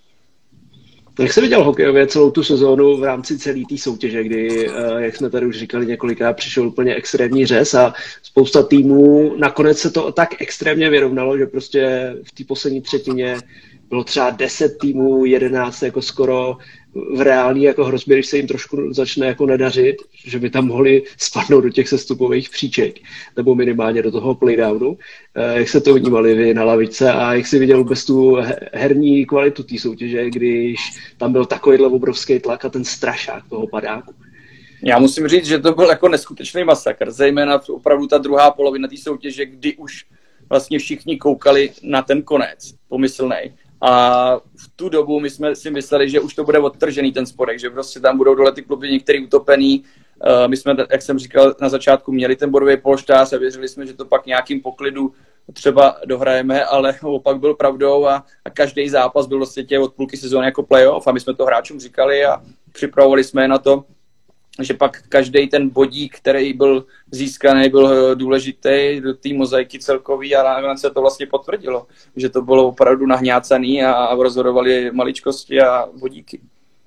Jak jsi viděl hokejově celou tu sezónu v rámci celé té soutěže, kdy, jak jsme tady už říkali několikrát, přišel úplně extrémní řez a spousta týmů, nakonec se to tak extrémně vyrovnalo, že prostě v té poslední třetině bylo třeba deset týmů, jedenáct jako skoro v reálný jako hrozbě, když se jim trošku začne jako nedařit, že by tam mohli spadnout do těch sestupových příček, nebo minimálně do toho playdownu. Jak se to vnímali vy na lavičce a jak jsi viděl vůbec tu herní kvalitu té soutěže, když tam byl takovýhle obrovský tlak a ten strašák toho padáku? Já musím říct, že to byl jako neskutečný masakr, zejména opravdu ta druhá polovina té soutěže, kdy už vlastně všichni koukali na ten konec pomyslnej. A v tu dobu my jsme si mysleli, že už to bude odtržený ten spodek, že prostě tam budou dole ty kluby některý utopený. My jsme, jak jsem říkal na začátku, měli ten bodový polštář a věřili jsme, že to pak nějakým poklidu třeba dohrajeme, ale opak byl pravdou a, a každý zápas byl vlastně od půlky sezóny jako playoff a my jsme to hráčům říkali a připravovali jsme je na to, že pak každý ten bodík, který byl získaný, byl důležitý do té mozaiky celkový a nakonec se to vlastně potvrdilo, že to bylo opravdu nahňácaný a, a rozhodovali maličkosti a bodíky.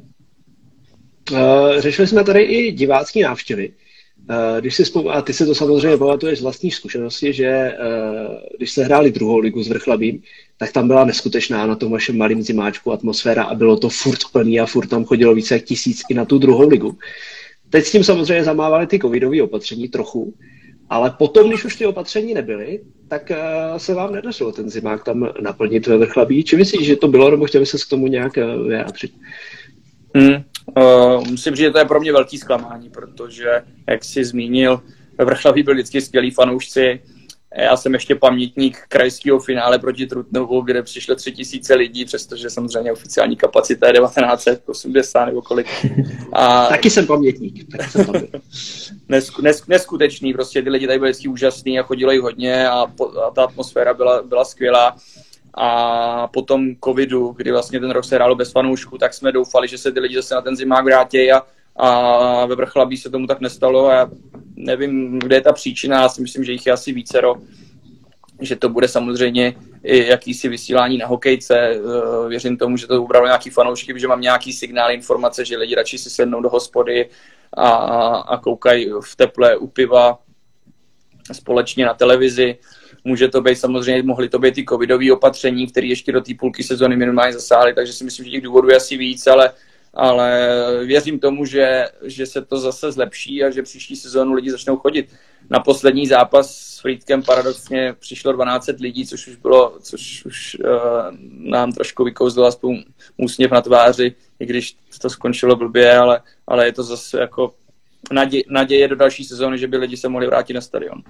Uh, řešili jsme tady i divácký návštěvy. Uh, když si vzpom... A ty se to samozřejmě pamatuješ z vlastní zkušenosti, že uh, když se hráli druhou ligu s Vrchlabím, tak tam byla neskutečná na tom vašem malým zimáčku atmosféra a bylo to furt plný a furt tam chodilo více jak tisíc i na tu druhou ligu. Teď s tím samozřejmě zamávali ty covidové opatření trochu, ale potom, když už ty opatření nebyly, tak uh, se vám nedařilo ten zimák tam naplnit ve Vrchlabí. Či myslíš, že to bylo, nebo chtěli se k tomu nějak uh, vyjádřit? Hmm, uh, musím říct, že to je pro mě velký zklamání, protože, jak jsi zmínil, ve Vrchlabí byli vždycky skvělí fanoušci. Já jsem ještě pamětník krajského finále proti Trutnovu, kde přišlo tři tisíce lidí, přestože samozřejmě oficiální kapacita je devatenáct set osmdesát nebo kolik. A taky jsem pamětník. Taky jsem tam byl. Nesku, nes, neskutečný, prostě ty lidi tady byli vždycky úžasný a chodilo jich hodně a, po, a ta atmosféra byla, byla skvělá. A po tom covidu, kdy vlastně ten rok se hrálo bez fanoušků, tak jsme doufali, že se ty lidi zase na ten zimák vrátí a, a ve Vrchlabí se tomu tak nestalo a já nevím, kde je ta příčina, já si myslím, že jich je asi vícero, že to bude samozřejmě i jakýsi vysílání na hokejce, věřím tomu, že to ubralo nějaký fanoušky, že mám nějaký signál, informace, že lidi radši si sednou do hospody a, a koukají v teple u piva společně na televizi. Může to být samozřejmě, mohly to být i covidové opatření, které ještě do té půlky sezóny minimálně zasáhly, takže si myslím, že těch důvodů je asi víc, ale, ale věřím tomu, že, že se to zase zlepší a že příští sezónu lidi začnou chodit. Na poslední zápas s Frýdkem paradoxně přišlo dvanáct set lidí, což už bylo, což už uh, nám trošku vykouzlo aspoň úsměv na tváři, i když to skončilo blbě, ale, ale je to zase jako naděje, naděje do další sezóny, že by lidi se mohli vrátit na stadion.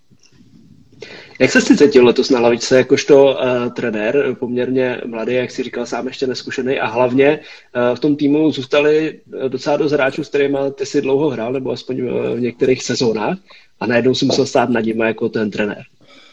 Jak se jsi cítil letos na lavičce jakožto uh, trenér, poměrně mladý, jak jsi říkal, sám ještě neskušený a hlavně uh, v tom týmu zůstali docela dost hráčů, s kterými ty si dlouho hrál, nebo aspoň v některých sezónách a najednou si musel stát nad nimi jako ten trenér.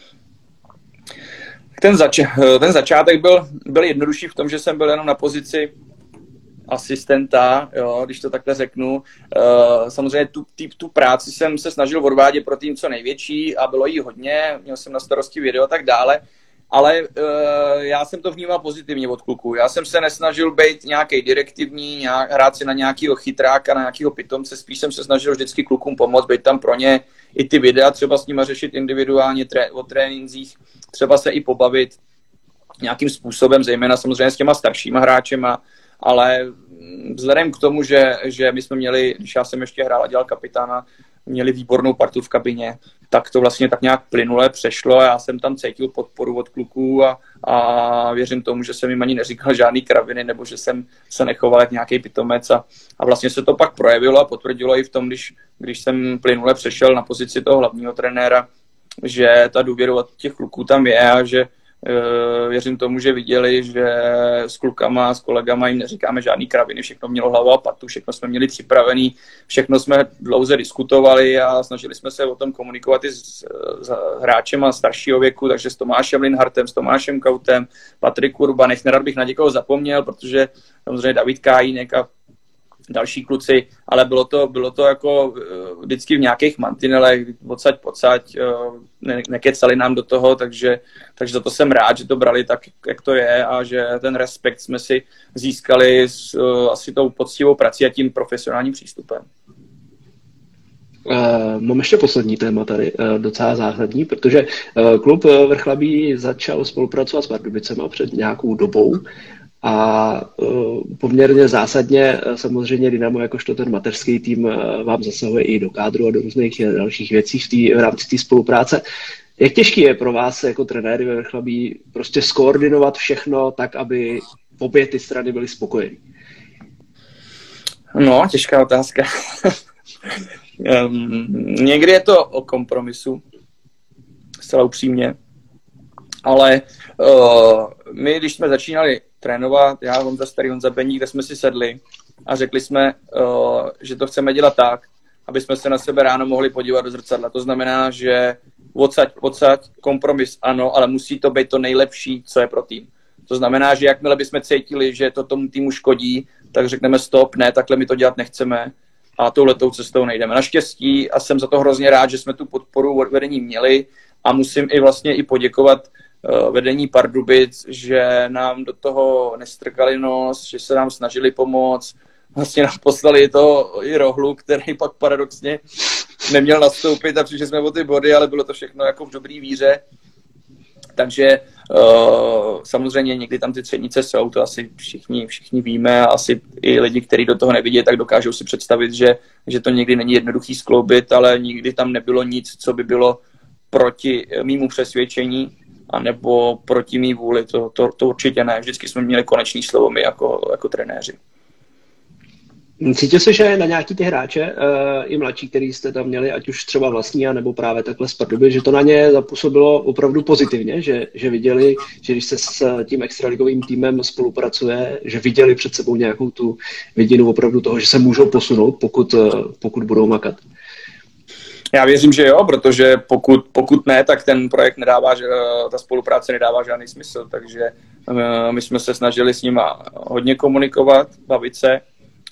Ten, zač- ten začátek byl, byl jednodušší v tom, že jsem byl jenom na pozici asistenta, jo, když to takhle řeknu. Uh, samozřejmě tu, tý, tu práci jsem se snažil odvádět pro tým co největší a bylo jí hodně, měl jsem na starosti video a tak dále, ale uh, já jsem to vnímal pozitivně od kluků. Já jsem se nesnažil být nějaký direktivní, nějak, hrát si na nějakýho chytráka, na nějakýho pitomce, spíš jsem se snažil vždycky klukům pomoct, být tam pro ně i ty videa, třeba s nima řešit individuálně tré, o trénincích, třeba se i pobavit. nějakým způsobem, zejména samozřejmě s těma staršíma hráčema, ale vzhledem k tomu, že, že my jsme měli, když já jsem ještě hrál a dělal kapitána, měli výbornou partu v kabině, tak to vlastně tak nějak plynule přešlo a já jsem tam cítil podporu od kluků a, a věřím tomu, že jsem jim ani neříkal žádný kraviny nebo že jsem se nechoval jak nějaký pitomec a, a vlastně se to pak projevilo a potvrdilo i v tom, když, když jsem plynule přešel na pozici toho hlavního trenéra, že ta důvěra od těch kluků tam je a že věřím tomu, že viděli, že s klukama, s kolegama jim neříkáme žádný kraviny, všechno mělo hlavu a patu, všechno jsme měli připravený, všechno jsme dlouze diskutovali a snažili jsme se o tom komunikovat i s, s hráčema staršího věku, takže s Tomášem Linhartem, s Tomášem Kautem, Patrik Urbanech, nerad bych na někoho zapomněl, protože samozřejmě David Kájínek a další kluci, ale bylo to, bylo to jako vždycky v nějakých mantinelech, odsaď pocať, ne, nekecali nám do toho, takže, takže za to jsem rád, že to brali tak, jak to je a že ten respekt jsme si získali s asi tou poctivou prací a tím profesionálním přístupem. Uh, mám ještě poslední téma tady, uh, docela zásadní, protože uh, klub Vrchlabí začal spolupracovat s Pardubicema před nějakou dobou a uh, poměrně zásadně uh, samozřejmě Dynamo jakožto ten mateřský tým uh, vám zasahuje i do kádru a do různých uh, dalších věcí v, tý, v rámci té spolupráce. Jak těžký je pro vás jako trenéry ve Vrchlabí prostě skoordinovat všechno tak, aby obě ty strany byly spokojení? No, těžká otázka. um, někdy je to o kompromisu, zcela upřímně, ale uh, my, když jsme začínali trénovat, já, Honza Starý, Honza Beník, kde jsme si sedli a řekli jsme, uh, že to chceme dělat tak, aby jsme se na sebe ráno mohli podívat do zrcadla. To znamená, že odsaď, odsaď, kompromis ano, ale musí to být to nejlepší, co je pro tým. To znamená, že jakmile bychom cítili, že to tomu týmu škodí, tak řekneme stop, ne, takhle my to dělat nechceme a touhletou cestou nejdeme. Naštěstí a jsem za to hrozně rád, že jsme tu podporu od vedení měli a musím i vlastně i poděkovat uh, vedení Pardubic, že nám do toho nestrkali nos, že se nám snažili pomoct. Vlastně nám poslali to i Rohlu, který pak paradoxně neměl nastoupit a přišli jsme o ty body, ale bylo to všechno jako v dobrý víře. Takže uh, samozřejmě někdy tam ty třenice jsou, to asi všichni, všichni víme a asi i lidi, kteří do toho nevidí, tak dokážou si představit, že, že to někdy není jednoduchý skloubit, ale nikdy tam nebylo nic, co by bylo proti mýmu přesvědčení anebo proti mý vůli, to, to, to určitě ne. Vždycky jsme měli konečný slovo my jako, jako trenéři. Cítil jsi, že na nějaký ty hráče, uh, i mladší, který jste tam měli, ať už třeba vlastní, anebo právě takhle z Pardubic, že to na ně zapůsobilo opravdu pozitivně, že, že viděli, že když se s tím extraligovým týmem spolupracuje, že viděli před sebou nějakou tu vidinu opravdu toho, že se můžou posunout, pokud, pokud budou makat? Já věřím, že jo, protože pokud, pokud ne, tak ten projekt nedává, že ta spolupráce nedává žádný smysl, takže my jsme se snažili s nima hodně komunikovat, bavit se,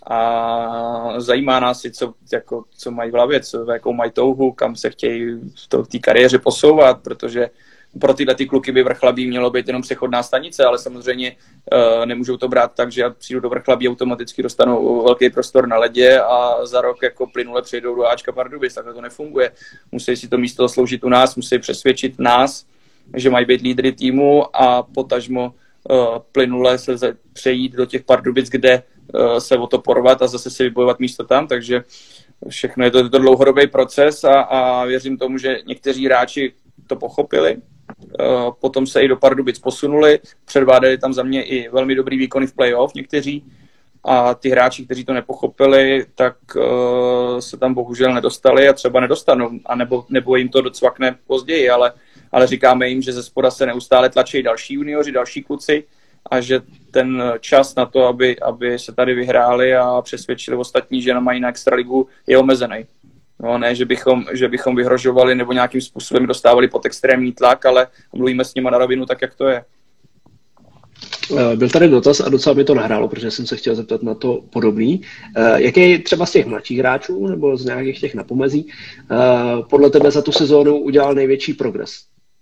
a zajímá nás i, co, jako, co mají v hlavě, co, jakou mají touhu, kam se chtějí v té kariéře posouvat, protože pro tyhle ty kluky by Vrchlabí mělo být jenom přechodná stanice, ale samozřejmě uh, nemůžou to brát tak, že já přijdu do Vrchlabí, automaticky dostanou velký prostor na ledě a za rok jako plynule přejdou do Ačka Pardubic, takhle to nefunguje. Musí si to místo zasloužit u nás, musí přesvědčit nás, že mají být lídry týmu a potažmo uh, plynule se přejít do těch Pardubic, kde se o to porvat a zase si vybojovat místo tam, takže všechno je to, je to dlouhodobý proces a, a věřím tomu, že někteří hráči to pochopili, potom se i do Pardubic posunuli, předváděli tam za mě i velmi dobrý výkony v playoff někteří a ty hráči, kteří to nepochopili, tak uh, se tam bohužel nedostali a třeba nedostanou, a nebo, nebo jim to docvakne později, ale, ale říkáme jim, že ze spoda se neustále tlačí další junioři, další kluci, a že ten čas na to, aby, aby se tady vyhráli a přesvědčili ostatní, že mají na extraligu, je omezený. No, ne, že bychom, že bychom vyhrožovali nebo nějakým způsobem dostávali pod extrémní tlak, ale mluvíme s nimi na rovinu tak, jak to je. Byl tady dotaz a docela mi to nahrálo, protože jsem se chtěl zeptat na to podobný. Jaký třeba z těch mladších hráčů nebo z nějakých těch napomezí podle tebe za tu sezónu udělal největší progres?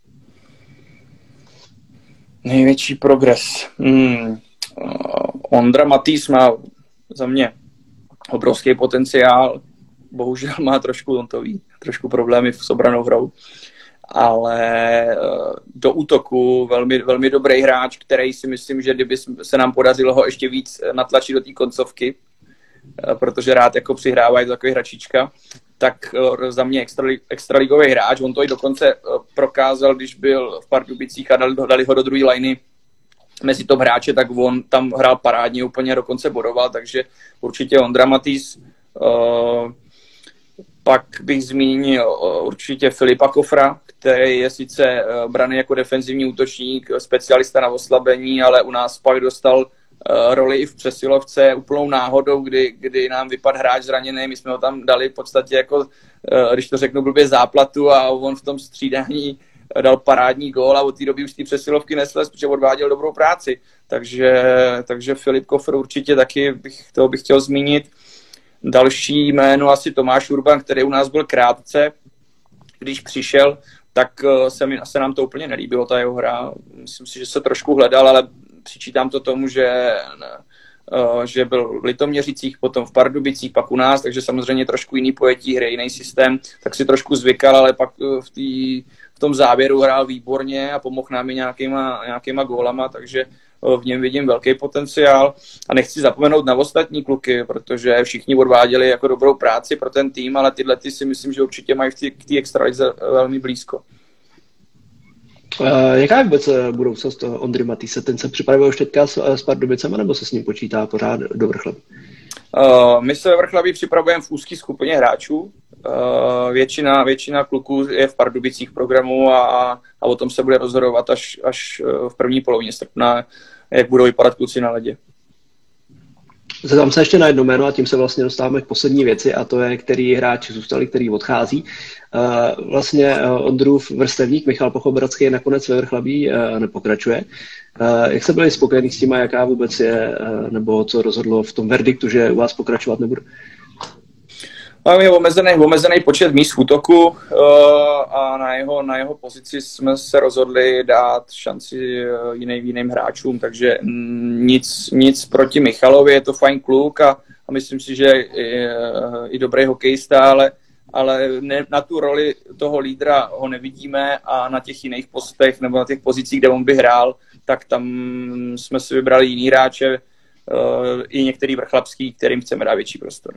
Největší progres. Hmm. Ondra Matýs má za mě obrovský potenciál. Bohužel má trošku, on to ví, trošku problémy s obranou hrou. ale do útoku velmi, velmi dobrý hráč, který si myslím, že kdyby se nám podařilo ho ještě víc natlačit do té koncovky, protože rád jako přihrává, je to takový hračička, tak za mě extra, extraligový hráč. On to i dokonce prokázal, když byl v Pardubicích a dali, dali ho do druhé liny mezi top hráče, tak on tam hrál parádně, úplně dokonce bodoval, takže určitě Ondra Matýs. Uh, pak bych zmínil uh, určitě Filipa Kofra, který je sice uh, braný jako defenzivní útočník, specialista na oslabení, ale u nás pak dostal uh, roli i v přesilovce úplnou náhodou, kdy, kdy nám vypadl hráč zraněný, my jsme ho tam dali v podstatě jako, uh, když to řeknu blbě, záplatu a on v tom střídání dal parádní gól a od té doby už ty přesilovky neslez, protože odváděl dobrou práci. Takže, takže Filip Kofr určitě taky bych, toho bych chtěl zmínit. Další jméno asi Tomáš Urban, který u nás byl krátce. Když přišel, tak se, mi, se nám to úplně nelíbilo, ta jeho hra. Myslím si, že se trošku hledal, ale přičítám to tomu, že, že byl v Litoměřicích, potom v Pardubicích, pak u nás, takže samozřejmě trošku jiný pojetí hry, jiný systém, tak si trošku zvykal, ale pak v té v tom závěru hrál výborně a pomohl nám i nějakýma, nějakýma gólama, takže v něm vidím velký potenciál. A nechci zapomenout na ostatní kluky, protože všichni odváděli jako dobrou práci pro ten tým, ale tyhle ty si myslím, že určitě mají k té extralize velmi blízko. Uh, jaká je vůbec budoucnost Ondry Matýse? Ten se připravil už teďka s, s Pardubicema, nebo se s ním počítá pořád do Vrchlabí? Uh, my se ve Vrchlabí připravujeme v úzké skupině hráčů. Uh, většina, většina kluků je v Pardubicích programu a, a o tom se bude rozhodovat až, až v první polovině srpna, jak budou vypadat kluci na ledě. Zeptám se ještě na jedno jméno a tím se vlastně dostáváme k poslední věci a to je, který hráči zůstali, který odchází. Uh, vlastně uh, Ondrův vrstevník Michal Pochobradský nakonec ve Vrchlabí uh, nepokračuje. Uh, jak se byli spokojení s tím a jaká vůbec je, uh, nebo co rozhodlo v tom verdiktu, že u vás pokračovat nebude? Máme omezený, omezený počet míst v útoku uh, a na jeho, na jeho pozici jsme se rozhodli dát šanci uh, jiným, jiným hráčům, takže mm, nic, nic proti Michalovi, je to fajn kluk a, a myslím si, že je uh, i dobrý hokejista, ale, ale ne, na tu roli toho lídra ho nevidíme a na těch jiných postech nebo na těch pozicích, kde on by hrál, tak tam jsme si vybrali jiný hráče, uh, i některý vrchlabský, kterým chceme dát větší prostor.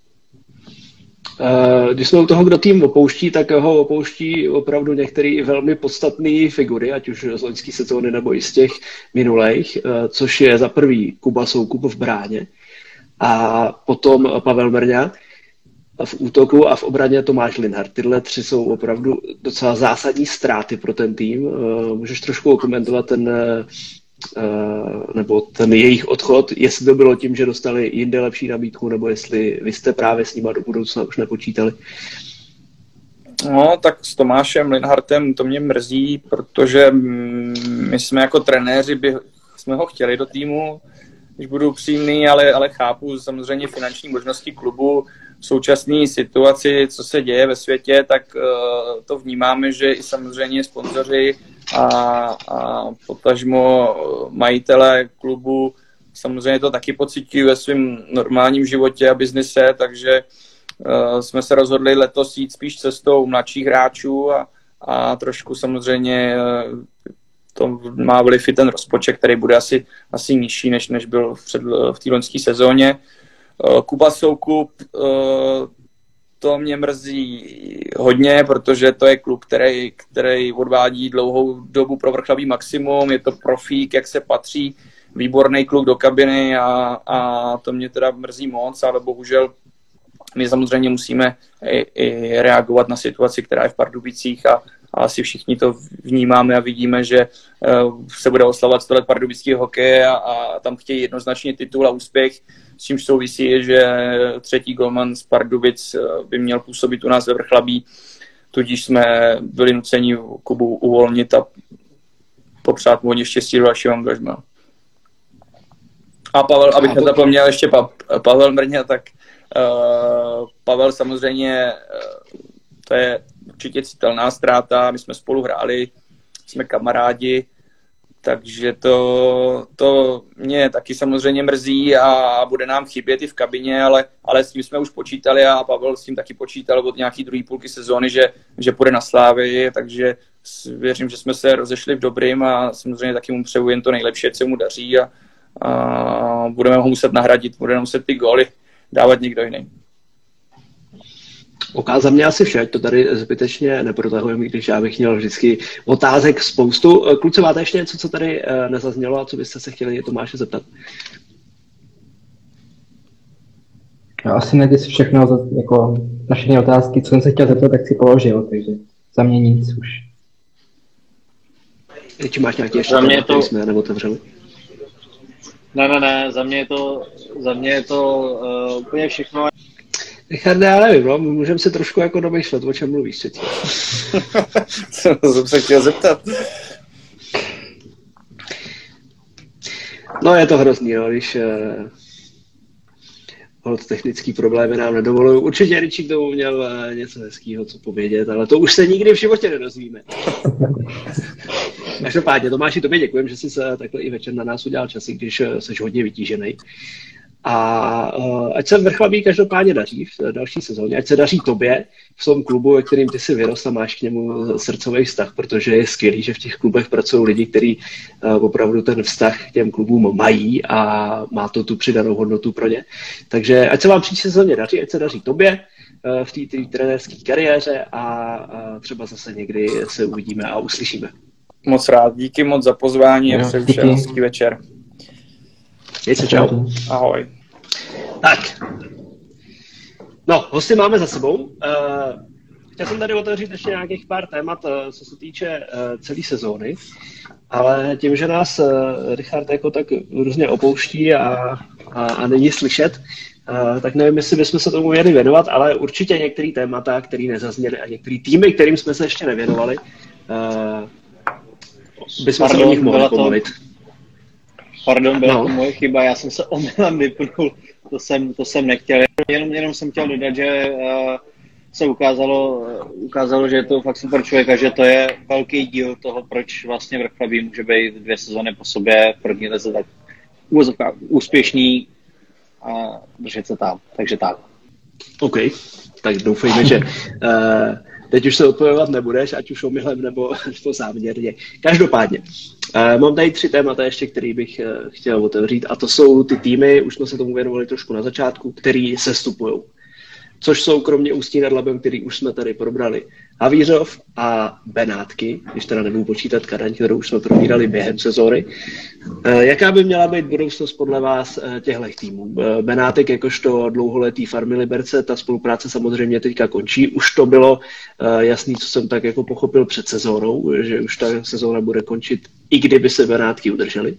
Když jsme u toho, kdo tým opouští, tak ho opouští opravdu některé velmi podstatné figury, ať už z loňské sezóny nebo i z těch minulejch, což je za prvý Kuba Soukup v bráně a potom Pavel Mrňa v útoku a v obraně Tomáš Linhart. Tyhle tři jsou opravdu docela zásadní ztráty pro ten tým. Můžeš trošku komentovat ten nebo ten jejich odchod, jestli to bylo tím, že dostali jinde lepší nabídku, nebo jestli vy jste právě s nima do budoucna už nepočítali? No, tak s Tomášem Linhartem to mě mrzí, protože my jsme jako trenéři by, jsme ho chtěli do týmu, když budu upřímný, ale, ale chápu samozřejmě finanční možnosti klubu, v současné situaci, co se děje ve světě, tak uh, to vnímáme, že i samozřejmě sponzoři a, a potažmo majitele klubu samozřejmě to taky pocitují ve svém normálním životě a biznise, takže uh, jsme se rozhodli letos jít spíš cestou mladších hráčů a, a trošku samozřejmě uh, to má vliv i ten rozpočet, který bude asi, asi nižší, než, než byl v, před, v té loňské sezóně. Kuba Soukup, to mě mrzí hodně, protože to je kluk, který, který odvádí dlouhou dobu pro Vrchlabí maximum, je to profík, jak se patří, výborný kluk do kabiny a, a to mě teda mrzí moc, ale bohužel my samozřejmě musíme i, i reagovat na situaci, která je v Pardubicích a, a asi všichni to vnímáme a vidíme, že uh, se bude oslavovat sto let pardubického hokeje a, a tam chtějí jednoznačně titul a úspěch, s čímž souvisí, že třetí golman z Pardubic by měl působit u nás ve Vrchlabí, tudíž jsme byli nuceni Kubu uvolnit a popřát mu hodně štěstí do dalšího angažmá. A Pavel, abych nezapomněl ještě pa, Pavel Mrňa, tak uh, Pavel samozřejmě, uh, to je určitě citelná ztráta, my jsme spolu hráli, jsme kamarádi takže to, to mě taky samozřejmě mrzí a bude nám chybět i v kabině, ale, ale s tím jsme už počítali a Pavel s tím taky počítal od nějaký druhý půlky sezóny, že, že půjde na Slávy, takže věřím, že jsme se rozešli v dobrým a samozřejmě taky mu přeju jen to nejlepší, ať se mu daří a, a budeme ho muset nahradit, budeme muset ty góly dávat někdo jiný. Ok, za mě asi vše, to tady zbytečně neprotahujeme, když já bych měl vždycky otázek spoustu. Kluci, máte ještě něco, co tady nezaznělo a co byste se chtěli Tomáše zeptat? No, asi ne, všechno, jako na všechny otázky, co jsem se chtěl zeptat, tak si položil, takže za mě nic už. Či máš nějaký ještě za mě to... jsme neotevřeli? Ne, ne, ne, za mě je to, za mě je to uh, úplně všechno. Richarde, já nevím, no, můžeme se trošku jako domýšlet, o čem mluvíš třetí. Co jsem se chtěl zeptat? No je to hrozný, no, když eh, hod technický problémy nám nedovolují. Určitě Richie k tomu měl eh, něco hezkýho, co povědět, ale to už se nikdy v životě nedozvíme. Každopádně, Tomáši, tobě děkujem, že jsi se takhle i večer na nás udělal časy, když jsi hodně vytížený. A uh, ať se Vrchlabí každopádně daří v další sezóně, ať se daří tobě v tom klubu, ve kterým ty si vyrostl a máš k němu srdcový vztah, protože je skvělý, že v těch klubech pracují lidi, kteří uh, opravdu ten vztah k těm klubům mají a má to tu přidanou hodnotu pro ně. Takže ať se vám příští sezóně daří, ať se daří tobě uh, v té trenérské kariéře a uh, třeba zase někdy se uvidíme a uslyšíme. Moc rád, díky moc za pozvání a přeju všem hezký večer. Měj se, čau. Ahoj. Tak. No, hosty máme za sebou. Uh, chtěl jsem tady otevřít ještě nějakých pár témat, uh, co se týče uh, celé sezóny, ale tím, že nás uh, Richard jako tak různě opouští a, a, a není slyšet, uh, tak nevím, jestli bychom se tomu měli věnovat, ale určitě některé témata, které nezazněly a některé týmy, kterým jsme se ještě nevěnovali, uh, bychom Pardon, se o nich mohli pomluvit. Pardon, byla no. to moje chyba, já jsem se omylem vypnul, to jsem, to jsem nechtěl, jenom, jenom jsem chtěl dodat, že uh, se ukázalo, uh, ukázalo, že je to fakt super člověk a že to je velký díl toho, proč vlastně Vrchlabí může být dvě sezóny po sobě v první lize tak úspěšný a držet se tam, takže tak. OK, tak doufejme, že uh, teď už se odpovědět nebudeš, ať už omylem nebo, nebo záměrně. Každopádně, uh, mám tady tři témata ještě, který bych uh, chtěl otevřít a to jsou ty týmy, už jsme se tomu věnovali trošku na začátku, který sestupujou. Což jsou kromě Ústí nad Labem, který už jsme tady probrali, Havířov a Benátky, když teda nebudu počítat Kadaň, kterou už jsme probírali během sezóny. E, jaká by měla být budoucnost podle vás těchto týmů? E, Benátek jakožto dlouholetý Farmy Liberce, ta spolupráce samozřejmě teďka končí. Už to bylo e, jasný, co jsem tak jako pochopil před sezónou, že už ta sezóna bude končit, i kdyby se Benátky udržely.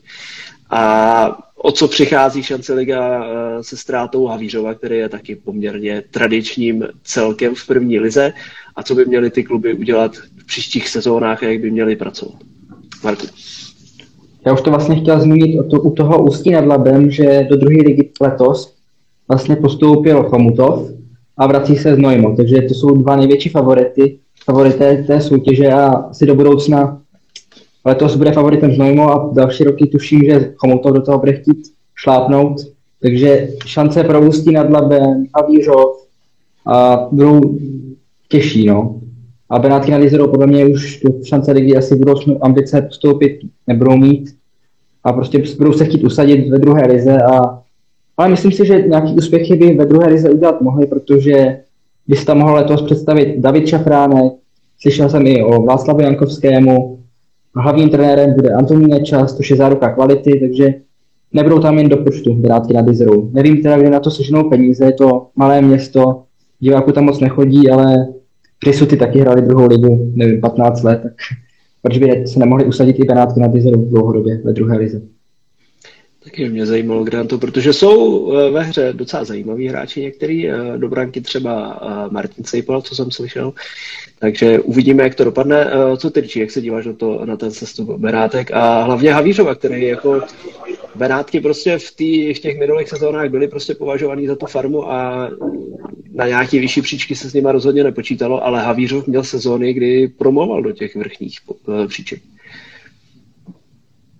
A o co přichází Šance liga se ztrátou Havířova, který je taky poměrně tradičním celkem v první lize, a co by měly ty kluby udělat v příštích sezónách a jak by měly pracovat. Marku. Já už to vlastně chtěl zmínit o to, u toho Ústí nad Labem, že do druhé ligy letos vlastně postoupil Chomutov a vrací se Znojmo, takže to jsou dva největší favority, favorité té soutěže a si do budoucna letos bude favoritem Znojmo a další roky tuším, že Chomutov do toho bude chtít šlápnout. Takže šance pro Ústí nad Labem, Havířov a budou těžší, no. A Benátky nad Jizerou podle mě už tu šance ligy asi budou ambice postoupit nebudou mít a prostě budou se chtít usadit ve druhé lize. A, ale myslím si, že nějaký úspěchy by ve druhé lize udělat mohli, protože by se tam mohl letos představit David Šafránek, slyšel jsem i o Václavu Jankovskému, hlavním trenérem bude Antonín Nečas, což je záruka kvality, takže nebudou tam jen do počtu Benátky nad Jizerou. Nevím teda, kde na to seženou peníze, je to malé město, diváků tam moc nechodí, ale Přisuty taky hráli druhou ligu, nevím, patnáct let, tak proč by se nemohli usadit i Benátky nad Jizerou dlouhodobě ve druhé lize. Taky mě zajímalo, kde to, protože jsou ve hře docela zajímaví hráči některý, do branky třeba Martin Sejpal, co jsem slyšel, takže uvidíme, jak to dopadne. Co ty, Richie, jak se díváš na, to, na ten sestup Benátek a hlavně Havířova, který jako Benátky prostě v, tý, v těch minulých sezónách byly prostě považovaný za tu farmu a na nějaký vyšší příčky se s nima rozhodně nepočítalo, ale Havířov měl sezóny, kdy promoval do těch vrchních příček.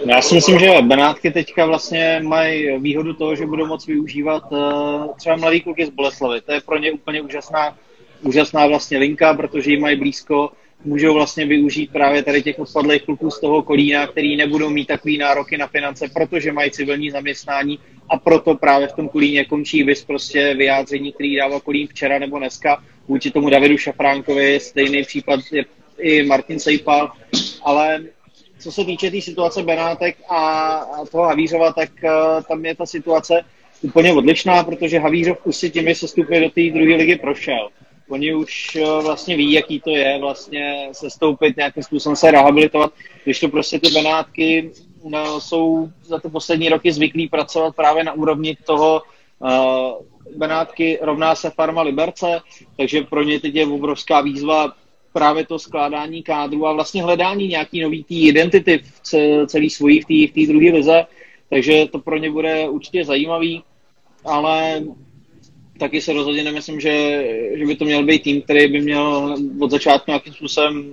Já si myslím, že Benátky teďka vlastně mají výhodu toho, že budou moct využívat uh, třeba mladý kluky z Boleslavy. To je pro ně úplně úžasná, úžasná vlastně linka, protože jim mají blízko. Můžou vlastně využít právě tady těch odpadlých kluků z toho Kolína, který nebudou mít takový nároky na finance, protože mají civilní zaměstnání a proto právě v tom Kolíně končí vys prostě vyjádření, který dával Kolín včera nebo dneska vůči tomu Davidu Šafránkovi, stejný případ je i Martin Sejpal, ale co se týče té tý situace Benátek a toho Havířova, tak uh, tam je ta situace úplně odlišná, protože Havířov už si těmi sestupy do té druhé ligy prošel. Oni už uh, vlastně ví, jaký to je vlastně sestoupit, nějakým způsobem se rehabilitovat, když to prostě ty Benátky no, jsou za ty poslední roky zvyklí pracovat právě na úrovni toho uh, Benátky rovná se Farma Liberce, takže pro ně teď je obrovská výzva právě to skládání kádru a vlastně hledání nějaký nový tý identity v celý svojí v té druhé lize, takže to pro ně bude určitě zajímavý, ale taky se rozhodně nemyslím, že, že by to měl být tým, který by měl od začátku nějakým způsobem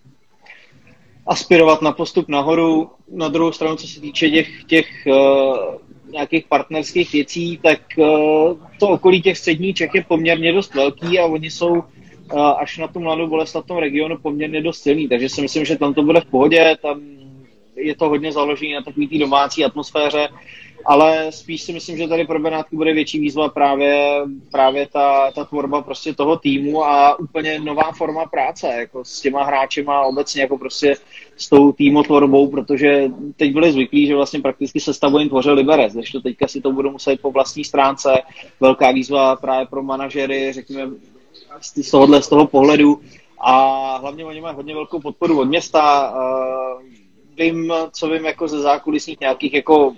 aspirovat na postup nahoru. Na druhou stranu, co se týče těch, těch uh, nějakých partnerských věcí, tak uh, to okolí těch středních Čech je poměrně dost velký a oni jsou až na tu Mladou Boleslav v tom regionu poměrně dost silný, takže si myslím, že tam to bude v pohodě, tam je to hodně založené na takový té domácí atmosféře, ale spíš si myslím, že tady pro Benátky bude větší výzva právě, právě ta, ta tvorba prostě toho týmu a úplně nová forma práce, jako s těma hráčima obecně, jako prostě s tou týmotvorbou, protože teď byli zvyklí, že vlastně prakticky sestavu jim tvořil Liberec, takže teďka si to budou muset po vlastní stránce, velká výzva právě pro manažery, řekněme, z tohohle, z toho pohledu a hlavně oni mají hodně velkou podporu od města. Vím, co vím jako ze zákulisních nějakých jako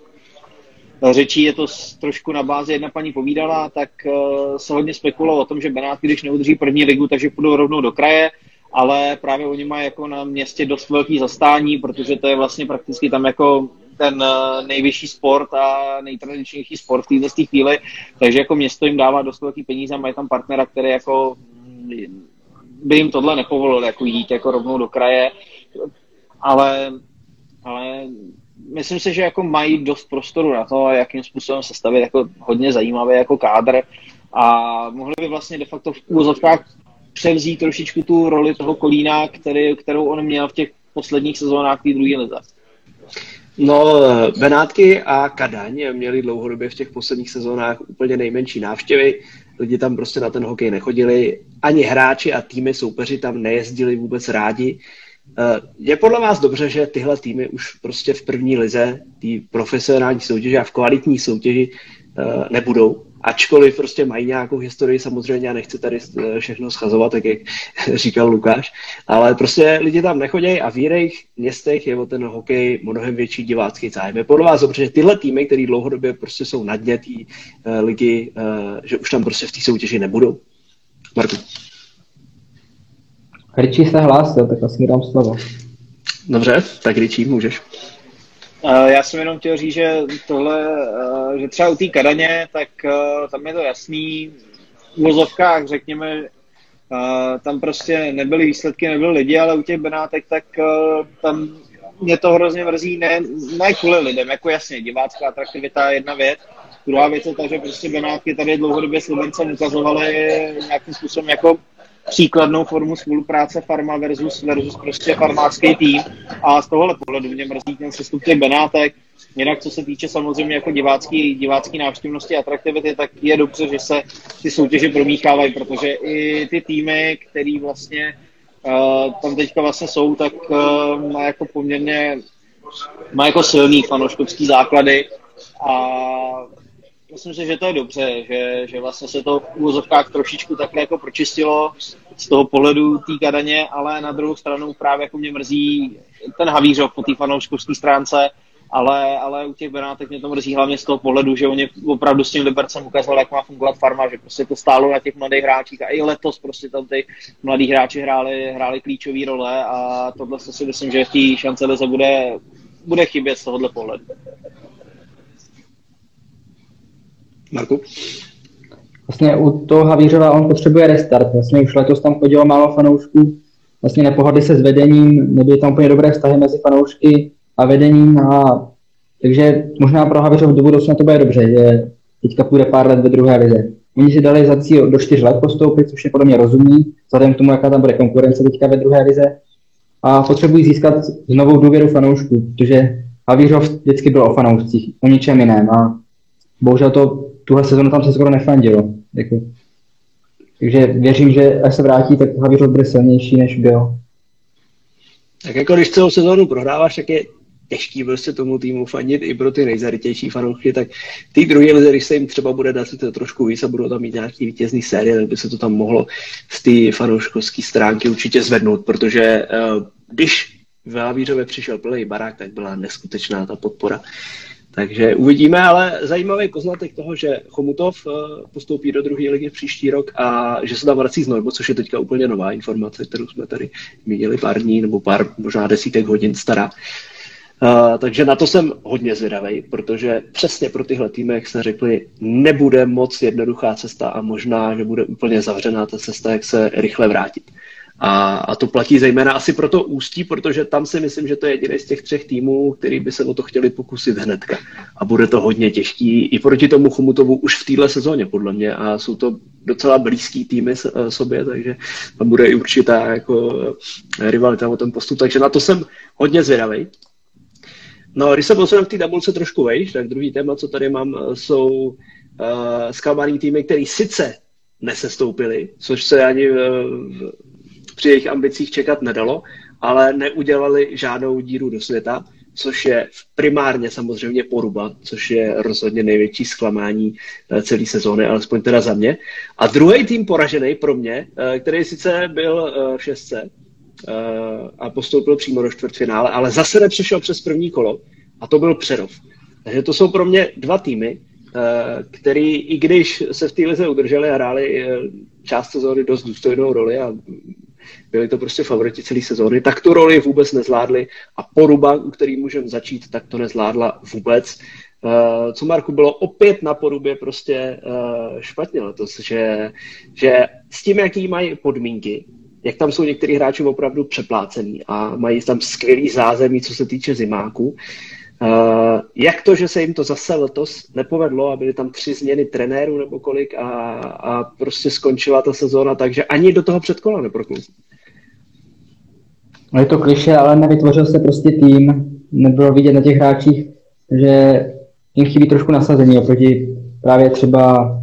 řečí, je to trošku na bázi, jedna paní povídala, tak se hodně spekulovalo o tom, že Benátky, když neudrží první ligu, takže půjdou rovnou do kraje, ale právě oni mají jako na městě dost velký zastání, protože to je vlastně prakticky tam jako ten nejvyšší sport a nejtradičnější sport v této chvíli, takže jako město jim dává dost velký peníze a mají tam partnera, který jako by jim tohle nepovolil, jako jít jako rovnou do kraje, ale, ale myslím si, že jako mají dost prostoru na to, jakým způsobem se stavit jako hodně zajímavý jako kádr a mohli by vlastně de facto v úvozovkách převzít trošičku tu roli toho Kolína, který, kterou on měl v těch posledních sezónách té druhé lize. No, Benátky a Kadaň měli dlouhodobě v těch posledních sezónách úplně nejmenší návštěvy. Lidi tam prostě na ten hokej nechodili. Ani hráči a týmy soupeři tam nejezdili vůbec rádi. Je podle vás dobře, že tyhle týmy už prostě v první lize, té profesionální soutěži a v kvalitní soutěži nebudou? Ačkoliv prostě mají nějakou historii, samozřejmě já nechci tady všechno schazovat, tak jak říkal Lukáš, ale prostě lidi tam nechodějí a v jiných městech je o ten hokej mnohem větší divácký zájem. Je podle vás dobře, že tyhle týmy, které dlouhodobě prostě jsou na dně té uh, ligy, uh, že už tam prostě v té soutěži nebudou? Marku. Richie se hlásil, tak asi mi dám slovo. Dobře, tak Richie, můžeš. Já jsem jenom chtěl říct, že tohle, že třeba u té Kadaně, tak tam je to jasný, v uvozovkách, řekněme, tam prostě nebyly výsledky, nebyly lidi, ale u těch Benátek, tak tam mě to hrozně mrzí, ne, ne kvůli lidem, jako jasně, divácká atraktivita je jedna věc, druhá věc je ta, že prostě Benátky tady dlouhodobě s Libencem ukazovaly nějakým způsobem jako příkladnou formu spolupráce farma versus, versus prostě farmářský tým a z tohohle pohledu mě mrzí ten sestup těch Benátek. Jinak co se týče samozřejmě jako divácký, divácký návštěvnosti a atraktivity, tak je dobře, že se ty soutěže promíchávají, protože i ty týmy, který vlastně uh, tam teďka vlastně jsou, tak uh, má jako poměrně má jako silný fanouškovský základy a myslím si, že to je dobře, že, že vlastně se to v úvozovkách trošičku takhle jako pročistilo z toho pohledu té Kadaně, ale na druhou stranu právě jako mě mrzí ten Havířov po té fanouškovské stránce, ale, ale u těch Benátek mě to mrzí hlavně z toho pohledu, že oni opravdu s tím Libercem ukázali, jak má fungovat farma, že prostě to stálo na těch mladých hráčích a i letos prostě tam ty mladí hráči hráli, hráli klíčové role a tohle si myslím, že v té šance lize bude, bude chybět z tohohle pohledu. Marku? Vlastně u toho Havířova on potřebuje restart. Vlastně už letos tam chodilo málo fanoušků. Vlastně nepohodli se s vedením, nebyly tam úplně dobré vztahy mezi fanoušky. a vedením. A takže možná pro Havířov do budoucna to bude dobře, že teďka půjde pár let ve druhé lize. Oni si dali za cíl do čtyř let postoupit, což je podle mě rozumný, vzhledem k tomu, jaká tam bude konkurence teďka ve druhé lize. A potřebují získat znovu důvěru fanoušků, protože Havířov vždycky byl o fanoušcích, o ničem jiném. A bohužel to tuhle sezonu tam se skoro nefandilo. Děkuji. Takže věřím, že až se vrátí, tak Havířov bude silnější, než byl. Tak jako když celou sezónu prohráváš, tak je těžký prostě tomu týmu fandit i pro ty nejzarytější fanoušky, tak ty druhé lize, když se jim třeba bude dát to trošku víc a budou tam mít nějaký vítězný série, tak by se to tam mohlo z té fanouškovské stránky určitě zvednout, protože uh, když v Havířově přišel plný barák, tak byla neskutečná ta podpora. Takže uvidíme, ale zajímavý poznatek toho, že Chomutov postoupí do druhé ligy příští rok a že se tam vrací znovu, což je teďka úplně nová informace, kterou jsme tady měli pár dní nebo pár možná desítek hodin stará. Uh, takže na to jsem hodně zvědavej, protože přesně pro tyhle týmy, jak se řekli, nebude moc jednoduchá cesta a možná, že bude úplně zavřená ta cesta, jak se rychle vrátit. A, a to platí zejména asi pro to Ústí, protože tam si myslím, že to je jediný z těch třech týmů, který by se o to chtěli pokusit hnedka. A bude to hodně těžký i proti tomu Chomutovu už v téhle sezóně, podle mě. A jsou to docela blízký týmy sobě, takže tam bude i určitá jako rivalita o ten postup. Takže na to jsem hodně zvědavej. No, když se posuneme v té tabulce trošku vejš, tak druhý téma, co tady mám, jsou uh, zkoumaný týmy, který sice nesestoupili, což se ani uh, při jejich ambicích čekat nedalo, ale neudělali žádnou díru do světa, což je primárně samozřejmě Poruba, což je rozhodně největší zklamání celé sezóny, alespoň teda za mě. A druhý tým poražený pro mě, který sice byl v šestce a postoupil přímo do čtvrtfinále, ale zase nepřišel přes první kolo a to byl Přerov. Takže to jsou pro mě dva týmy, který, i když se v té lize udrželi a hráli část sezóny dost důstojnou roli a byli to prostě favoriti celé sezóny, tak tu roli vůbec nezvládli a Poruba, u který můžeme začít, tak to nezvládla vůbec. Uh, co, Marku, bylo opět na Porubě prostě uh, špatně letos, že, že s tím, jaký mají podmínky, jak tam jsou některý hráči opravdu přeplácený a mají tam skvělý zázemí, co se týče zimáků, Uh, jak to, že se jim to zase letos nepovedlo a byly tam tři změny trenérů nebo kolik a, a prostě skončila ta sezóna, takže ani do toho předkola neproklouzí. No je to klišé, ale nevytvořil se prostě tým, nebylo vidět na těch hráčích, že jim chybí trošku nasazení oproti právě třeba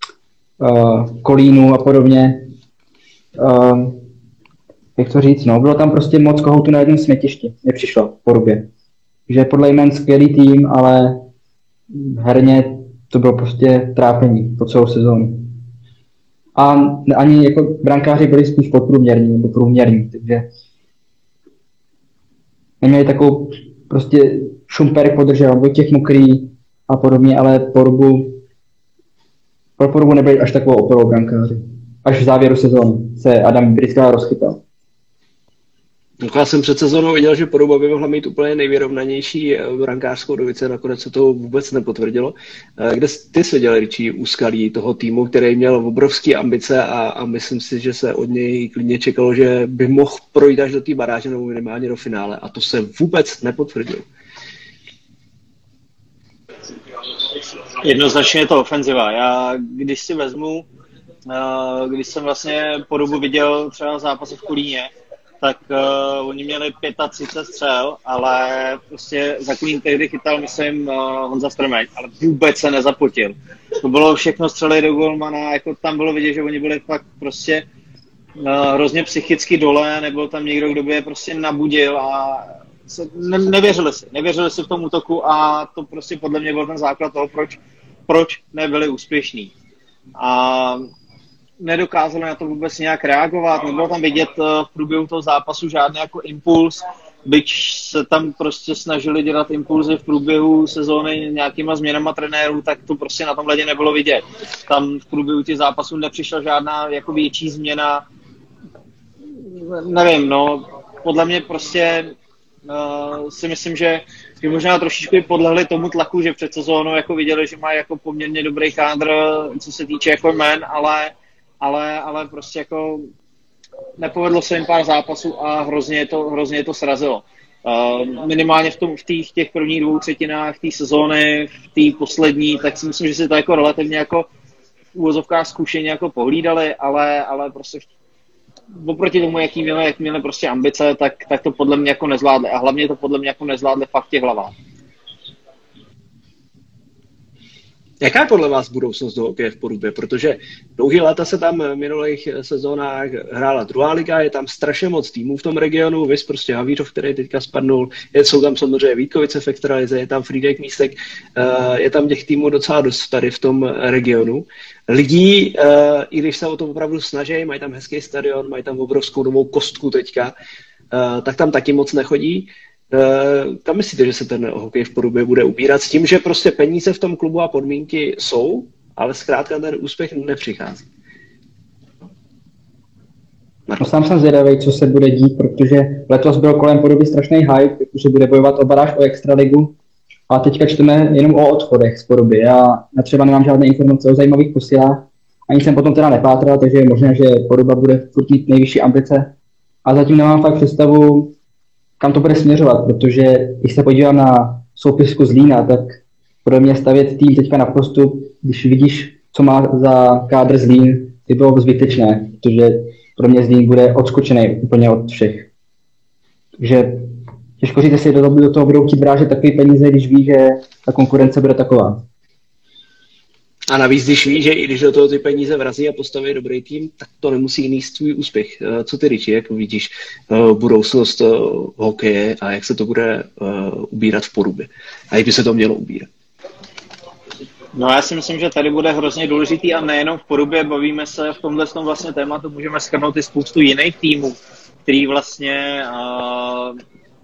uh, Kolínu a podobně. Uh, jak to říct, no, bylo tam prostě moc kohoutu na jednom smětišti, nepřišlo po Porubě. Že podle jmen skvělý tým, ale herně to bylo prostě trápení po celou sezónu. A ani jako brankáři byli spíš podprůměrní nebo průměrní, takže neměli takovou prostě Šumperk podržel, Vojtěch Mokrý a podobně, ale Porubu pro Porubu nebyli až takovou oporou brankáři. Až v závěru sezóny se Adam Brická rozchytal. Já jsem před sezónou viděl, že Poruba by mohla mít úplně nejvyrovnanější brankářskou dvojici, nakonec se to vůbec nepotvrdilo. Kde ty jsi viděl, Richie, úskalí toho týmu, který měl obrovské ambice a, a myslím si, že se od něj klidně čekalo, že by mohl projít až do té baráže nebo minimálně do finále a to se vůbec nepotvrdilo. Jednoznačně je to ofenziva. Já když si vezmu, když jsem vlastně Porubu viděl třeba na zápase v Kolíně, tak uh, oni měli třicet pět střel, ale prostě za Kolín tehdy chytal, myslím, uh, Honza Strmek, ale vůbec se nezapotil. To bylo všechno střely do golmana, jako tam bylo vidět, že oni byli fakt prostě uh, hrozně psychicky dole, nebyl tam někdo, kdo by je prostě nabudil a se, ne, nevěřili si, nevěřili si v tom útoku a to prostě podle mě byl ten základ toho, proč, proč nebyli úspěšní. A nedokázali na to vůbec nějak reagovat, nebylo tam vidět v průběhu toho zápasu žádný jako impuls, byť se tam prostě snažili dělat impulzy v průběhu sezóny nějakýma změnama trenérů, tak to prostě na tom ledě nebylo vidět. Tam v průběhu těch zápasů nepřišla žádná jako větší změna, nevím, no, podle mě prostě uh, si myslím, že by možná trošičku podlehli tomu tlaku, že před sezónou jako viděli, že mají jako poměrně dobrý kádr, co se týče jako jmen, ale Ale, ale prostě jako nepovedlo se jim pár zápasů a hrozně je to, hrozně je to srazilo. Uh, minimálně v, tom, v těch, těch prvních dvou třetinách té sezóny, v té poslední, tak si myslím, že si to jako relativně jako v úvozovkách zkušeně jako pohlídali, ale, ale prostě oproti tomu, jaký měli, jak měli prostě ambice, tak, tak to podle mě jako nezvládli. A hlavně to podle mě jako nezvládli fakt v těch hlavách. Jaká je podle vás budoucnost do hokeje v Porubě? Protože dlouhý léta se tam v minulých sezónách hrála druhá liga, je tam strašně moc týmů v tom regionu, vys prostě Havířov, který teďka spadnul, je, jsou tam samozřejmě Vítkovice v extralize, je tam Frýdek Místek, je tam těch týmů docela dost tady v tom regionu. Lidí, i když se o to opravdu snaží, mají tam hezký stadion, mají tam obrovskou novou kostku teďka, tak tam taky moc nechodí. Kam myslíte, že se ten hokej v Porubě bude ubírat s tím, že prostě peníze v tom klubu a podmínky jsou, ale zkrátka ten úspěch nepřichází? No, sám jsem zvědavý, co se bude dít, protože letos byl kolem Poruby strašný hype, protože bude bojovat o baráž o extraligu a teďka čteme jenom o odchodech z Poruby. Já třeba nemám žádné informace o zajímavých posílách, ani jsem potom teda nepátral, takže je možné, že Poruba bude furt mít nejvyšší ambice a zatím nemám fakt představu, kam to bude směřovat, protože když se podívám na soupisku Zlína, tak pro mě stavět tým teďka na postup, když vidíš, co má za kádr Zlín, by bylo zbytečné, protože pro mě Zlín bude odskočený úplně od všech. Takže těžko říct, jestli do, do toho budou chtít vrážet takové peníze, když ví, že ta konkurence bude taková. A navíc, když ví, že i když do toho ty peníze vrazí a postaví dobrý tým, tak to nemusí níst svůj úspěch. Co ty, Riči, jak vidíš budoucnost hokeje a jak se to bude ubírat v Porubě? A jak by se to mělo ubírat? No já si myslím, že tady bude hrozně důležitý a nejenom v Porubě, bavíme se v tomhle tom vlastně tématu, můžeme shrnout i spoustu jiných týmů, který vlastně uh,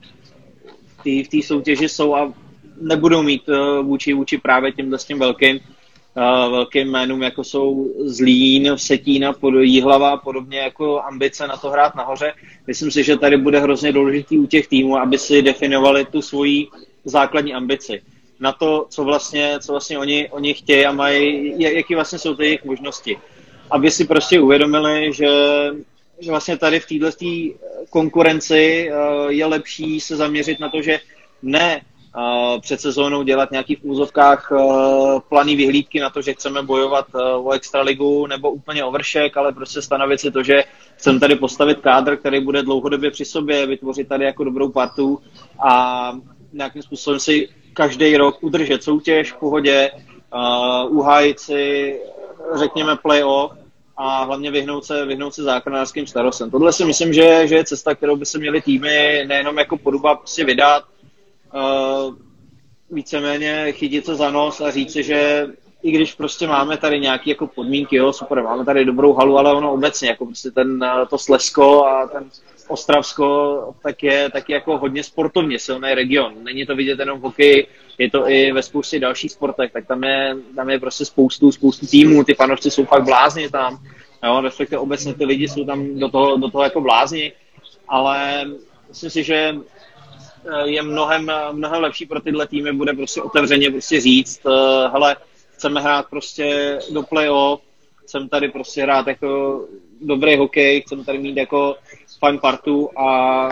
v té soutěži jsou a nebudou mít uh, vůči, vůči právě tímhle s tím velkým Uh, velkým jménům, jako jsou Zlín, Vsetín, Jihlava a podobně, jako ambice na to hrát nahoře. Myslím si, že tady bude hrozně důležitý u těch týmů, aby si definovali tu svoji základní ambici. Na to, co vlastně, co vlastně oni, oni chtějí a mají, jaký vlastně jsou ty jejich možnosti. Aby si prostě uvědomili, že, že vlastně tady v této konkurenci uh, je lepší se zaměřit na to, že ne Uh, před sezónou dělat nějaký v úzovkách uh, planý vyhlídky na to, že chceme bojovat uh, o extraligu nebo úplně o vršek, ale prostě stanovit si to, že chceme tady postavit kádr, který bude dlouhodobě při sobě, vytvořit tady jako dobrou partu a nějakým způsobem si každý rok udržet soutěž v pohodě, uh, uhájit si, řekněme, play-off a hlavně vyhnout se, vyhnout se záchranářským starostem. Tohle si myslím, že, že je cesta, kterou by se měly týmy nejenom jako Poruba prostě vydat, Uh, víceméně chytit se za nos a říct si, že i když prostě máme tady nějaké jako podmínky, jo, super, máme tady dobrou halu, ale ono obecně, jako prostě ten, to Slezsko a ten Ostravsko, tak je taky jako hodně sportovně silný region. Není to vidět jenom v hokeji, je to i ve spoustě dalších sportech, tak tam je, tam je prostě spoustu, spoustu týmů, ty fanoušci jsou fakt blázni tam, jo, respektive obecně ty lidi jsou tam do toho, do toho jako blázni, ale myslím si, že je mnohem, mnohem lepší pro tyhle týmy, bude prostě otevřeně prostě říct, uh, hele, chceme hrát prostě do play-off, chceme tady prostě hrát jako dobrý hokej, chceme tady mít jako fajn partu a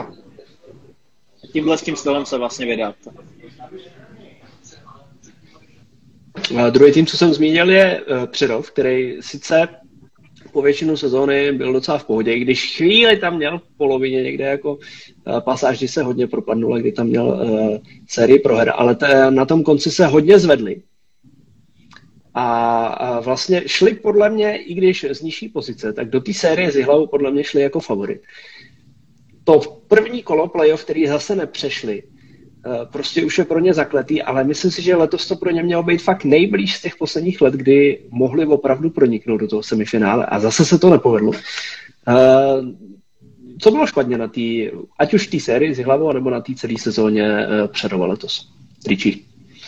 tímhle s tím stylem se vlastně vydat. A druhý tým, co jsem zmínil, je uh, Přerov, který sice po většinu sezóny byl docela v pohodě, i když chvíli tam měl v polovině někde jako uh, pasáž, kdy se hodně propadnul, kdy tam měl uh, sérii proher, ale te, na tom konci se hodně zvedli. A, a vlastně šli podle mě, i když z nižší pozice, tak do té série s Jihlavou podle mě šli jako favorit. To první kolo playoff, který zase nepřešli, prostě už je pro ně zakletý, ale myslím si, že letos to pro ně mělo být fakt nejblíž z těch posledních let, kdy mohli opravdu proniknout do toho semifinále a zase se to nepovedlo. Co bylo špatně na té, ať už v té sérii s Jihlavou, nebo na té celé sezóně Přerova letos? Riči.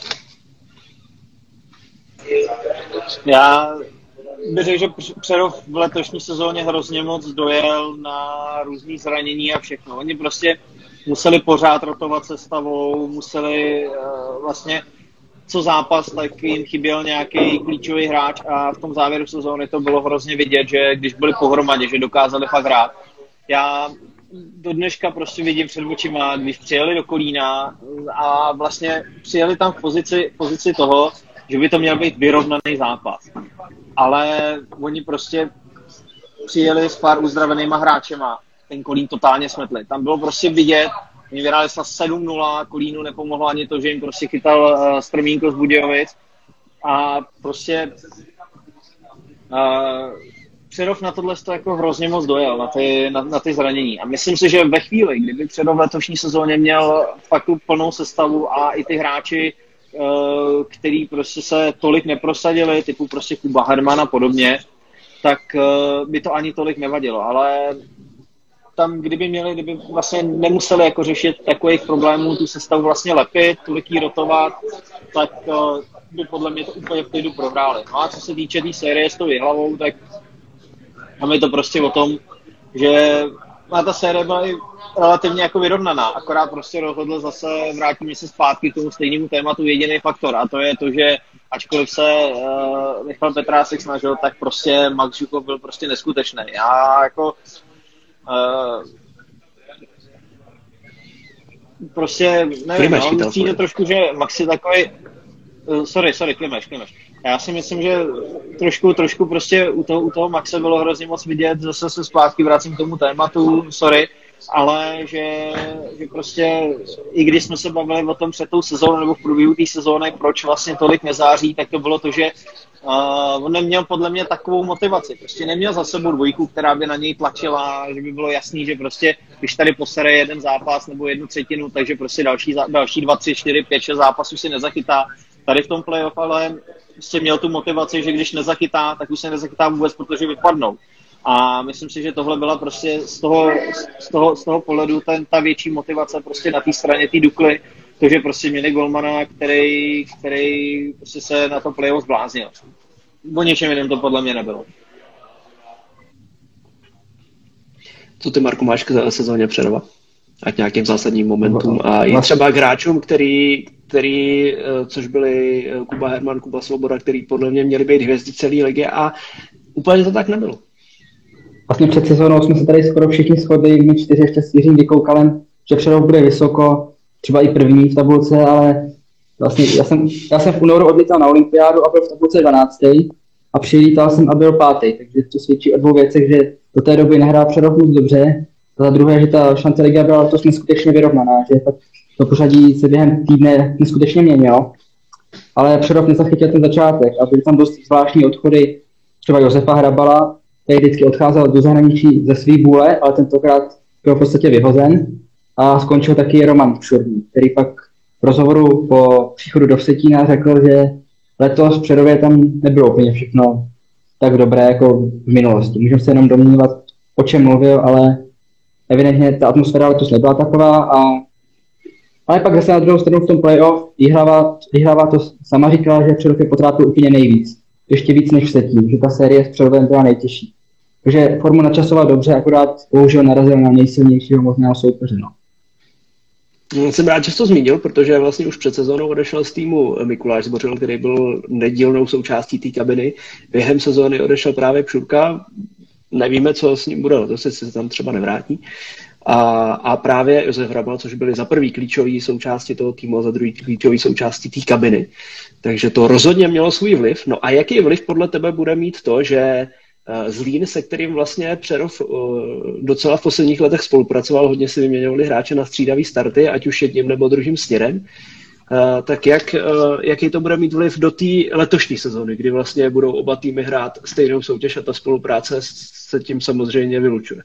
Já bych řekl, že Přerov v letošní sezóně hrozně moc dojel na různý zranění a všechno. Oni prostě museli pořád rotovat sestavou, museli uh, vlastně co zápas, tak jim chyběl nějaký klíčový hráč a v tom závěru sezóny to bylo hrozně vidět, že když byli pohromadě, že dokázali fakt hrát. Já do dneška prostě vidím před očima, když přijeli do Kolína a vlastně přijeli tam v pozici, pozici toho, že by to měl být vyrovnaný zápas. Ale oni prostě přijeli s pár uzdravenýma hráčema, ten Kolín totálně smetli. Tam bylo prostě vidět, oni vyhráli se sedm nula, Kolínu nepomohlo ani to, že jim prostě chytal uh, Strmínko z Budějovic a prostě uh, Přerov na tohle to jako hrozně moc dojel, na ty, na, na ty zranění. A myslím si, že ve chvíli, kdyby Přerov v letošní sezóně měl fakt tu plnou sestavu a i ty hráči, uh, který prostě se tolik neprosadili, typu prostě Kuba Herman a podobně, tak uh, by to ani tolik nevadilo. Ale tam, kdyby měli, kdyby vlastně nemuseli jako řešit takových problémů, tu sestavu vlastně lepit, tolik jí rotovat, tak uh, by podle mě to úplně v klidu prohráli. No a co se týče té tý série s tou Jihlavou, tak tam je to prostě o tom, že ta série byla i relativně jako vyrovnaná, akorát prostě rozhodl zase, vrátíme se zpátky k tomu stejnému tématu, jediný faktor, a to je to, že ačkoliv se uh, Michal Petrásek snažil, tak prostě Max Žukov byl prostě neskutečný. Já jako uh, prostě nevím, no, mi přijde trošku, že Max je takový, uh, sorry, sorry, Klimeš, Klimeš. Já si myslím, že trošku, trošku prostě u toho, u toho Maxe bylo hrozně moc vidět, zase se zpátky vracím k tomu tématu, sorry, ale že, že prostě, i když jsme se bavili o tom před tou sezónou nebo v průběhu té sezóny, proč vlastně tolik nezáří, tak to bylo to, že uh, on neměl podle mě takovou motivaci. Prostě neměl za sebou dvojku, která by na něj tlačila, že by bylo jasný, že prostě, když tady posere jeden zápas nebo jednu třetinu, takže prostě další, další dva, tři, čtyři, pět, šest zápasů si nezachytá. Tady v tom playoff ale prostě měl tu motivaci, že když nezachytá, tak už se nezachytá vůbec, protože vypadnou. A myslím si, že tohle byla prostě z toho, z toho, z toho pohledu ten, ta větší motivace prostě na té straně té Dukly, to, že prostě měli golmana, který, který prostě se na to playoff zbláznil. O něčem jiném to podle mě nebylo. Co ty, Marku, máš k sezóně Přerova? A k nějakým zásadním momentům a i třeba k hráčům, který, který, což byli Kuba Herman, Kuba Svoboda, který podle mě měli být hvězdy celé ligy a úplně to tak nebylo. Vlastně před sezónou jsme se tady skoro všichni shodli, my čtyři ještě s Jiřím Vykoukalem, že Přerov bude vysoko, třeba i první v tabulce, ale vlastně já jsem, já jsem v únoru odlítal na olympiádu a byl v tabulce dvanáctý a přilítal jsem a byl pátý, takže to svědčí o dvou věcech, že do té doby nehrál Přerov moc dobře. A za druhé, že ta šance liga byla letos neskutečně vyrovnaná, že tak to pořadí se během týdne neskutečně měnilo. Ale Přerov nezachytil ten začátek a byly tam dost zvláštní odchody, třeba Josefa Hrabala, který vždycky odcházel do zahraničí ze svý vůle, ale tentokrát byl v podstatě vyhozen. A skončil taky Roman Pšurný, který pak v rozhovoru po příchodu do Vsetína řekl, že letos v Přerově tam nebylo úplně všechno tak dobré jako v minulosti. Můžeme se jenom domnívat, o čem mluvil, ale evidentně ta atmosféra letos nebyla taková. A... Ale pak zase na druhou stranu v tom playoff Jihlava, Jihlava to sama říkala, že Přerov je potrápil úplně nejvíc. Ještě víc než Vsetín, že ta série s Přerovem byla nejtěžší. Takže formu načasoval dobře, akorát bohužel narazil na nejsilnějšího možného soupeře. No. Jsem rád, že jsi to zmínil, protože vlastně už před sezónou odešel z týmu Mikuláš Zbořil, který byl nedílnou součástí té kabiny. Během sezóny odešel právě Pšurka. Nevíme, co s ním bude, to se, se tam třeba nevrátí. A, a právě Josef Hrabal, což byly za prvý klíčový součástí toho týmu a za druhý klíčový součástí té kabiny. Takže to rozhodně mělo svůj vliv. No a jaký vliv podle tebe bude mít to, že Zlín, se kterým vlastně Přerov docela v posledních letech spolupracoval, hodně si vyměňovali hráče na střídavý starty, ať už jedním nebo druhým směrem, tak jak, jaký to bude mít vliv do té letošní sezóny, kdy vlastně budou oba týmy hrát stejnou soutěž a ta spolupráce se tím samozřejmě vylučuje?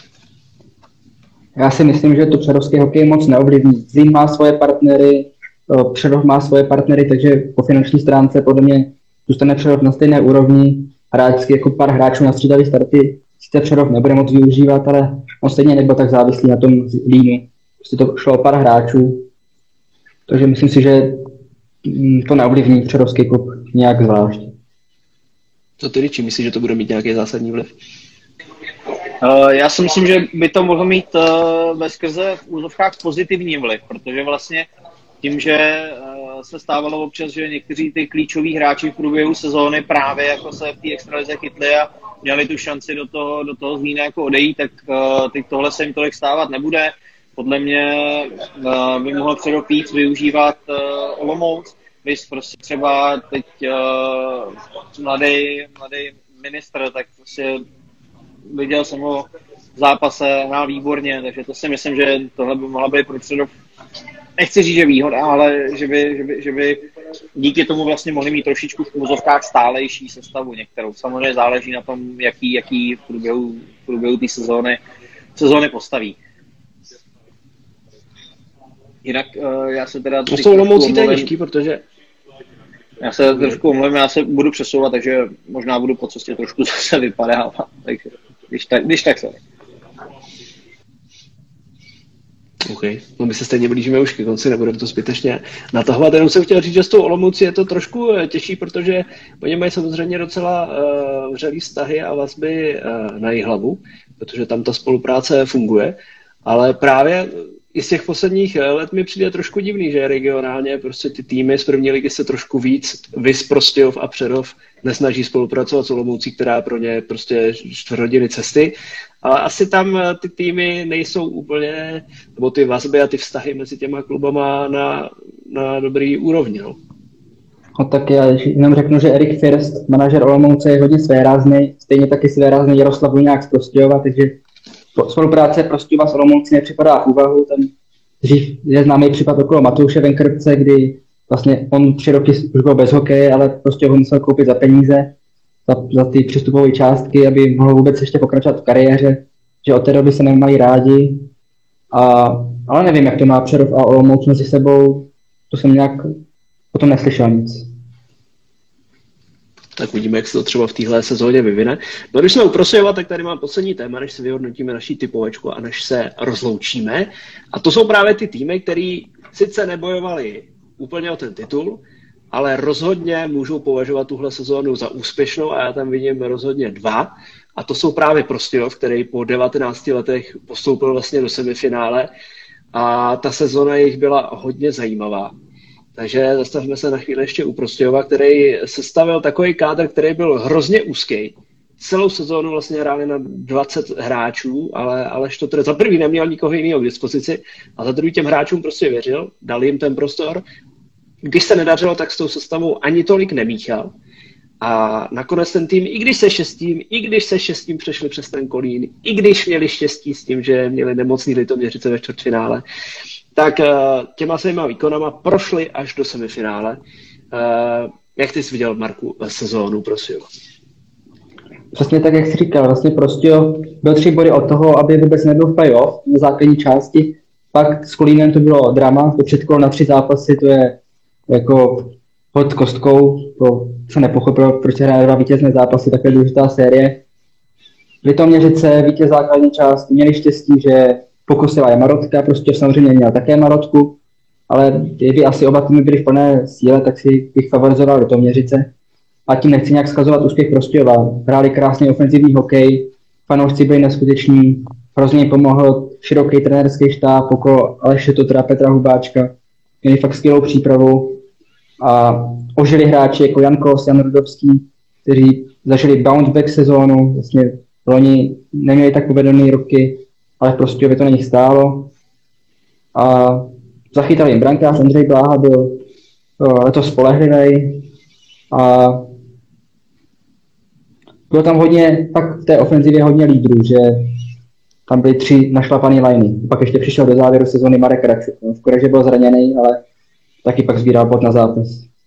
Já si myslím, že to přerovský hokej moc neovlivní. Zlín má svoje partnery, Přerov má svoje partnery, takže po finanční stránce podle mě zůstane Přerov na stejné úrovni. Hráčsky jako pár hráčů na střídavý starty sice Přerov nebude moc využívat, ale on stejně nebyl tak závislý na tom Zlínu. Prostě to šlo o pár hráčů, takže myslím si, že to neovlivní Přerovský klub nějak zvlášť. Co ty, Riči, myslíš, že to bude mít nějaký zásadní vliv? Uh, já si myslím, že by to mohlo mít uh, veskrze v úzovkách pozitivní vliv, protože vlastně tím, že uh, se stávalo občas, že někteří ty klíčoví hráči v průběhu sezóny právě jako se v té extralize chytli a měli tu šanci do toho, do toho Zlína jako odejít, tak uh, teď tohle se jim tolik stávat nebude. Podle mě uh, by mohl předok víc využívat uh, Olomouc. Víš, prostě třeba teď uh, mladý, mladý ministr, tak prostě viděl jsem ho v zápase, hrál výborně, takže to si myslím, že tohle by mohla být pro předok, nechci říct, že výhoda, ale že by, že by, že by díky tomu vlastně mohli mít trošičku v úzovkách stálejší sestavu některou. Samozřejmě záleží na tom, jaký, jaký v průběhu, v průběhu té sezóny, sezóny postaví. Jinak uh, já se teda... To jsou Olomoucí, to je těžký, protože... Já se trošku omluvím, já se budu přesouvat, takže možná budu po cestě trošku zase vypadávat. Takže když tak, když tak se. OK, no my se stejně blížíme už ke konci, nebudeme to zbytečně natahovat, jenom jsem chtěl říct, že s tou Olomoucí je to trošku těžší, protože oni mají samozřejmě docela uh, vřelý vztahy a vazby uh, na Jihlavu, protože tam ta spolupráce funguje, ale právě i z těch posledních let mi přijde trošku divný, že regionálně prostě ty týmy z první ligy se trošku víc, Vis, Prostějov a Přerov nesnaží spolupracovat s Olomoucí, která pro ně prostě čtvrt hodiny cesty, ale asi tam ty týmy nejsou úplně, nebo ty vazby a ty vztahy mezi těma klubama na, na dobrý úrovni. No. No tak já jenom řeknu, že Erik First, manažer Olomouce, je hodně svérázný, stejně taky svérázný Jaroslav Luňák z Prostějova, takže spolupráce Prostějova s Olomoucí nepřipadá v úvahu. Ten dřív je známý případ okolo Matouše Venkrtce, kdy vlastně on tři roky už byl bez hokeje, ale prostě ho musel koupit za peníze, za, za ty přestupové částky, aby mohl vůbec ještě pokračovat v kariéře, že od té doby se nemají rádi. A, ale nevím, jak to má Přerov a Olomouc mezi sebou, to jsem nějak o tom neslyšel nic. Tak uvidíme, jak se to třeba v téhle sezóně vyvine. No když jsme u Prostějova, tak tady mám poslední téma, než si vyhodnotíme naší typovečku a než se rozloučíme. A to jsou právě ty týmy, který sice nebojovali úplně o ten titul, ale rozhodně můžou považovat tuhle sezónu za úspěšnou a já tam vidím rozhodně dva. A to jsou právě Prostějov, který po devatenácti letech postoupil vlastně do semifinále a ta sezóna jich byla hodně zajímavá. Takže zastavíme se na chvíli ještě u Prostějova, který sestavil takový kádr, který byl hrozně úzký. Celou sezónu vlastně hráli na dvacet hráčů, ale, ale Štotr za prvý neměl nikoho jiného k dispozici a za druhý těm hráčům prostě věřil, dal jim ten prostor. Když se nedařilo, tak s tou sestavou ani tolik nemíchal. A nakonec ten tým, i když se šestím, i když se šestím přešli přes ten Kolín, i když měli štěstí s tím, že měli nemocný Litoměřice ve čtvrtfinále, tak těma svýma výkonama prošli až do semifinále. Jak ty jsi viděl, Marku, sezónu Prostějova? Přesně tak, jak jsi říkal, vlastně Prostějov byl tři body od toho, aby vůbec nebyl v playoff na základní části. Pak s Kolínem to bylo drama, to předkolo na tři zápasy, to je jako pod kostkou, to se nepochopilo, proč se hraje dva vítězné zápasy, takhle důležitá série. Litoměřice, vítěz základní části, měli štěstí, že pokusila je Marotka, prostě samozřejmě měl také Marotku, ale kdyby asi oba týmy byly v plné síle, tak si bych favorizoval Litoměřice. A tím nechci nějak zkazovat úspěch Prostějova. Hráli krásný ofenzivní hokej, fanoušci byli neskuteční, hrozně pomohl široký trenérský štáb okolo Aleše Totra, Petra Hubáčka. Měli fakt skvělou přípravu a ožili hráči jako Jan Kos, Jan Rudovský, kteří zažili bounce back sezónu, vlastně loni neměli tak povedený roky, ale v Prostějově to na nich stálo. A zachytal jim brankář, Ondřej Bláha byl letos spolehlivý a bylo tam hodně, pak v té ofenzivě hodně lídrů, že tam byly tři našlapaný liney. Pak ještě přišel do závěru sezóny Marek Rakšuk. No, skoro, že byl zraněný, ale taky pak sbíral bod na zápas.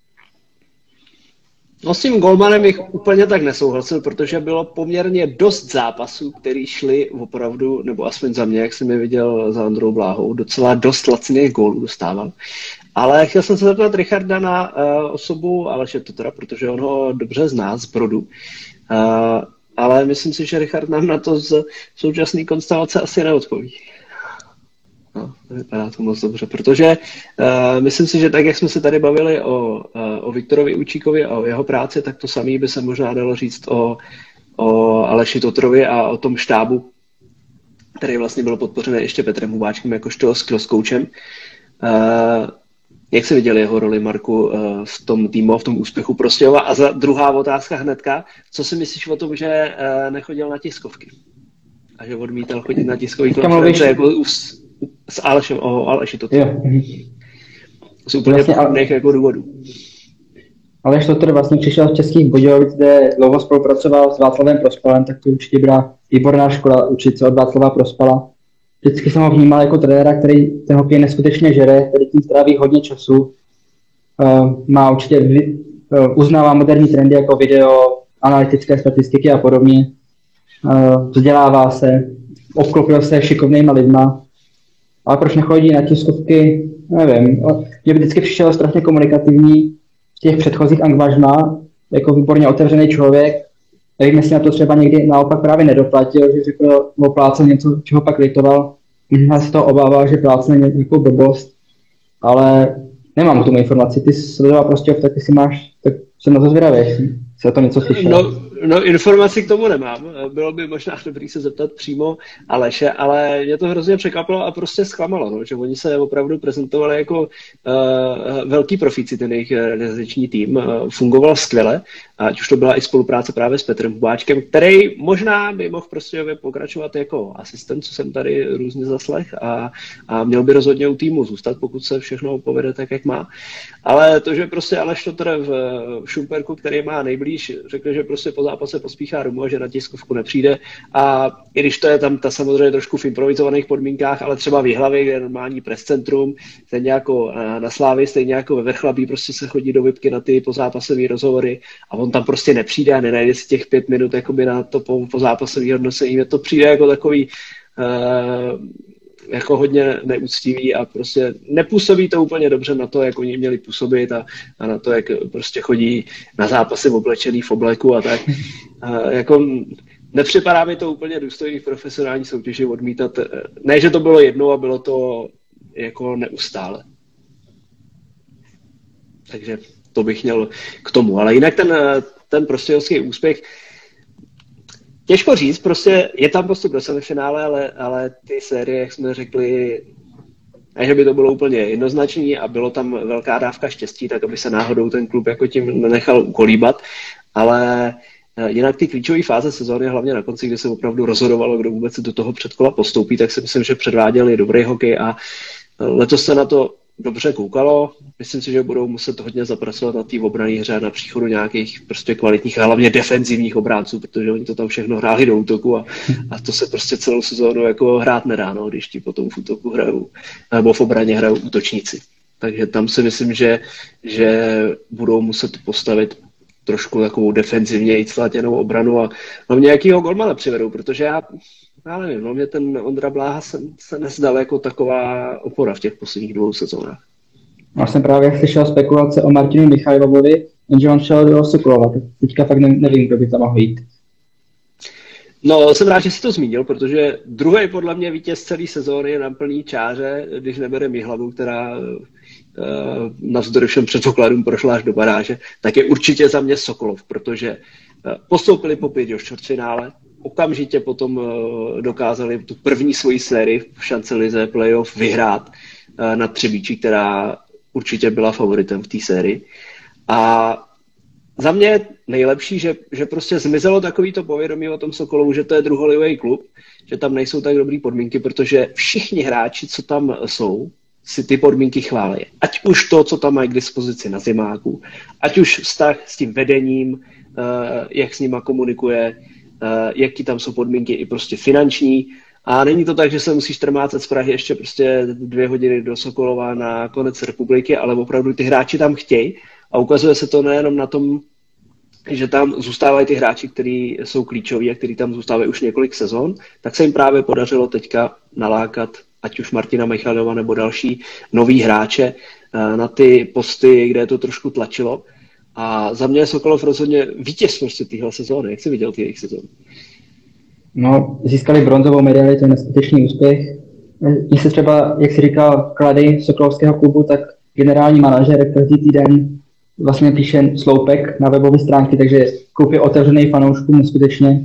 No s tím golmanem bych úplně tak nesouhlasil, protože bylo poměrně dost zápasů, který šli opravdu, nebo aspoň za mě, jak jsem je viděl za Ondrou Bláhou, docela dost laciných gólů dostával. Ale chtěl jsem se zeptat Richarda na uh, osobu Aleše Totra, protože on ho dobře zná z Brodu. Uh, ale myslím si, že Richard nám na to z současné konstelace asi neodpoví. No, vypadá to moc dobře, protože uh, myslím si, že tak, jak jsme se tady bavili o, uh, o Viktorovi Učíkovi a o jeho práci, tak to samé by se možná dalo říct o, o Aleši Totrovi a o tom štábu, který vlastně byl podpořený ještě Petrem Hubáčkem jakožto skills coachem. Uh, Jak jsi viděl jeho roli, Marku, v tom týmu, v tom úspěchu Prostějova? A za druhá otázka hnedka, co si myslíš o tom, že nechodil na tiskovky? A že odmítal chodit na tiskový konference jako s, s Alešem, o Aleši to z úplně vlastně, podobných jako důvodů. Aleš Totter vlastně přišel z Českých Budějovic, kde dlouho spolupracoval s Václavem Prospalem, tak to určitě byla výborná škola učit se od Václava Prospala. Vždycky jsem ho vnímal jako trenéra, který ten hokej neskutečně žere, který tím stráví hodně času. Uh, má určitě, uh, uznává moderní trendy jako video, analytické statistiky a podobně. Uh, vzdělává se, obklopil se šikovnýma lidma. Ale proč nechodí na tiskovky, nevím. Mě by vždycky přišel strašně komunikativní v těch předchozích angažmá, jako výborně otevřený člověk. Nevím, jestli na to třeba někdy naopak právě nedoplatil, že řekl, oplácel něco, čeho pak litoval. Možná se to obával, že plácne nějakou blbost, ale nemám tu informaci. Ty sledoval prostě, tak ty si máš, tak jsem na to zvědavý, jestli se to něco slyšel. No, no, informaci k tomu nemám. Bylo by možná dobrý se zeptat přímo Aleše, ale mě to hrozně překvapilo a prostě zklamalo, no, že oni se opravdu prezentovali jako uh, velký profíci, ten jejich realizační tým. Uh, fungoval skvěle, ať už to byla i spolupráce právě s Petrem Hubáčkem, který možná by mohl prostě pokračovat jako asistent, co jsem tady různě zaslech a, a měl by rozhodně u týmu zůstat, pokud se všechno povede tak, jak má. Ale to, že prostě Aleš Totter v Šumperku, který má nejblíž, řekl, že prostě po zápase pospíchá domů a že na tiskovku nepřijde. A i když to je tam ta samozřejmě trošku v improvizovaných podmínkách, ale třeba v Jihlavě, kde je normální prescentrum, stejně jako na Slávii, stejně jako ve Vrchlabí, prostě se chodí do Vipky na ty pozápasové rozhovory a on tam prostě nepřijde a nenajde si těch pět minut jakoby na to pozápasové hodnocení. Mně to přijde jako takový uh, jako hodně neúctivý a prostě nepůsobí to úplně dobře na to, jak oni měli působit a, a na to, jak prostě chodí na zápasy oblečený v obleku a tak. A jako nepřipadá mi to úplně důstojný v profesionální soutěži odmítat. Ne, že to bylo jednou a bylo to jako neustále. Takže to bych měl k tomu. Ale jinak ten, ten prostějovský úspěch těžko říct, prostě je tam postup do semifinále, ale, ale ty série, jak jsme řekli, ne, že by to bylo úplně jednoznačný a bylo tam velká dávka štěstí, tak aby se náhodou ten klub jako tím nenechal ukolíbat, ale jinak ty klíčové fáze sezóny, hlavně na konci, kdy se opravdu rozhodovalo, kdo vůbec do toho předkola postoupí, tak si myslím, že předváděli dobrý hokej a letos se na to dobře koukalo. Myslím si, že budou muset hodně zapracovat na té obranné hře a na příchodu nějakých prostě kvalitních a hlavně defenzivních obránců, protože oni to tam všechno hráli do útoku a, a to se prostě celou sezónu jako hrát nedá, no, když ti potom v útoku hrajou, nebo v obraně hrajou útočníci. Takže tam si myslím, že, že budou muset postavit trošku takovou defenzivně sladěnou obranu a hlavně jakýho golmana přivedou, protože já Já nevím, no mě ten Ondra Bláha se, se nezdal jako taková opora v těch posledních dvou sezónách. Já jsem právě slyšel spekulace o Martinu Michajlovovi, jenže on šel do Sokolova, tak teďka fakt nevím, kdo by tam mohl jít. No, jsem rád, že jsi to zmínil, protože druhý podle mě vítěz celé sezóny je na plný čáře, když nebere Mihlavu, která uh, navzdory všem předpokladům prošla až do baráže, tak je určitě za mě Sokolov, protože uh, postoupili po pět do čtvrtfinále, okamžitě potom uh, dokázali tu první svoji sérii v šance lize playoff vyhrát uh, nad Třebíčí, která určitě byla favoritem v té sérii. A za mě je nejlepší, že, že prostě zmizelo takovýto povědomí o tom Sokolovu, že to je druholivý klub, že tam nejsou tak dobrý podmínky, protože všichni hráči, co tam jsou, si ty podmínky chválí. Ať už to, co tam mají k dispozici na zimáku, ať už vztah s tím vedením, uh, jak s nima komunikuje, Uh, jaký tam jsou podmínky i prostě finanční. A není to tak, že se musíš trmácet z Prahy ještě prostě dvě hodiny do Sokolova na konec republiky, ale opravdu ty hráči tam chtějí a ukazuje se to nejenom na tom, že tam zůstávají ty hráči, kteří jsou klíčoví a kteří tam zůstávají už několik sezon, tak se jim právě podařilo teďka nalákat ať už Martina Michalova nebo další noví hráče uh, na ty posty, kde to trošku tlačilo. A za mě je Sokolov rozhodně vítěz prostě téhle sezóny. Jak jsi viděl ty jejich sezóny? No, získali bronzovou medaili, to je neskutečný úspěch. Když se třeba, jak jsi říkal, klady Sokolovského klubu, tak generální manažer každý týden vlastně píše sloupek na webové stránky, takže klub je otevřený fanouškům neskutečně.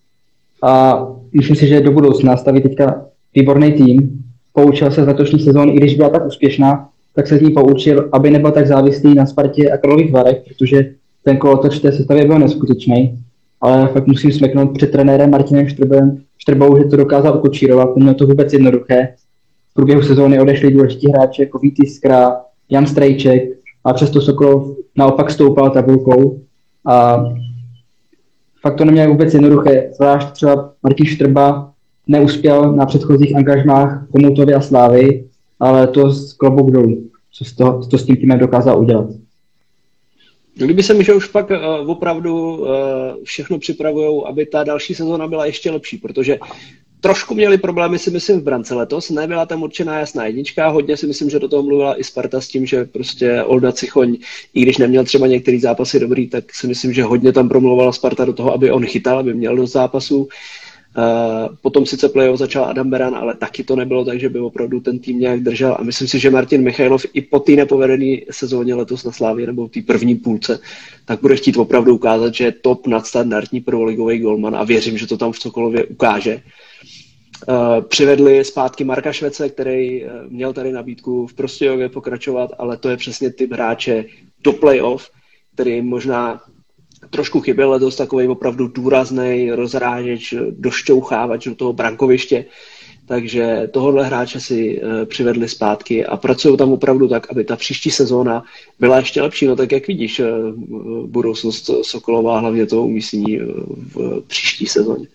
A myslím si, že do budoucna staví teďka výborný tým. Poučil se z letošní sezóny, i když byla tak úspěšná, tak se z ní poučil, aby nebyl tak závislý na Spartě a Karlových Varech, protože ten kolotoč té sestavě byl neskutečný. Ale fakt musím smeknout před trenérem Martinem Štrbem, Štrbou, že to dokázal ukočírovat, neměl to vůbec jednoduché. V průběhu sezóny odešli důležití hráči jako Vít Jiskra, Jan Strejček, a přesto Sokolov naopak stoupal tabulkou. A fakt to neměl vůbec jednoduché, zvlášť třeba Martin Štrba neuspěl na předchozích angažmách Komoutovy a Slávy, ale to z klobouk dolů, co, z toho, co s tím týmem dokázal udělat. Kdyby se mi, že už pak uh, opravdu uh, všechno připravujou, aby ta další sezóna byla ještě lepší, protože trošku měli problémy, si myslím, v brance letos, nebyla tam určená jasná jednička, hodně si myslím, že do toho mluvila i Sparta s tím, že prostě Olda Cichoň, i když neměl třeba některý zápasy dobrý, tak si myslím, že hodně tam promluvala Sparta do toho, aby on chytal, aby měl dost zápasů. Uh, potom sice playoff začal Adam Beran, ale taky to nebylo tak, že by opravdu ten tým nějak držel a myslím si, že Martin Michailov i po té nepovedené sezóně letos na Slávě nebo v té první půlce, tak bude chtít opravdu ukázat, že je top nadstandardní prvoligový golman a věřím, že to tam v Sokolově ukáže. Uh, přivedli zpátky Marka Švece, který uh, měl tady nabídku v Prostějově pokračovat, ale to je přesně typ hráče do playoff, který možná trošku chyběl letos, takový opravdu důrazný rozrážeč, došťouchávač do toho brankoviště, takže tohohle hráče si uh, přivedli zpátky a pracují tam opravdu tak, aby ta příští sezóna byla ještě lepší. No tak jak vidíš uh, budoucnost Sokolova, hlavně toho umístění uh, v příští sezóně.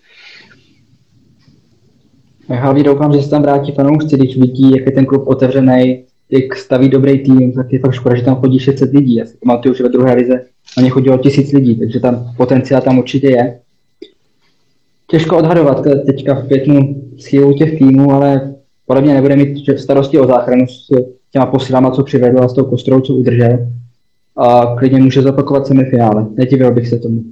Já hlavně doufám, že se tam vrátí fanoušci, když vidí, jak je ten klub otevřený, jak staví dobrý tým, tak je fakt škoda, že tam chodí šest set lidí. Já si pamatuju, že ve druhé lize na ně chodilo tisíc lidí, takže tam potenciál tam určitě je. Těžko odhadovat teďka v květnu sílu těch týmů, ale podle mě nebude mít starosti o záchranu s těma posilama, co přivedl a s tou Kostrou, co udržel. A klidně může zopakovat semifinále. Nedivil bych se tomu.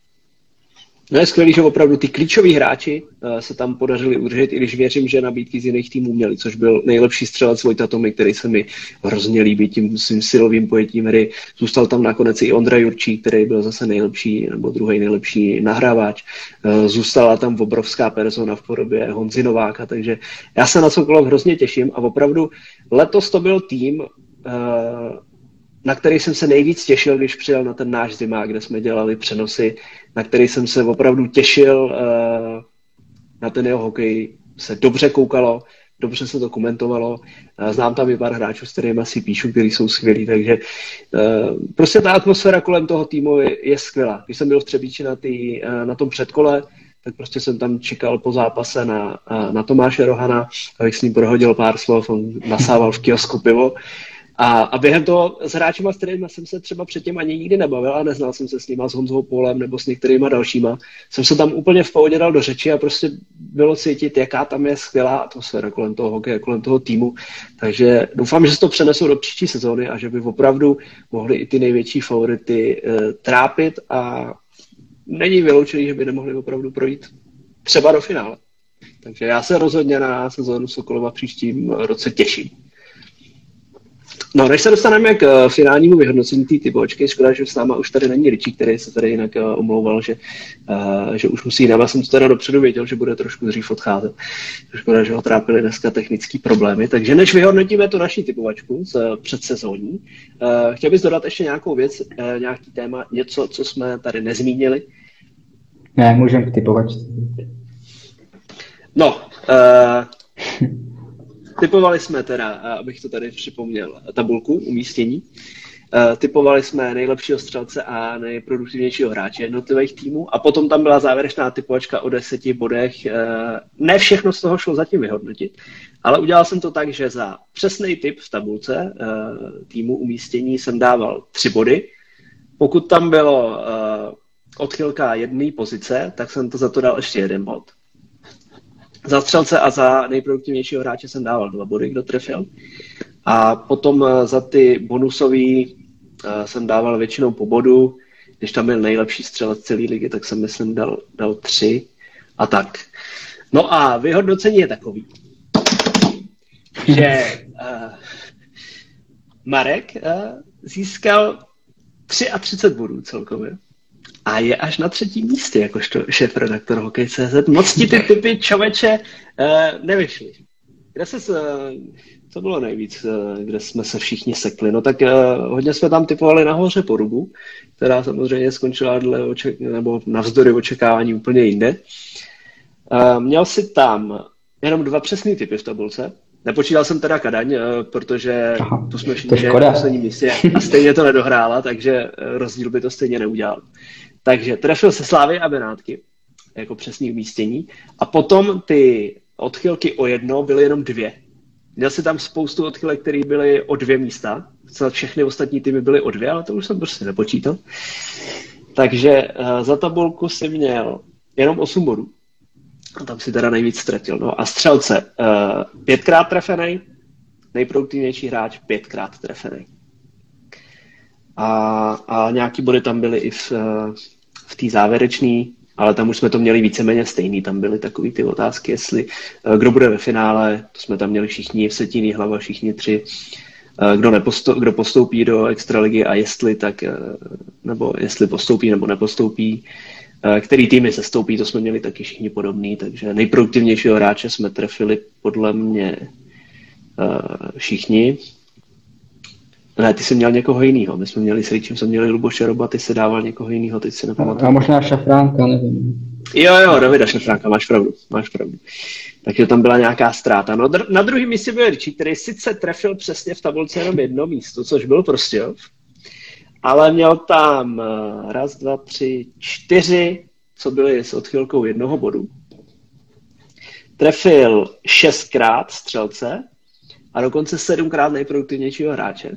No je skvělý, že opravdu ty klíčoví hráči uh, se tam podařili udržet, i když věřím, že nabídky z jiných týmů měli, což byl nejlepší střelec Vojta Tomy, který se mi hrozně líbí tím svým silovým pojetím hry. Zůstal tam nakonec i Ondra Jurčík, který byl zase nejlepší, nebo druhý nejlepší nahrávač. Uh, zůstala tam obrovská persona v podobě Honzy Nováka, takže já se na Sokolov hrozně těším a opravdu letos to byl tým, uh, na který jsem se nejvíc těšil, když přijel na ten náš zimák, kde jsme dělali přenosy, na který jsem se opravdu těšil, uh, na ten jeho hokej se dobře koukalo, dobře se to komentovalo, uh, znám tam i pár hráčů, s kterými si píšu, kteří jsou skvělí, takže uh, prostě ta atmosféra kolem toho týmu je, je skvělá. Když jsem byl v Třebíči na, tý, uh, na tom předkole, tak prostě jsem tam čekal po zápase na, uh, na Tomáše Rohana, abych s ním prohodil pár slov, on nasával v kiosku pivo. A, a během toho s hráčima, s kterými jsem se třeba předtím ani nikdy nebavil a neznal jsem se s nima, s Honzou Polem nebo s některýma dalšíma, jsem se tam úplně v pohodě dal do řeči a prostě bylo cítit, jaká tam je skvělá atmosféra kolem toho hokeje, kolem toho týmu. Takže doufám, že se to přenesou do příští sezóny a že by opravdu mohli i ty největší favority e, trápit a není vyloučený, že by nemohli opravdu projít třeba do finále. Takže já se rozhodně na sezónu Sokolova v příštím roce těším. No, než se dostaneme k finálnímu vyhodnocení té typovačky, škoda, že s náma už tady není Richie, který se tady jinak omlouval, že, uh, že už musí jinam. Já jsem to teda dopředu věděl, že bude trošku dřív odcházet. Škoda, že ho trápily dneska technické problémy. Takže než vyhodnotíme tu naší typovačku z předsezóní, uh, chtěl bys dodat ještě nějakou věc, uh, nějaký téma, něco, co jsme tady nezmínili? Ne, můžeme k typovačce. No, uh, typovali jsme teda, abych to tady připomněl, tabulku umístění. Typovali jsme nejlepšího střelce a nejproduktivnějšího hráče jednotlivých týmů a potom tam byla závěrečná typovačka o deseti bodech. Ne všechno z toho šlo zatím vyhodnotit, ale udělal jsem to tak, že za přesný tip v tabulce týmu umístění jsem dával tři body. Pokud tam bylo odchylka jedné pozice, tak jsem to za to dal ještě jeden bod. Za střelce a za nejproduktivnějšího hráče jsem dával dva body, kdo trefil. A potom za ty bonusový jsem dával většinou po bodu. Když tam byl nejlepší střelec celé ligy, tak jsem myslím dal, dal tři a tak. No a vyhodnocení je takový, že uh, Marek uh, získal třiatřicet bodů celkově. A je až na třetím místě, jakožto šéf-redaktor Hokej tečka cé zet. Moc ti ty typy, čověče, uh, nevyšly. kde se, co bylo nejvíc, kde jsme se všichni sekli? No tak hodně jsme tam typovali nahoře Porubu, která samozřejmě skončila dle oček- nebo navzdory očekávání úplně jinde. Měl si tam jenom dva přesný typy v tabulce. Nepočítal jsem teda Kadaň, protože Aha, tu jsme všichni v poslední místě a stejně to nedohrála, takže rozdíl by to stejně neudělal. Takže trefil se Slávy a Benátky jako přesný umístění a potom ty odchylky o jedno byly jenom dvě. Měl si tam spoustu odchylek, které byly o dvě místa. Všechny ostatní týmy byly o dvě, ale to už jsem prostě nepočítal. Takže uh, za tabulku si měl jenom osm bodů. A tam si teda nejvíc ztratil. No a střelce uh, pětkrát trefenej, nejproduktivnější hráč pětkrát trefenej. A, a nějaký body tam byly i v, uh, v té závěrečné, ale tam už jsme to měli víceméně stejný. Tam byly takové ty otázky, jestli uh, kdo bude ve finále, to jsme tam měli všichni, Vsetíný, Hlava, všichni tři, uh, kdo, neposto- kdo postoupí do extraligy a jestli tak, uh, nebo jestli postoupí nebo nepostoupí. Který týmy se stoupí, to jsme měli taky všichni podobný, takže nejproduktivnějšího hráče jsme trefili podle mě uh, všichni. Ne, ty jsi měl někoho jiného, my jsme měli s Ričem, jsme měli Luboše Roba, ty se dával někoho jiného, teď si nepamatuju. A možná Šafránka, nevím. Jo, jo, Davida Šafránka, máš pravdu, máš pravdu. Takže tam byla nějaká ztráta. No, dr- na druhém místě byl Ričí, který sice trefil přesně v tabulce jenom jedno místo, což byl Prostějov, ale měl tam raz, dva, tři, čtyři, co byly s odchylkou jednoho bodu. Trefil šestkrát střelce a dokonce sedmkrát nejproduktivnějšího hráče.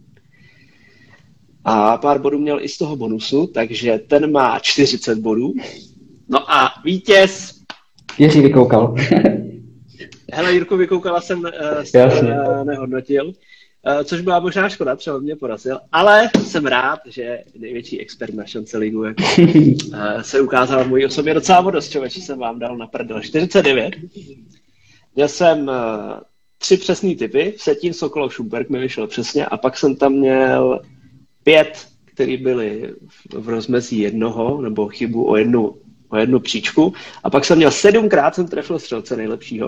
A pár bodů měl i z toho bonusu, takže ten má čtyřicet bodů. No a vítěz... Jiří Vykoukal. Hele, Jirku Vykoukala jsem uh, nehodnotil. Což byla možná škoda, třeba mě porazil, ale jsem rád, že největší expert na šance ligu jako, se ukázal v mojí osobě docela dost, člověče jsem vám dal na prdel. čtyřicet devět. Měl jsem tři přesný typy, Vsetín, Sokolov, Šumperk mi vyšel přesně a pak jsem tam měl pět, které byly v rozmezí jednoho, nebo chybu o jednu, o jednu příčku a pak jsem měl sedmkrát, jsem trefil střelce nejlepšího.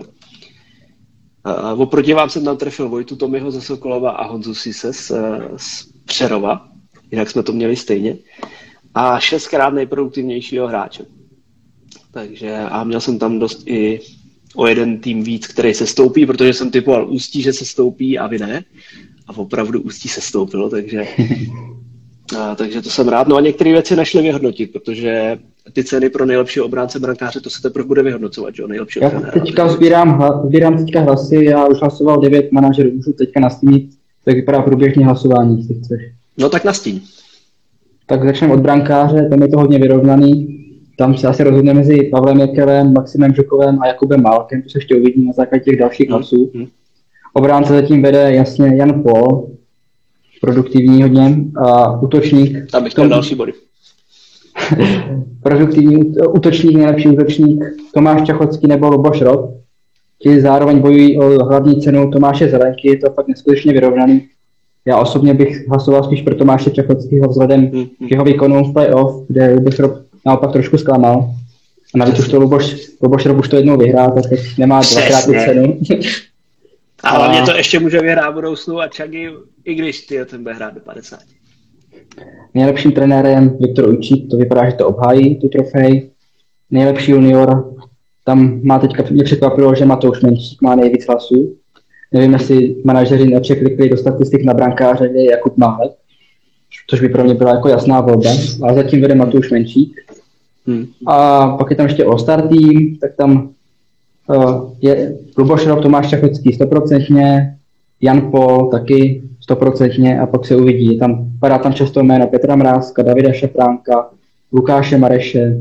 Uh, oproti vám jsem tam trefil Vojtu Tomyho ze Sokolova a Honzu Sise z, z Přerova, jinak jsme to měli stejně. A šestkrát nejproduktivnějšího hráče. Takže a měl jsem tam dost i o jeden tým víc, který se stoupí, protože jsem typoval Ústí, že se stoupí a vy ne. A opravdu Ústí se stoupilo, takže, a, takže to jsem rád. No a některé věci nešly vyhodnotit, protože ty ceny pro nejlepšího obránce brankáře, to se teprve bude vyhodnocovat, že jo, nejlepšího Já trenéra. teďka sbírám, hla, sbírám teďka hlasy, já už hlasoval devět manažerů, můžu teďka nastínit, tak vypadá průběžně hlasování, jestli chceš. No tak nastíň. Tak začneme od brankáře, tam je to hodně vyrovnaný, tam se asi rozhodne mezi Pavlem Jekelem, Maximem Žukovem a Jakubem Málkem, to se ještě uvidí na základě těch dalších hlasů. Hmm. Obránce zatím vede jasně Jan Pol, produktivní hodně, a útočník. Tam bych chtěl další body. Produktivní útočník, nejlepší útočník Tomáš Čachocký nebo Luboš Rob. Ti zároveň bojují o hlavní cenu Tomáše Zelenky, je to fakt neskutečně vyrovnaný. Já osobně bych hlasoval spíš pro Tomáše Čachockého vzhledem k jeho výkonu v playoff, kde Luboš Rob naopak trošku zklamal. A navíc už to Luboš, Luboš Rob už to jednou vyhrál, tak teď nemá dvakrát tu cenu. A hlavně to ještě může vyhrát v budoucnu a Čagy, i když ty ten bude hrát do padesát. Nejlepším trenérem Viktor Ujčík, to vypadá, že to obhájí, tu trofej. Nejlepší junior, tam má teďka, mě překvapilo, že Matouš Menšík má nejvíc hlasů. Nevím, jestli manažeři nepřeklikli do statistik na brankáře, je Jakub Málek, což by pro mě byla jako jasná volba, ale zatím vede Matouš Menšík. Hmm. A pak je tam ještě All-Star tým, tak tam uh, je Luboš Rob, Tomáš Čachocký stoprocentně, Jan Pol taky stoprocentně a pak se uvidí. Tam padá tam často jméno Petra Mrázka, Davida Šafránka, Lukáše Mareše.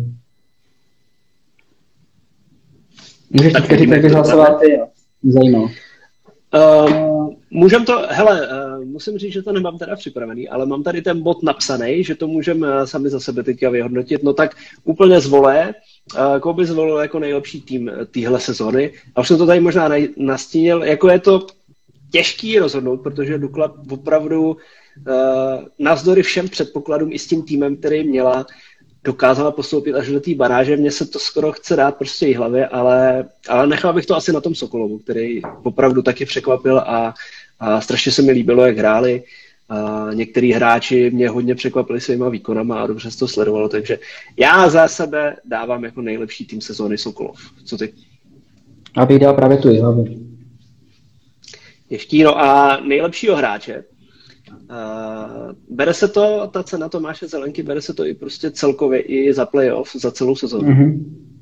Můžeš tak teďka říct, jak bys hlasoval ty, zajímalo. Uh, můžem to, hele, uh, musím říct, že to nemám teda připravený, ale mám tady ten bod napsaný, že to můžeme uh, sami za sebe teďka vyhodnotit. No tak úplně zvolé, uh, koho by zvolil jako nejlepší tým téhle sezóny. A už jsem to tady možná nastínil, jako je to těžký rozhodnout, protože Dukla opravdu uh, navzdory všem předpokladům i s tím týmem, který měla, dokázala postoupit až do té baráže. Mně se to skoro chce dát prostě jí hlavě, ale, ale nechal bych to asi na tom Sokolovu, který opravdu taky překvapil a, a strašně se mi líbilo, jak hráli. A některý hráči mě hodně překvapili svýma výkonama a dobře se to sledovalo, takže já za sebe dávám jako nejlepší tým sezóny Sokolov. Co ty? Abych dal právě tu Jihlavu. Ještě no a nejlepšího hráče. Uh, bere se to, ta cena Tomáše Zelenky, bere se to i prostě celkově i za playoff, za celou sezónu. Mm-hmm.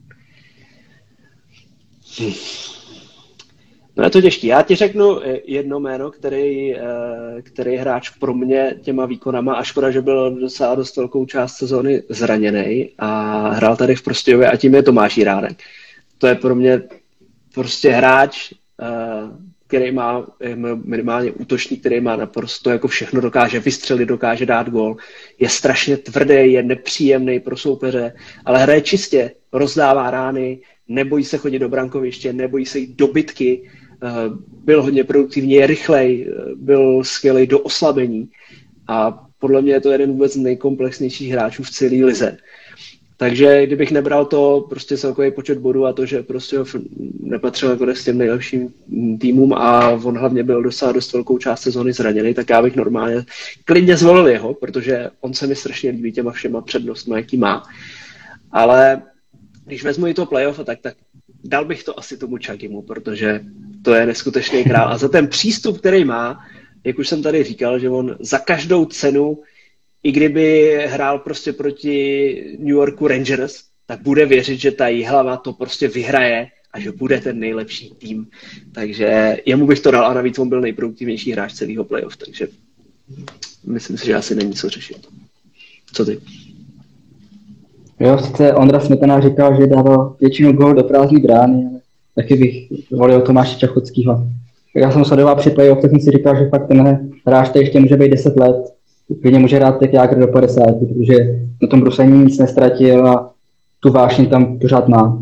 Hm. No je to těžký. Já ti řeknu jedno jméno, který, který hráč pro mě těma výkonama, a škoda, že byl docela dost velkou část sezóny zraněný a hrál tady v Prostějově, a tím je Tomáš Jiránek. To je pro mě prostě hráč, který má minimálně útočník, který má naprosto jako všechno, dokáže vystřelit, dokáže dát gól, je strašně tvrdý, je nepříjemný pro soupeře, ale hraje čistě, rozdává rány, nebojí se chodit do brankoviště, nebojí se jít do bitky, byl hodně produktivní, je rychlej, byl skvělý do oslabení a podle mě je to jeden vůbec z nejkomplexnějších hráčů v celé lize. Takže kdybych nebral to prostě celkový počet bodů a to, že prostě nepatřil jako s těm nejlepším týmům a on hlavně byl docela dost velkou část sezóny zraněný, tak já bych normálně klidně zvolil jeho, protože on se mi strašně líbí těma všema přednostmi, jaký má. Ale když vezmu i to playoff, tak, tak dal bych to asi tomu Čagimu, protože to je neskutečný král. A za ten přístup, který má, jak už jsem tady říkal, že on za každou cenu, i kdyby hrál prostě proti New Yorku Rangers, tak bude věřit, že ta Jihlava to prostě vyhraje a že bude ten nejlepší tým. Takže jemu bych to dal a navíc on byl nejproduktivnější hráč celého playoff, takže myslím si, že asi není co řešit. Co ty? Jo, sice Ondra Smetana říkal, že dával většinu gól do prázdné brány, ale taky bych volil Tomáše Čachockýho. Já jsem sledoval při playoff, tak jsem si říkal, že fakt tenhle hráč to ještě může být deset let. Klidně může hrát tak Jágr do padesáti, protože na tom bruslení nic nestratil a tu vášně tam pořád má.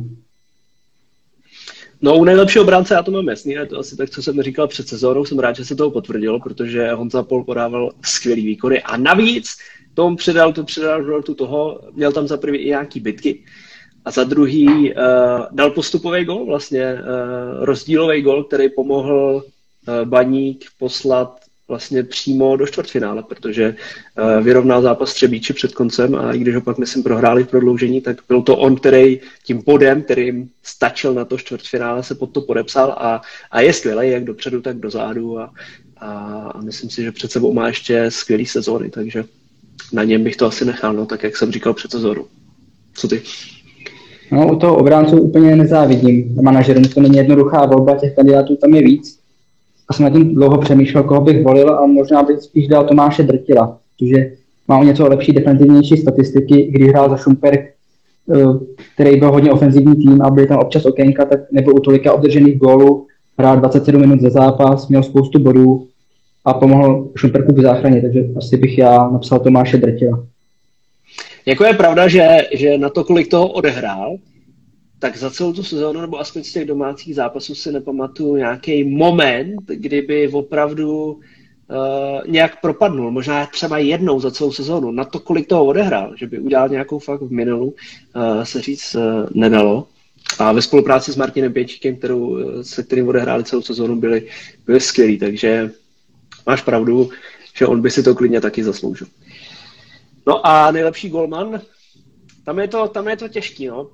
No u nejlepšího bránce já to mám jasný, je to asi tak, co jsem říkal před sezónou, jsem rád, že se toho potvrdilo, protože Honza Pol podával skvělý výkony a navíc tomu předal, to předal tu toho, měl tam za první i nějaký bitky a za druhý uh, dal postupový gol, vlastně uh, rozdílový gol, který pomohl uh, Baník poslat vlastně přímo do čtvrtfinále, protože uh, vyrovnal zápas Třebíči před koncem a i když ho pak, myslím, prohráli v prodloužení, tak byl to on, který tím bodem, kterým stačil na to čtvrtfinále, se pod to podepsal a, a je skvělý, jak dopředu, tak dozadu a, a, a myslím si, že před sebou má ještě skvělý sezóny, takže na něm bych to asi nechal, no, tak jak jsem říkal před sezónu. Co ty? No, u toho obránců úplně nezávidím. Manažerům to není jednoduchá volba, těch kandidátů tam je víc. A jsem nad tím dlouho přemýšlel, koho bych volil a možná bych spíš dal Tomáše Drtila, protože má o něco lepší defensivnější statistiky, když hrál za Šumperk, který byl hodně ofenzivní tým a byly tam občas okénka, tak nebyl u tolika obdržených gólů, hrál dvacet sedm minut za zápas, měl spoustu bodů a pomohl Šumperku v záchraně, takže asi bych já napsal Tomáše Drtila. Jako je pravda, že, že na to, kolik toho odehrál, tak za celou tu sezónu, nebo aspoň z těch domácích zápasů si nepamatuju nějaký moment, kdyby opravdu uh, nějak propadnul. Možná třeba jednou za celou sezónu. Na to, kolik toho odehrál, že by udělal nějakou fakt v minulu, uh, se říct uh, nedalo. A ve spolupráci s Martinem Pěčíkem, kterou, se kterým odehráli celou sezónu, byli, byli skvělí. Takže máš pravdu, že on by si to klidně taky zasloužil. No a nejlepší golman, tam je to, tam je to těžký, no.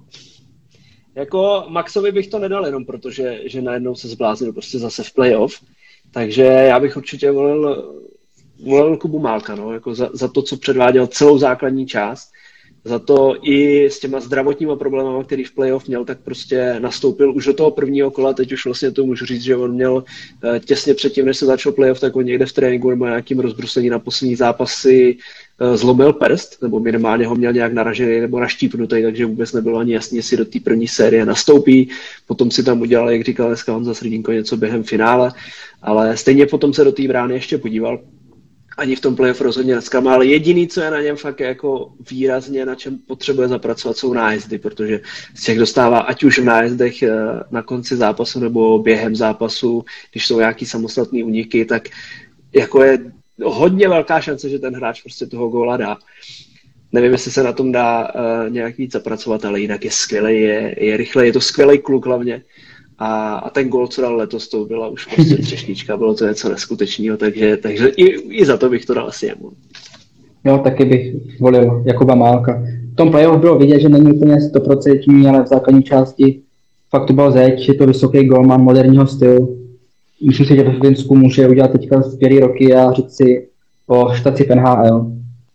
Jako Maxovi bych to nedal jenom protože, že najednou se zbláznil prostě zase v playoff, takže já bych určitě volil, volil Kubu Málka, no, jako za, za to, co předváděl celou základní část, za to i s těma zdravotníma problémama, který v playoff měl, tak prostě nastoupil už do toho prvního kola, teď už vlastně to můžu říct, že on měl těsně předtím, než se začal playoff, tak on někde v tréninku nebo nějakým rozbruslení na poslední zápasy zlomil prst, nebo minimálně ho měl nějak naražený nebo naštípnutý, takže vůbec nebylo ani jasně, jestli do té první série nastoupí. Potom si tam udělal, jak říkal dneska Honza Srdínko, něco během finále, ale stejně potom se do té brány ještě podíval. Ani v tom playoff rozhodně nesklamal, ale jediný, co je na něm fakt jako výrazně, na čem potřebuje zapracovat, jsou nájezdy, protože z těch dostává ať už v nájezdech na konci zápasu nebo během zápasu, když jsou nějaký samostatný úniky, tak jako je hodně velká šance, že ten hráč prostě toho góla dá. nevím, jestli se na tom dá uh, nějak víc zapracovat, ale jinak je skvělý, je, je rychle, je to skvělý kluk hlavně. A, a ten gól, co dal letos, to byla už prostě třešnička, bylo to něco neskutečného, takže, takže i, i za to bych to dal asi jemu. Jo, taky bych volil Jakuba Málka. V tom playoff bylo vidět, že není úplně stoprocentní, ale v základní části fakt to byl zeď, je to vysoký golman moderního stylu. Myslím si, že ve Finsku může udělat teďka skvělý roky a říct si o štaci v N H L.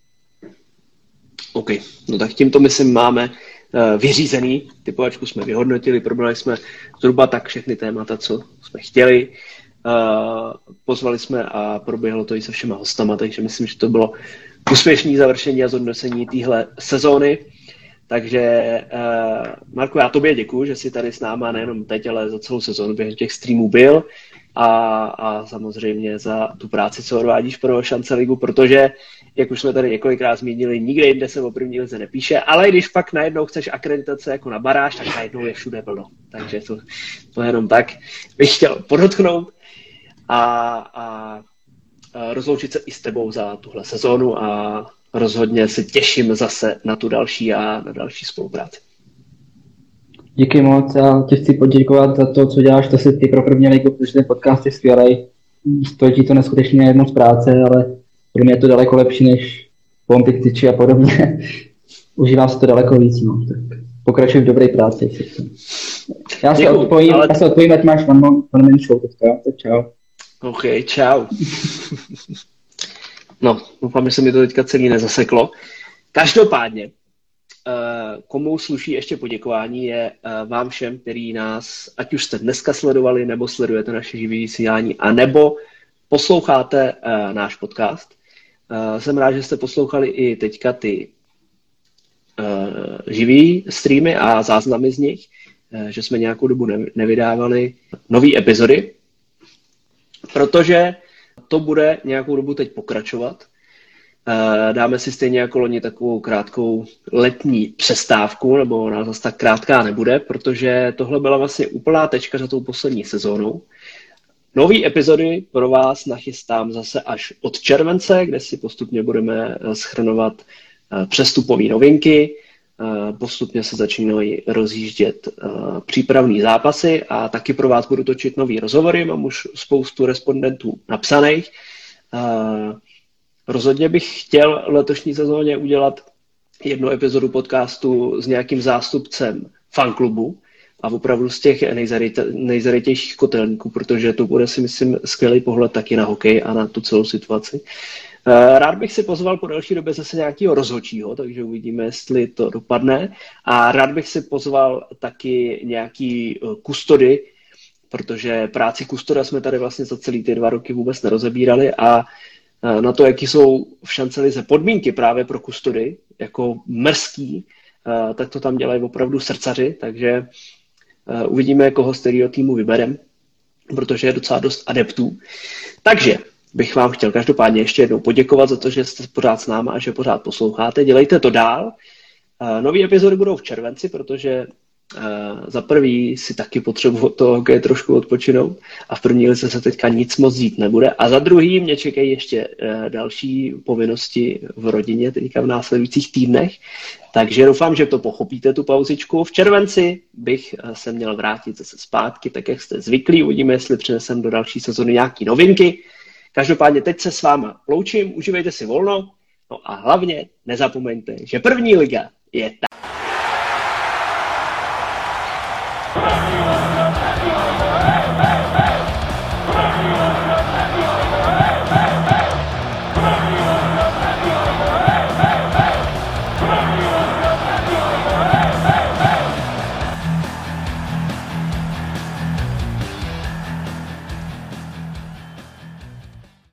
OK, no tak tímto myslím máme uh, vyřízený. Typovačku jsme vyhodnotili, probrali jsme zhruba tak všechny témata, co jsme chtěli. Uh, pozvali jsme a proběhlo to i se všema hostama, takže myslím, že to bylo úspěšné završení a zhodnocení téhle sezóny. Takže uh, Marku, já tobě děkuju, že jsi tady s náma nejenom teď, ale za celou sezónu během těch streamů byl a, a samozřejmě za tu práci, co odvádíš pro Šance ligu, protože, jak už jsme tady několikrát zmínili, nikde jinde se o první lize nepíše, ale když pak najednou chceš akreditace jako na baráž, tak najednou je všude plno. Takže to, to jenom tak bych chtěl podotknout a, a, a rozloučit se i s tebou za tuhle sezónu a rozhodně se těším zase na tu další a na další spolupráci. Díky moc a tě chci poděkovat za to, co děláš, to si ty pro první ligu, protože ten podcast je skvělej. Stojí ti to neskutečně moc práce, ale pro mě je to daleko lepší než Pompiktiči a podobně. Užívám se to daleko víc, no. Tak pokračuj v dobré práci. Já se odpojím, ale... já se odpojím, ať máš one man show teďka, tak čau. OK, čau. No, doufám, že se mi to teďka celý nezaseklo. Každopádně, komu sluší ještě poděkování je vám všem, který nás, ať už jste dneska sledovali, nebo sledujete naše živý vysílání, a nebo posloucháte náš podcast. Jsem rád, že jste poslouchali i teďka ty živý streamy a záznamy z nich, že jsme nějakou dobu nevydávali nový epizody, protože to bude nějakou dobu teď pokračovat. Dáme si stejně jako loni takovou krátkou letní přestávku, nebo ona zase tak krátká nebude, protože tohle byla vlastně úplná tečka za tou poslední sezónou. Nový epizody pro vás nachystám zase až od července, kde si postupně budeme shrnovat přestupové novinky, postupně se začínají rozjíždět přípravní zápasy a taky pro vás budu točit nový rozhovory, mám už spoustu respondentů napsaných. Rozhodně bych chtěl v letošní sezóně udělat jednu epizodu podcastu s nějakým zástupcem fanklubu a opravdu z těch nejzarytějších kotelníků, protože to bude, si myslím, skvělý pohled taky na hokej a na tu celou situaci. Rád bych si pozval po delší době zase nějakého rozhodčího, takže uvidíme, jestli to dopadne. A rád bych si pozval taky nějaký kustody, protože práci kustoda jsme tady vlastně za celý ty dva roky vůbec nerozebírali a na to, jaký jsou v Šance lize podmínky právě pro kustody, jako mrzký, tak to tam dělají opravdu srdcaři, takže uvidíme, koho z kterého týmu vyberem, protože je docela dost adeptů. Takže bych vám chtěl každopádně ještě jednou poděkovat za to, že jste pořád s náma a že pořád posloucháte. Dělejte to dál. Nový epizody budou v červenci, protože za prvý si taky potřebuji od toho hokeje trošku odpočinout a v první lize se teďka nic moc dít nebude. A za druhý mě čekají ještě další povinnosti v rodině teďka v následujících týdnech. Takže doufám, že to pochopíte, tu pauzičku. V červenci bych se měl vrátit zase zpátky, tak jak jste zvyklí. Uvidíme, jestli přinesem do další sezony nějaké novinky. Každopádně teď se s váma loučím, užívejte si volno, no a hlavně nezapomeňte, že první liga je ta.